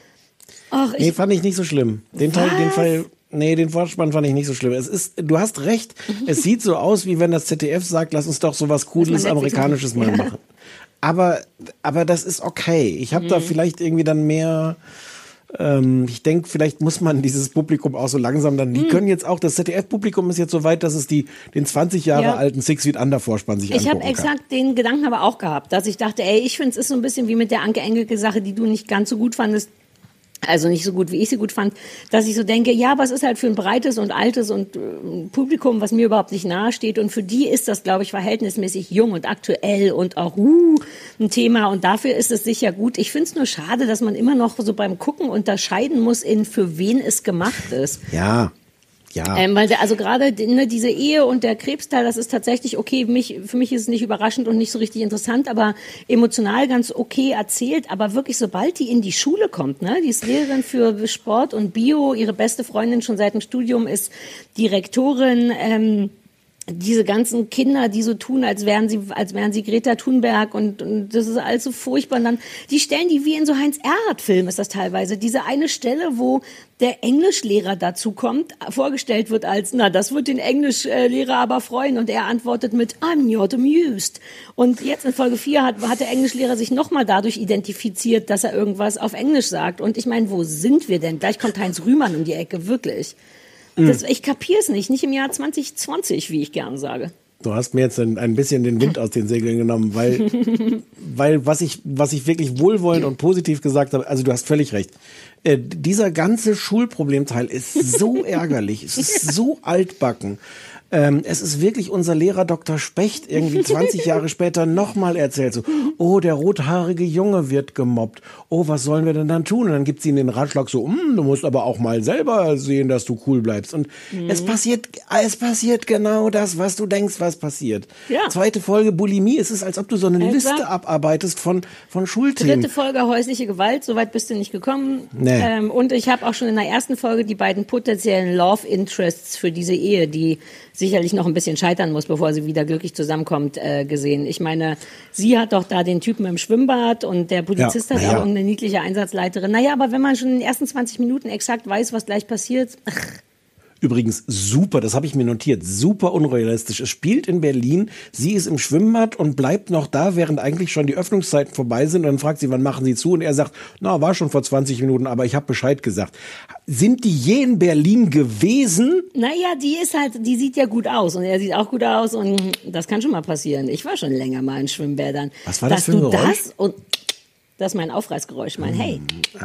Speaker 8: fand ich nicht so schlimm. Den Vorspann fand ich nicht so schlimm. Du hast recht, es sieht so aus, wie wenn das ZDF sagt, lass uns doch so was Cooles, Amerikanisches mal machen. Aber das ist okay. Ich habe da vielleicht irgendwie dann mehr... ich denke, vielleicht muss man dieses Publikum auch so langsam dann, die können jetzt auch, das ZDF-Publikum ist jetzt so weit, dass es den 20 Jahre alten 6 Feet Under Vorspann sich angucken kann. Ich habe exakt
Speaker 2: den Gedanken aber auch gehabt, dass ich dachte, ich finde, es ist so ein bisschen wie mit der Anke Engelke-Sache, die du nicht ganz so gut fandest. Also nicht so gut, wie ich sie gut fand, dass ich so denke, aber es ist halt für ein breites und altes und Publikum, was mir überhaupt nicht nahe steht. Und für die ist das, glaube ich, verhältnismäßig jung und aktuell und auch ein Thema. Und dafür ist es sicher gut. Ich finde es nur schade, dass man immer noch so beim Gucken unterscheiden muss, für wen es gemacht ist.
Speaker 8: Ja. Ja.
Speaker 2: Weil also gerade diese Ehe und der Krebsteil, das ist tatsächlich okay. Für mich ist es nicht überraschend und nicht so richtig interessant, aber emotional ganz okay erzählt. Aber wirklich, sobald die in die Schule kommt, ne, die ist Lehrerin für Sport und Bio, ihre beste Freundin schon seit dem Studium ist Direktorin, diese ganzen Kinder, die so tun, als wären sie Greta Thunberg und das ist alles so furchtbar. Und dann, die stellen die wie in so Heinz-Erhardt-Filmen ist das teilweise. Diese eine Stelle, wo der Englischlehrer dazu kommt, vorgestellt wird als, na, das wird den Englischlehrer aber freuen und er antwortet mit, I'm not amused. Und jetzt in Folge 4 hat der Englischlehrer sich nochmal dadurch identifiziert, dass er irgendwas auf Englisch sagt. Und ich meine, wo sind wir denn? Gleich kommt Heinz Rühmann um die Ecke, wirklich. Ich kapiere es nicht im Jahr 2020, wie ich gerne sage.
Speaker 8: Du hast mir jetzt ein bisschen den Wind aus den Segeln genommen, weil was ich wirklich wohlwollend und positiv gesagt habe, also du hast völlig recht. Dieser ganze Schulproblemteil ist so ärgerlich, es ist so altbacken. Es ist wirklich unser Lehrer Dr. Specht irgendwie 20 Jahre später nochmal erzählt so, oh, der rothaarige Junge wird gemobbt. Oh, was sollen wir denn dann tun? Und dann gibt sie ihm den Ratschlag so, du musst aber auch mal selber sehen, dass du cool bleibst. Und es passiert genau das, was du denkst, was passiert. Ja. Zweite Folge Bulimie, es ist, als ob du so eine Liste abarbeitest von Schulthemen.
Speaker 2: Dritte Folge häusliche Gewalt, soweit bist du nicht gekommen.
Speaker 8: Nee.
Speaker 2: Und ich habe auch schon in der ersten Folge die beiden potenziellen Love Interests für diese Ehe, die sicherlich noch ein bisschen scheitern muss, bevor sie wieder glücklich zusammenkommt, gesehen. Ich meine, sie hat doch da den Typen im Schwimmbad und der Polizist hat auch irgendeine niedliche Einsatzleiterin. Naja, aber wenn man schon in den ersten 20 Minuten exakt weiß, was gleich passiert,
Speaker 8: Übrigens super, das habe ich mir notiert, super unrealistisch. Es spielt in Berlin, sie ist im Schwimmbad und bleibt noch da, während eigentlich schon die Öffnungszeiten vorbei sind. Und dann fragt sie, wann machen Sie zu? Und er sagt, na, war schon vor 20 Minuten, aber ich habe Bescheid gesagt. Sind die je in Berlin gewesen?
Speaker 2: Naja, die sieht ja gut aus und er sieht auch gut aus und das kann schon mal passieren. Ich war schon länger mal in Schwimmbädern.
Speaker 8: Was war das für ein Geräusch?
Speaker 2: Das ist mein Aufreißgeräusch, mein Hey.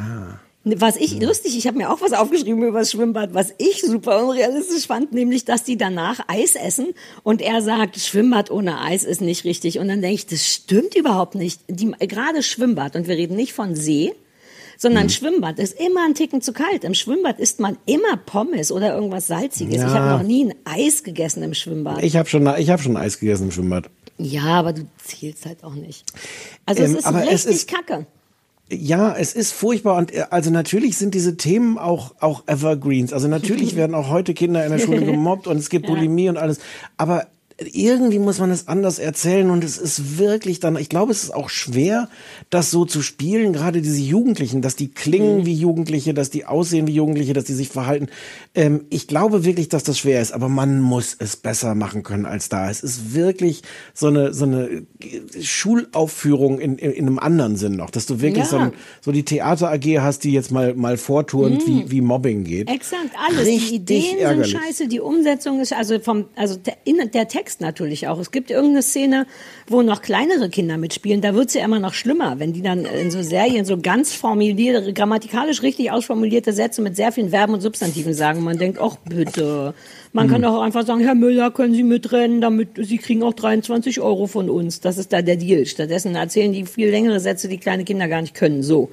Speaker 2: Ich habe mir auch was aufgeschrieben über das Schwimmbad, was ich super unrealistisch fand, nämlich, dass die danach Eis essen und er sagt, Schwimmbad ohne Eis ist nicht richtig. Und dann denke ich, das stimmt überhaupt nicht. Gerade Schwimmbad, und wir reden nicht von See, sondern Schwimmbad ist immer ein Ticken zu kalt. Im Schwimmbad isst man immer Pommes oder irgendwas Salziges. Ja. Ich habe noch nie ein Eis gegessen im Schwimmbad.
Speaker 8: Ich hab schon Eis gegessen im Schwimmbad.
Speaker 2: Ja, aber du zählst halt auch nicht. Also es ist richtig kacke.
Speaker 8: Ja, es ist furchtbar und also natürlich sind diese Themen auch Evergreens. Also natürlich werden auch heute Kinder in der Schule gemobbt und es gibt Bulimie und alles. Aber irgendwie muss man es anders erzählen und es ist wirklich dann, ich glaube, es ist auch schwer, das so zu spielen, gerade diese Jugendlichen, dass die klingen wie Jugendliche, dass die aussehen wie Jugendliche, dass die sich verhalten. Ich glaube wirklich, dass das schwer ist, aber man muss es besser machen können als da. Es ist wirklich so eine Schulaufführung in einem anderen Sinn noch, dass du wirklich so die Theater-AG hast, die jetzt mal vorturnt, wie Mobbing geht.
Speaker 2: Exakt, alles. Richtig die Ideen ärgerlich. Sind scheiße, die Umsetzung ist, der Text natürlich auch. Es gibt irgendeine Szene, wo noch kleinere Kinder mitspielen, da wird's ja immer noch schlimmer, wenn die dann in so Serien so ganz grammatikalisch richtig ausformulierte Sätze mit sehr vielen Verben und Substantiven sagen. Man denkt, ach bitte. Man kann doch auch einfach sagen, Herr Müller, können Sie mitrennen, Sie kriegen auch 23 € von uns. Das ist da der Deal. Stattdessen erzählen die viel längere Sätze, die kleine Kinder gar nicht können. So.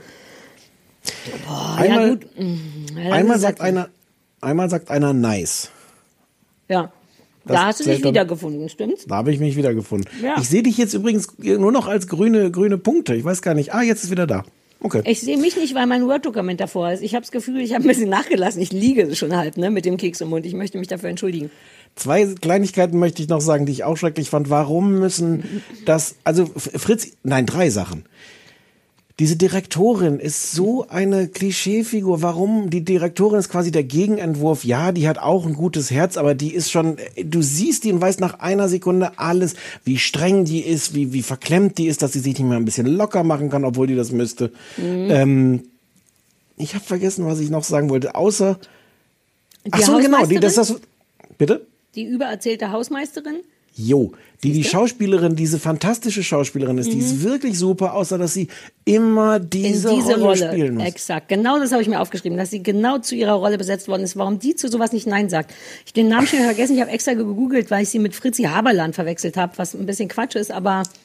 Speaker 2: Boah,
Speaker 8: einmal sagt einer nice.
Speaker 2: Ja. Da hast du dich wiedergefunden, stimmt's?
Speaker 8: Da habe ich mich wiedergefunden. Ja. Ich sehe dich jetzt übrigens nur noch als grüne Punkte. Ich weiß gar nicht. Jetzt ist wieder da. Okay.
Speaker 2: Ich sehe mich nicht, weil mein Word-Dokument davor ist. Ich habe das Gefühl, ich habe ein bisschen nachgelassen. Ich liege schon halb mit dem Keks im Mund. Ich möchte mich dafür entschuldigen.
Speaker 8: 2 Kleinigkeiten möchte ich noch sagen, die ich auch schrecklich fand. Warum müssen 3 Sachen. Diese Direktorin ist so eine Klischeefigur. Warum? Die Direktorin ist quasi der Gegenentwurf. Ja, die hat auch ein gutes Herz, aber die ist schon, du siehst die und weißt nach einer Sekunde alles, wie streng die ist, wie verklemmt die ist, dass sie sich nicht mehr ein bisschen locker machen kann, obwohl die das müsste. Ich habe vergessen, was ich noch sagen wollte, außer... Bitte?
Speaker 2: Die übererzählte Hausmeisterin?
Speaker 8: Jo, die Schauspielerin, diese fantastische Schauspielerin ist, die ist wirklich super, außer dass sie immer diese Rolle spielen muss.
Speaker 2: Exakt, genau das habe ich mir aufgeschrieben, dass sie genau zu ihrer Rolle besetzt worden ist. Warum die zu sowas nicht Nein sagt. Ich den Namen schon vergessen, ich habe extra gegoogelt, weil ich sie mit Fritzi Haberland verwechselt habe, was ein bisschen Quatsch ist, aber...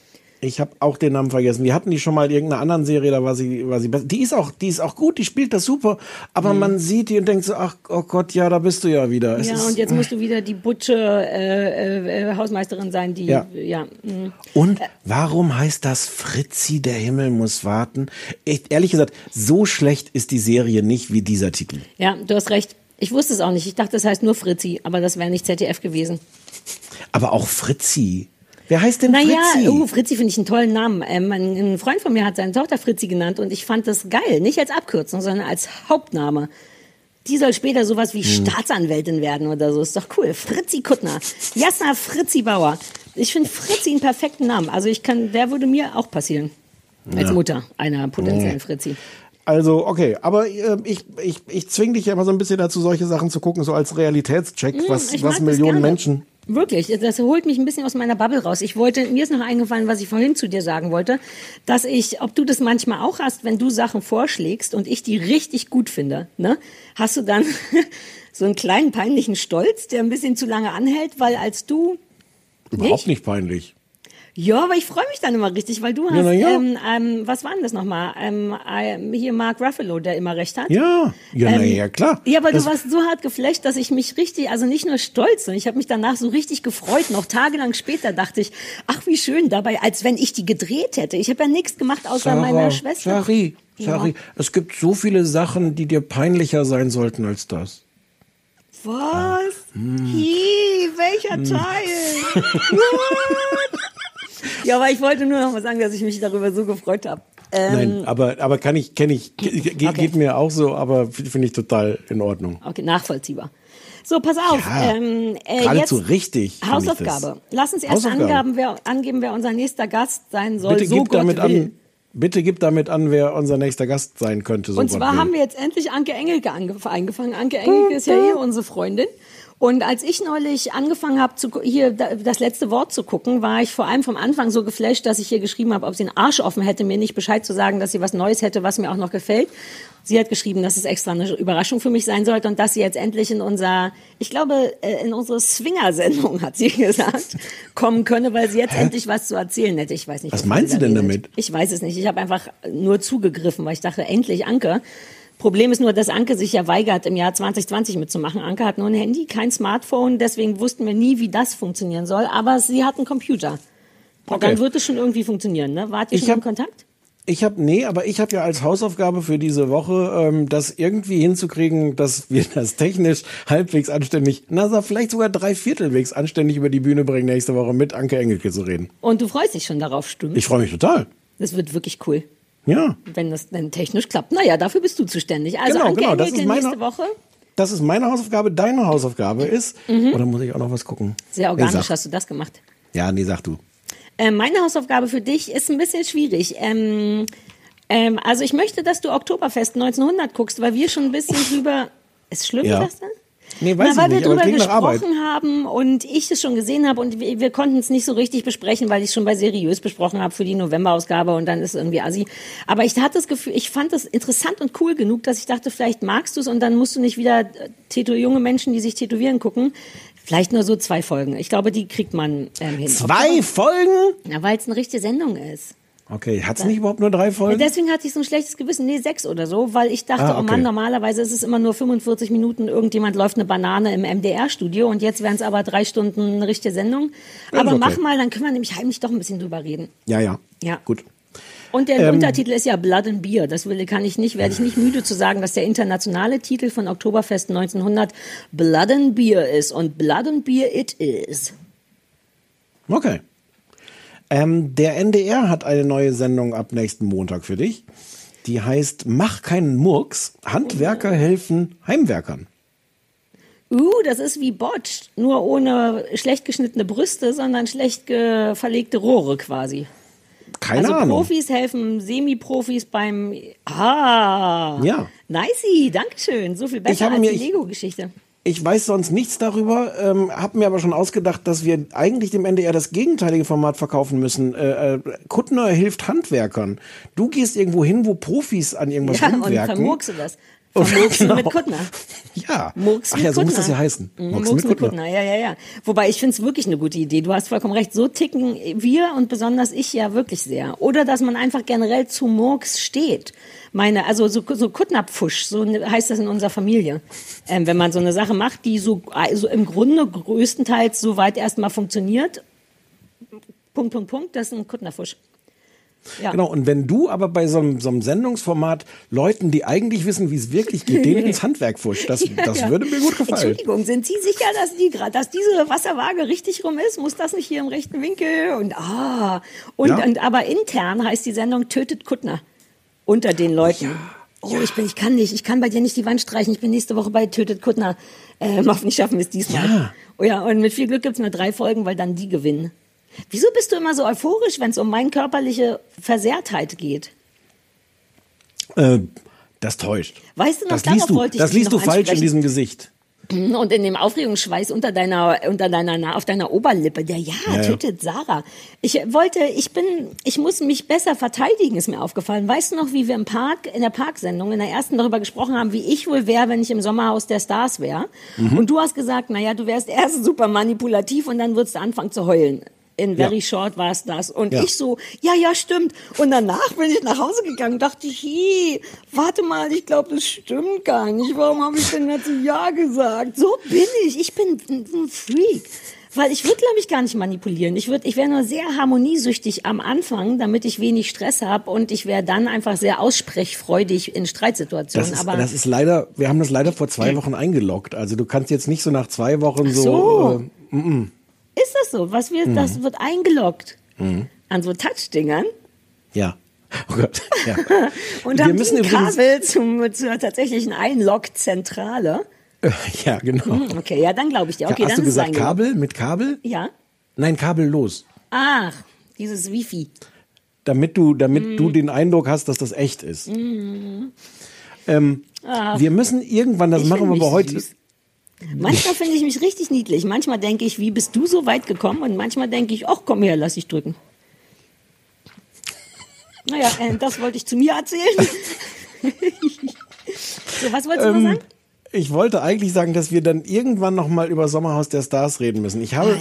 Speaker 8: Ich habe auch den Namen vergessen. Wir hatten die schon mal in irgendeiner anderen Serie, da war sie besser. Die ist auch gut, die spielt das super, aber man sieht die und denkt so, ach oh Gott, ja, da bist du ja wieder.
Speaker 2: Und jetzt musst du wieder die Butsche Hausmeisterin sein, die,
Speaker 8: Und warum heißt das Fritzi, der Himmel muss warten? Ehrlich gesagt, so schlecht ist die Serie nicht wie dieser Titel.
Speaker 2: Ja, du hast recht. Ich wusste es auch nicht. Ich dachte, das heißt nur Fritzi, aber das wäre nicht ZDF gewesen.
Speaker 8: Aber auch Fritzi. Wer heißt denn Fritzi?
Speaker 2: Fritzi finde ich einen tollen Namen. Ein Freund von mir hat seine Tochter Fritzi genannt und ich fand das geil. Nicht als Abkürzung, sondern als Hauptname. Die soll später sowas wie Staatsanwältin werden oder so. Ist doch cool. Fritzi Kuttner. Jasna Fritzi Bauer. Ich finde Fritzi einen perfekten Namen. Also der würde mir auch passieren. Als Mutter einer potenziellen Fritzi.
Speaker 8: Also, okay, aber ich zwinge dich ja immer so ein bisschen dazu, solche Sachen zu gucken, so als Realitätscheck, was Millionen Menschen...
Speaker 2: Wirklich, das holt mich ein bisschen aus meiner Bubble raus. Mir ist noch eingefallen, was ich vorhin zu dir sagen wollte, dass ob du das manchmal auch hast, wenn du Sachen vorschlägst und ich die richtig gut finde, ne? Hast du dann so einen kleinen peinlichen Stolz, der ein bisschen zu lange anhält, weil als du...
Speaker 8: Überhaupt nicht peinlich.
Speaker 2: Ja, aber ich freue mich dann immer richtig, weil du hast, was war denn das nochmal? Hier Mark Ruffalo, der immer recht hat.
Speaker 8: Ja, klar.
Speaker 2: Ja, aber du warst so hart geflasht, dass ich mich richtig, also nicht nur stolz, sondern ich habe mich danach so richtig gefreut. Noch tagelang später dachte ich, ach wie schön dabei, als wenn ich die gedreht hätte. Ich habe ja nichts gemacht, außer meiner Schwester.
Speaker 8: Sorry, es gibt so viele Sachen, die dir peinlicher sein sollten als das.
Speaker 2: Was? Welcher Teil? Ja, aber ich wollte nur noch mal sagen, dass ich mich darüber so gefreut habe.
Speaker 8: Nein, aber geht mir auch so, aber finde ich total in Ordnung.
Speaker 2: Okay, nachvollziehbar. So, pass auf.
Speaker 8: Ja, geradezu richtig.
Speaker 2: Hausaufgabe. Lass uns erst angeben, wer unser nächster Gast sein soll.
Speaker 8: Bitte gib damit an, wer unser nächster Gast sein könnte.
Speaker 2: Und zwar haben wir jetzt endlich Anke Engelke eingefangen. Anke Engelke ist ja hier unsere Freundin. Und als ich neulich angefangen habe, hier das letzte Wort zu gucken, war ich vor allem vom Anfang so geflasht, dass ich hier geschrieben habe, ob sie den Arsch offen hätte, mir nicht Bescheid zu sagen, dass sie was Neues hätte, was mir auch noch gefällt. Sie hat geschrieben, dass es extra eine Überraschung für mich sein sollte und dass sie jetzt endlich in unsere Swinger-Sendung, hat sie gesagt, kommen könne, weil sie jetzt endlich was zu erzählen hätte. Ich weiß nicht.
Speaker 8: Was meint sie denn damit?
Speaker 2: Ich weiß es nicht. Ich habe einfach nur zugegriffen, weil ich dachte, endlich Anke. Problem ist nur, dass Anke sich ja weigert, im Jahr 2020 mitzumachen. Anke hat nur ein Handy, kein Smartphone, deswegen wussten wir nie, wie das funktionieren soll. Aber sie hat einen Computer. Und dann wird es schon irgendwie funktionieren, ne? Wart ihr schon in Kontakt?
Speaker 8: Aber ich habe ja als Hausaufgabe für diese Woche, das irgendwie hinzukriegen, dass wir das technisch halbwegs anständig, vielleicht sogar 3/4 anständig über die Bühne bringen, nächste Woche mit Anke Engelke zu reden.
Speaker 2: Und du freust dich schon darauf, stimmt?
Speaker 8: Ich freue mich total.
Speaker 2: Das wird wirklich cool.
Speaker 8: Ja.
Speaker 2: Wenn das dann technisch klappt. Naja, dafür bist du zuständig. Also Anke Engelke nächste Woche.
Speaker 8: Das ist meine Hausaufgabe. Deine Hausaufgabe ist, oder muss ich auch noch was gucken?
Speaker 2: Sehr organisch hast du das gemacht.
Speaker 8: Ja, sag du.
Speaker 2: Meine Hausaufgabe für dich ist ein bisschen schwierig. Also ich möchte, dass du Oktoberfest 1900 guckst, weil wir schon ein bisschen drüber... Ist schlimm, das denn?
Speaker 8: Nee, weiß
Speaker 2: weil
Speaker 8: ich nicht,
Speaker 2: wir drüber gesprochen haben und ich es schon gesehen habe und wir konnten es nicht so richtig besprechen, weil ich es schon bei Seriös besprochen habe für die Novemberausgabe und dann ist es irgendwie assi. Aber ich hatte das Gefühl, ich fand das interessant und cool genug, dass ich dachte, vielleicht magst du es und dann musst du nicht wieder junge Menschen, die sich tätowieren, gucken. Vielleicht nur so 2 Folgen. Ich glaube, die kriegt man hin.
Speaker 8: 2 Folgen?
Speaker 2: Ja, weil es eine richtige Sendung ist.
Speaker 8: Okay, hat es nicht überhaupt nur 3 Folgen?
Speaker 2: Deswegen hatte ich so ein schlechtes Gewissen. 6 oder so, weil ich dachte, oh Mann, normalerweise ist es immer nur 45 Minuten, irgendjemand läuft eine Banane im MDR-Studio und jetzt wären es aber 3 Stunden eine richtige Sendung. Aber mach mal, dann können wir nämlich heimlich doch ein bisschen drüber reden.
Speaker 8: Ja. Gut.
Speaker 2: Und der Untertitel ist ja Blood and Beer. Werde ich nicht müde zu sagen, dass der internationale Titel von Oktoberfest 1900 Blood and Beer ist. Und Blood and Beer it is.
Speaker 8: Okay. Der NDR hat eine neue Sendung ab nächsten Montag für dich. Die heißt Mach keinen Murks. Handwerker helfen Heimwerkern.
Speaker 2: Das ist wie Botched, nur ohne schlecht geschnittene Brüste, sondern schlecht verlegte Rohre quasi.
Speaker 8: Keine Ahnung.
Speaker 2: Also Profis helfen Semi-Profis beim... Ja. Nicey, dankeschön. So viel besser als die Lego-Geschichte.
Speaker 8: Ich weiß sonst nichts darüber, habe mir aber schon ausgedacht, dass wir eigentlich dem NDR das gegenteilige Format verkaufen müssen. Kuttner hilft Handwerkern. Du gehst irgendwo hin, wo Profis an irgendwas rumwerken.
Speaker 2: Und vermurkst du das. Murksen mit Kuttner.
Speaker 8: Ja.
Speaker 2: Murks mit
Speaker 8: so
Speaker 2: Kuttner.
Speaker 8: muss das ja heißen.
Speaker 2: Murks mit Kuttner, ja. Wobei, ich finde es wirklich eine gute Idee. Du hast vollkommen recht. So ticken wir und besonders ich ja wirklich sehr. Oder dass man einfach generell zu Murks steht. Also so Kuttnerpfusch, so heißt das in unserer Familie. Wenn man so eine Sache macht, die so im Grunde größtenteils so weit erstmal funktioniert. Punkt, das ist ein Kuttnerpfusch. Ja.
Speaker 8: Genau, und wenn du aber bei so einem Sendungsformat Leuten, die eigentlich wissen, wie es wirklich geht, denen ins Handwerk pfuscht, das würde mir gut gefallen.
Speaker 2: Entschuldigung, sind Sie sicher, dass diese Wasserwaage richtig rum ist? Muss das nicht hier im rechten Winkel? Und aber intern heißt die Sendung Tötet Kuttner unter den Leuten. Ich kann bei dir nicht die Wand streichen. Ich bin nächste Woche bei Tötet Kuttner. Hoffentlich schaffen wir es diesmal. Und mit viel Glück gibt es nur 3 Folgen, weil dann die gewinnen. Wieso bist du immer so euphorisch, wenn es um meine körperliche Versehrtheit geht?
Speaker 8: Das täuscht.
Speaker 2: Weißt du noch,
Speaker 8: das liest du falsch in diesem Gesicht.
Speaker 2: Und in dem Aufregungsschweiß auf deiner Oberlippe, tötet Sarah. Ich muss mich besser verteidigen, ist mir aufgefallen. Weißt du noch, wie wir in der Parksendung, in der ersten darüber gesprochen haben, wie ich wohl wäre, wenn ich im Sommerhaus der Stars wäre? Und du hast gesagt, du wärst erst super manipulativ und dann würdest du anfangen zu heulen. In Very Short war es das. Und ich so, ja, stimmt. Und danach bin ich nach Hause gegangen und dachte, warte mal, ich glaube, das stimmt gar nicht. Warum habe ich denn dazu ja gesagt? So bin ich. Ich bin ein Freak. Weil ich würde, glaube ich, gar nicht manipulieren. Ich wäre nur sehr harmoniesüchtig am Anfang, damit ich wenig Stress habe. Und ich wäre dann einfach sehr aussprechfreudig in Streitsituationen.
Speaker 8: Das ist leider, wir haben das leider vor 2 Wochen eingeloggt. Also du kannst jetzt nicht so nach 2 Wochen
Speaker 2: Ist das so? Das wird eingeloggt an so Touch-Dingern?
Speaker 8: Ja. Oh Gott. Ja.
Speaker 2: Und haben die ein Kabel zur tatsächlichen Einlog-Zentrale?
Speaker 8: Ja, genau.
Speaker 2: Okay, ja, dann glaube ich dir. Okay,
Speaker 8: Hast
Speaker 2: dann
Speaker 8: du gesagt Kabel mit Kabel?
Speaker 2: Ja.
Speaker 8: Nein, kabellos.
Speaker 2: Ach, dieses Wifi.
Speaker 8: Damit du den Eindruck hast, dass das echt ist. Wir müssen irgendwann, das machen wir aber heute.
Speaker 2: Süß. Manchmal finde ich mich richtig niedlich. Manchmal denke ich, wie bist du so weit gekommen? Und manchmal denke ich, ach komm her, lass dich drücken. Naja, das wollte ich zu mir erzählen. So, was wolltest du noch sagen?
Speaker 8: Ich wollte eigentlich sagen, dass wir dann irgendwann noch mal über Sommerhaus der Stars reden müssen. Ich habe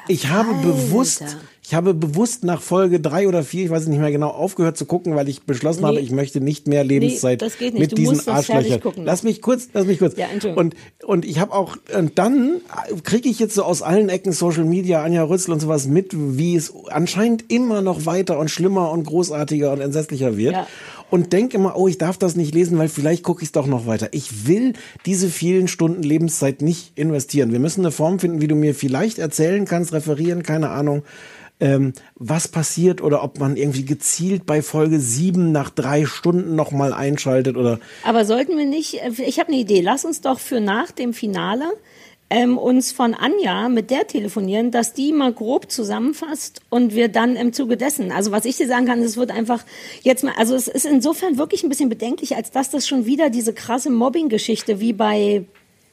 Speaker 8: bewusst nach Folge 3 oder 4, ich weiß es nicht mehr genau, aufgehört zu gucken, weil ich beschlossen habe, ich möchte nicht mehr Lebenszeit mit diesen Arschlöchern. Lass mich kurz.
Speaker 2: Ja,
Speaker 8: und ich habe auch, und dann kriege ich jetzt so aus allen Ecken Social Media, Anja Rützel und sowas mit, wie es anscheinend immer noch weiter und schlimmer und großartiger und entsetzlicher wird. Ja. Und denke immer, ich darf das nicht lesen, weil vielleicht gucke ich es doch noch weiter. Ich will diese vielen Stunden Lebenszeit nicht investieren. Wir müssen eine Form finden, wie du mir vielleicht erzählen kannst, referieren, keine Ahnung, was passiert oder ob man irgendwie gezielt bei Folge 7 nach 3 Stunden noch mal einschaltet oder.
Speaker 2: Aber sollten wir nicht, ich habe eine Idee, lass uns doch für nach dem Finale uns von Anja mit der telefonieren, dass die mal grob zusammenfasst und wir dann im Zuge dessen, also was ich dir sagen kann, es wird einfach jetzt mal, also es ist insofern wirklich ein bisschen bedenklich, als dass das schon wieder diese krasse Mobbing-Geschichte wie bei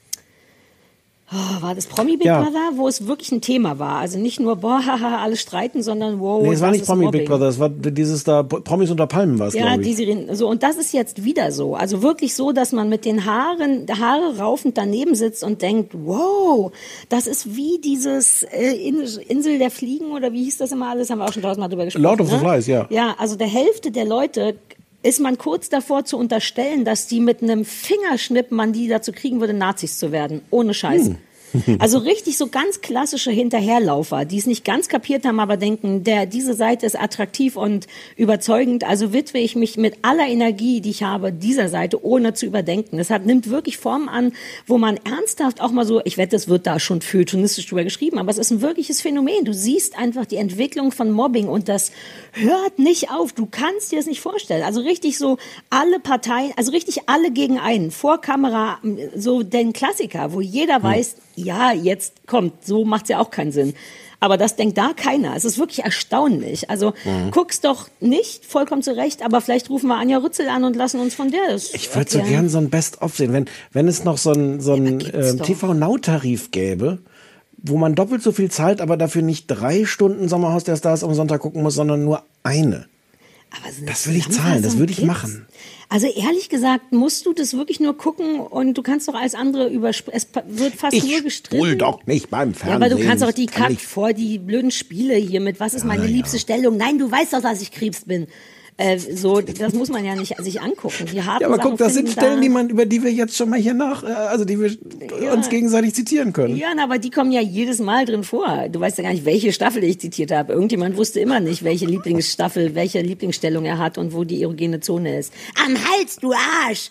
Speaker 2: war das Promi Big Brother, wo es wirklich ein Thema war. Also nicht nur, haha, alle streiten, sondern wow.
Speaker 8: Nee, es war nicht Promi Big Brother, es war dieses da, Promis unter Palmen war es, glaube ich. Ja, die Serien,
Speaker 2: so, und das ist jetzt wieder so. Also wirklich so, dass man mit den Haare raufend daneben sitzt und denkt, wow, das ist wie dieses Insel der Fliegen oder wie hieß das immer alles, haben wir auch schon 1000-mal drüber gesprochen.
Speaker 8: Lord of the Flies, ja.
Speaker 2: Ja, also der Hälfte der Leute ist man kurz davor zu unterstellen, dass die mit einem Fingerschnipp man die dazu kriegen würde, Nazis zu werden. Ohne Scheiß. Also richtig so ganz klassische Hinterherlaufer, die es nicht ganz kapiert haben, aber denken, diese Seite ist attraktiv und überzeugend, also widme ich mich mit aller Energie, die ich habe, dieser Seite, ohne zu überdenken. Das nimmt wirklich Formen an, wo man ernsthaft auch mal so, ich wette, es wird da schon journalistisch drüber geschrieben, aber es ist ein wirkliches Phänomen. Du siehst einfach die Entwicklung von Mobbing und das hört nicht auf. Du kannst dir das nicht vorstellen. Also richtig so alle Parteien, also richtig alle gegen einen, vor Kamera, so den Klassiker, wo jeder weiß, ja, jetzt kommt, so macht's ja auch keinen Sinn. Aber das denkt da keiner. Es ist wirklich erstaunlich. Also guck's doch nicht, vollkommen zu Recht, aber vielleicht rufen wir Anja Rützel an und lassen uns von der das
Speaker 8: Ich würde so gern so ein Best-of sehen, wenn es noch so ein TV-Now-Tarif gäbe, wo man doppelt so viel zahlt, aber dafür nicht 3 Stunden Sommerhaus der Stars am Sonntag gucken muss, sondern nur eine. Das will ich zahlen, das würde ich machen.
Speaker 2: Also ehrlich gesagt, musst du das wirklich nur gucken und du kannst doch alles andere es wird fast nur gestritten.
Speaker 8: Ich spul doch nicht beim Fernsehen.
Speaker 2: Ja, aber du kannst doch die blöden Spiele hier mit, was ist meine liebste Stellung? Nein, du weißt doch, dass ich Krebs bin. Das muss man ja nicht sich angucken. Die harten
Speaker 8: aber
Speaker 2: Sachen
Speaker 8: guck, das sind Stellen, über die wir jetzt schon mal hier die wir uns gegenseitig zitieren können.
Speaker 2: Ja, aber die kommen ja jedes Mal drin vor. Du weißt ja gar nicht, welche Staffel ich zitiert habe. Irgendjemand wusste immer nicht, welche Lieblingsstellung er hat und wo die erogene Zone ist. Am Hals, du Arsch!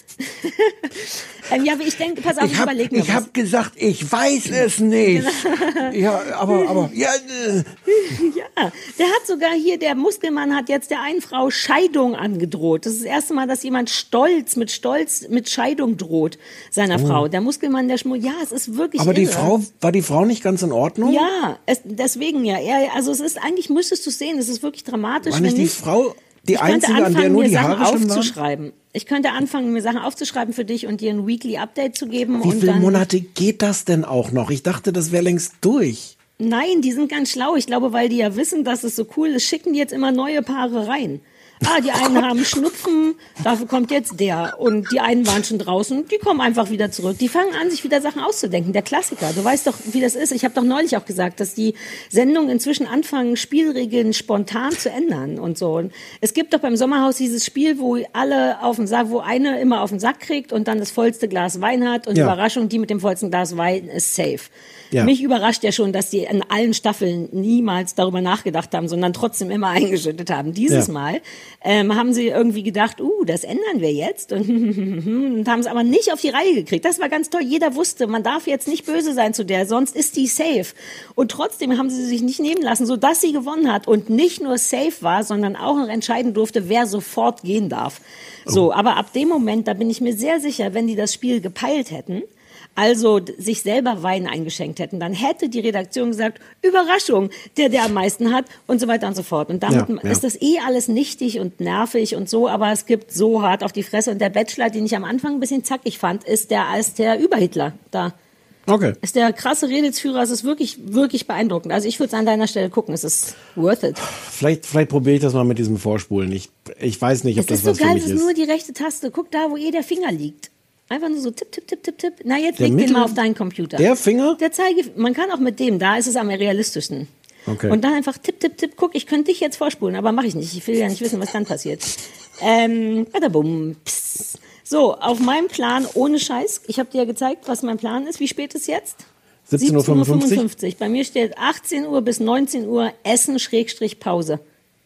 Speaker 2: Ja, aber ich denke, pass auf, ich überlege mir was.
Speaker 8: Ich habe gesagt, ich weiß es nicht. Ja, aber
Speaker 2: ja, der hat sogar hier, der Muskelmann hat jetzt der einen Frau Scheidung angedroht. Das ist das erste Mal, dass jemand mit Scheidung droht seiner Frau. Der Muskelmann, es ist wirklich
Speaker 8: aber
Speaker 2: irre.
Speaker 8: War die Frau nicht ganz in Ordnung?
Speaker 2: Ja, deswegen ja. Also es ist, eigentlich müsstest du sehen, es ist wirklich dramatisch.
Speaker 8: War nicht die Frau die einzige, an der nur die Haare
Speaker 2: aufzuschreiben. Ich könnte anfangen, mir Sachen aufzuschreiben für dich und dir ein Weekly Update zu geben.
Speaker 8: Wie viele Monate geht das denn auch noch? Ich dachte, das wäre längst durch.
Speaker 2: Nein, die sind ganz schlau. Ich glaube, weil die ja wissen, dass es so cool ist, schicken die jetzt immer neue Paare rein. Die einen haben Schnupfen, dafür kommt jetzt der. Und die einen waren schon draußen, die kommen einfach wieder zurück. Die fangen an, sich wieder Sachen auszudenken. Der Klassiker. Du weißt doch, wie das ist. Ich habe doch neulich auch gesagt, dass die Sendungen inzwischen anfangen, Spielregeln spontan zu ändern und so. Und es gibt doch beim Sommerhaus dieses Spiel, wo wo eine immer auf den Sack kriegt und dann das vollste Glas Wein hat. Und Überraschung, die mit dem vollsten Glas Wein ist safe. Ja. Mich überrascht ja schon, dass die in allen Staffeln niemals darüber nachgedacht haben, sondern trotzdem immer eingeschüttet haben. Dieses Mal haben sie irgendwie gedacht, das ändern wir jetzt und haben es aber nicht auf die Reihe gekriegt. Das war ganz toll. Jeder wusste, man darf jetzt nicht böse sein zu der, sonst ist die safe. Und trotzdem haben sie sich nicht nehmen lassen, sodass sie gewonnen hat und nicht nur safe war, sondern auch noch entscheiden durfte, wer sofort gehen darf. So, aber ab dem Moment, da bin ich mir sehr sicher, wenn die das Spiel gepeilt hätten, also sich selber Wein eingeschenkt hätten, dann hätte die Redaktion gesagt, Überraschung, der am meisten hat und so weiter und so fort. Und damit ist das alles nichtig und nervig und so, aber es gibt so hart auf die Fresse. Und der Bachelor, den ich am Anfang ein bisschen zackig fand, ist der Überhitler da.
Speaker 8: Okay.
Speaker 2: Ist der krasse Redelsführer, es ist wirklich, wirklich beeindruckend. Also ich würde es an deiner Stelle gucken, es ist worth it.
Speaker 8: Vielleicht probiere ich das mal mit diesem Vorspulen. Ich weiß nicht, ob das was für mich ist.
Speaker 2: Es ist so geil, es ist nur die rechte Taste. Guck da, wo der Finger liegt. Einfach nur so tipp, tipp, tipp, tipp, tipp. Na, jetzt leg den mal auf deinen Computer.
Speaker 8: Der Finger?
Speaker 2: Man kann auch mit dem, da ist es am realistischsten.
Speaker 8: Okay.
Speaker 2: Und dann einfach tipp, tipp, tipp, guck, ich könnte dich jetzt vorspulen, aber mache ich nicht. Ich will ja nicht wissen, was dann passiert. Badabum, pss. So, auf meinem Plan, ohne Scheiß, ich habe dir ja gezeigt, was mein Plan ist. Wie spät ist jetzt?
Speaker 8: 17:55 Uhr.
Speaker 2: Bei mir steht 18 Uhr bis 19 Uhr Essen/Pause.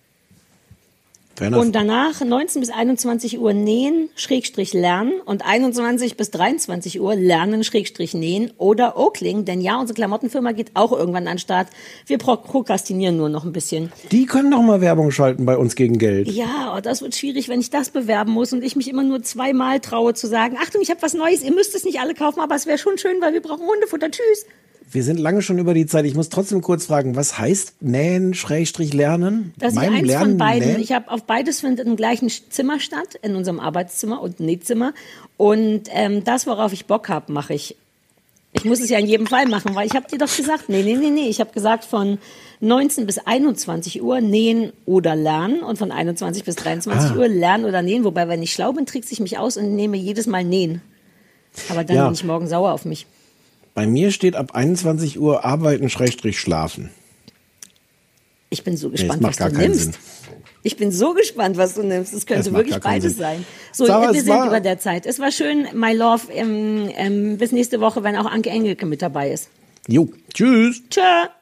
Speaker 2: Und danach 19 bis 21 Uhr nähen, /lernen und 21 bis 23 Uhr lernen, /nähen oder Oakling, denn ja, unsere Klamottenfirma geht auch irgendwann an den Start. Wir prokrastinieren nur noch ein bisschen.
Speaker 8: Die können doch mal Werbung schalten bei uns gegen Geld.
Speaker 2: Ja, das wird schwierig, wenn ich das bewerben muss und ich mich immer nur zweimal traue zu sagen, Achtung, ich habe was Neues, ihr müsst es nicht alle kaufen, aber es wäre schon schön, weil wir brauchen Hundefutter, tschüss.
Speaker 8: Wir sind lange schon über die Zeit. Ich muss trotzdem kurz fragen, was heißt nähen, /lernen?
Speaker 2: Das ist eins von beiden. Nähen? Ich habe auf beides findet im gleichen Zimmer statt, in unserem Arbeitszimmer und Nähzimmer. Und das, worauf ich Bock habe, mache ich. Ich muss es ja in jedem Fall machen, weil ich habe dir doch gesagt, nee. Ich habe gesagt, von 19 bis 21 Uhr nähen oder lernen und von 21 bis 23 Uhr lernen oder nähen. Wobei, wenn ich schlau bin, trickse ich mich aus und nehme jedes Mal nähen. Aber dann bin ich morgen sauer auf mich.
Speaker 8: Bei mir steht ab 21 Uhr arbeiten, /schlafen.
Speaker 2: Ich bin so gespannt, was du nimmst. Sinn. Ich bin so gespannt, was du nimmst. Es könnte wirklich beides sein. So, wir sind über der Zeit. Es war schön, my love. Bis nächste Woche, wenn auch Anke Engelke mit dabei ist.
Speaker 8: Jo, tschüss.
Speaker 2: Tschö.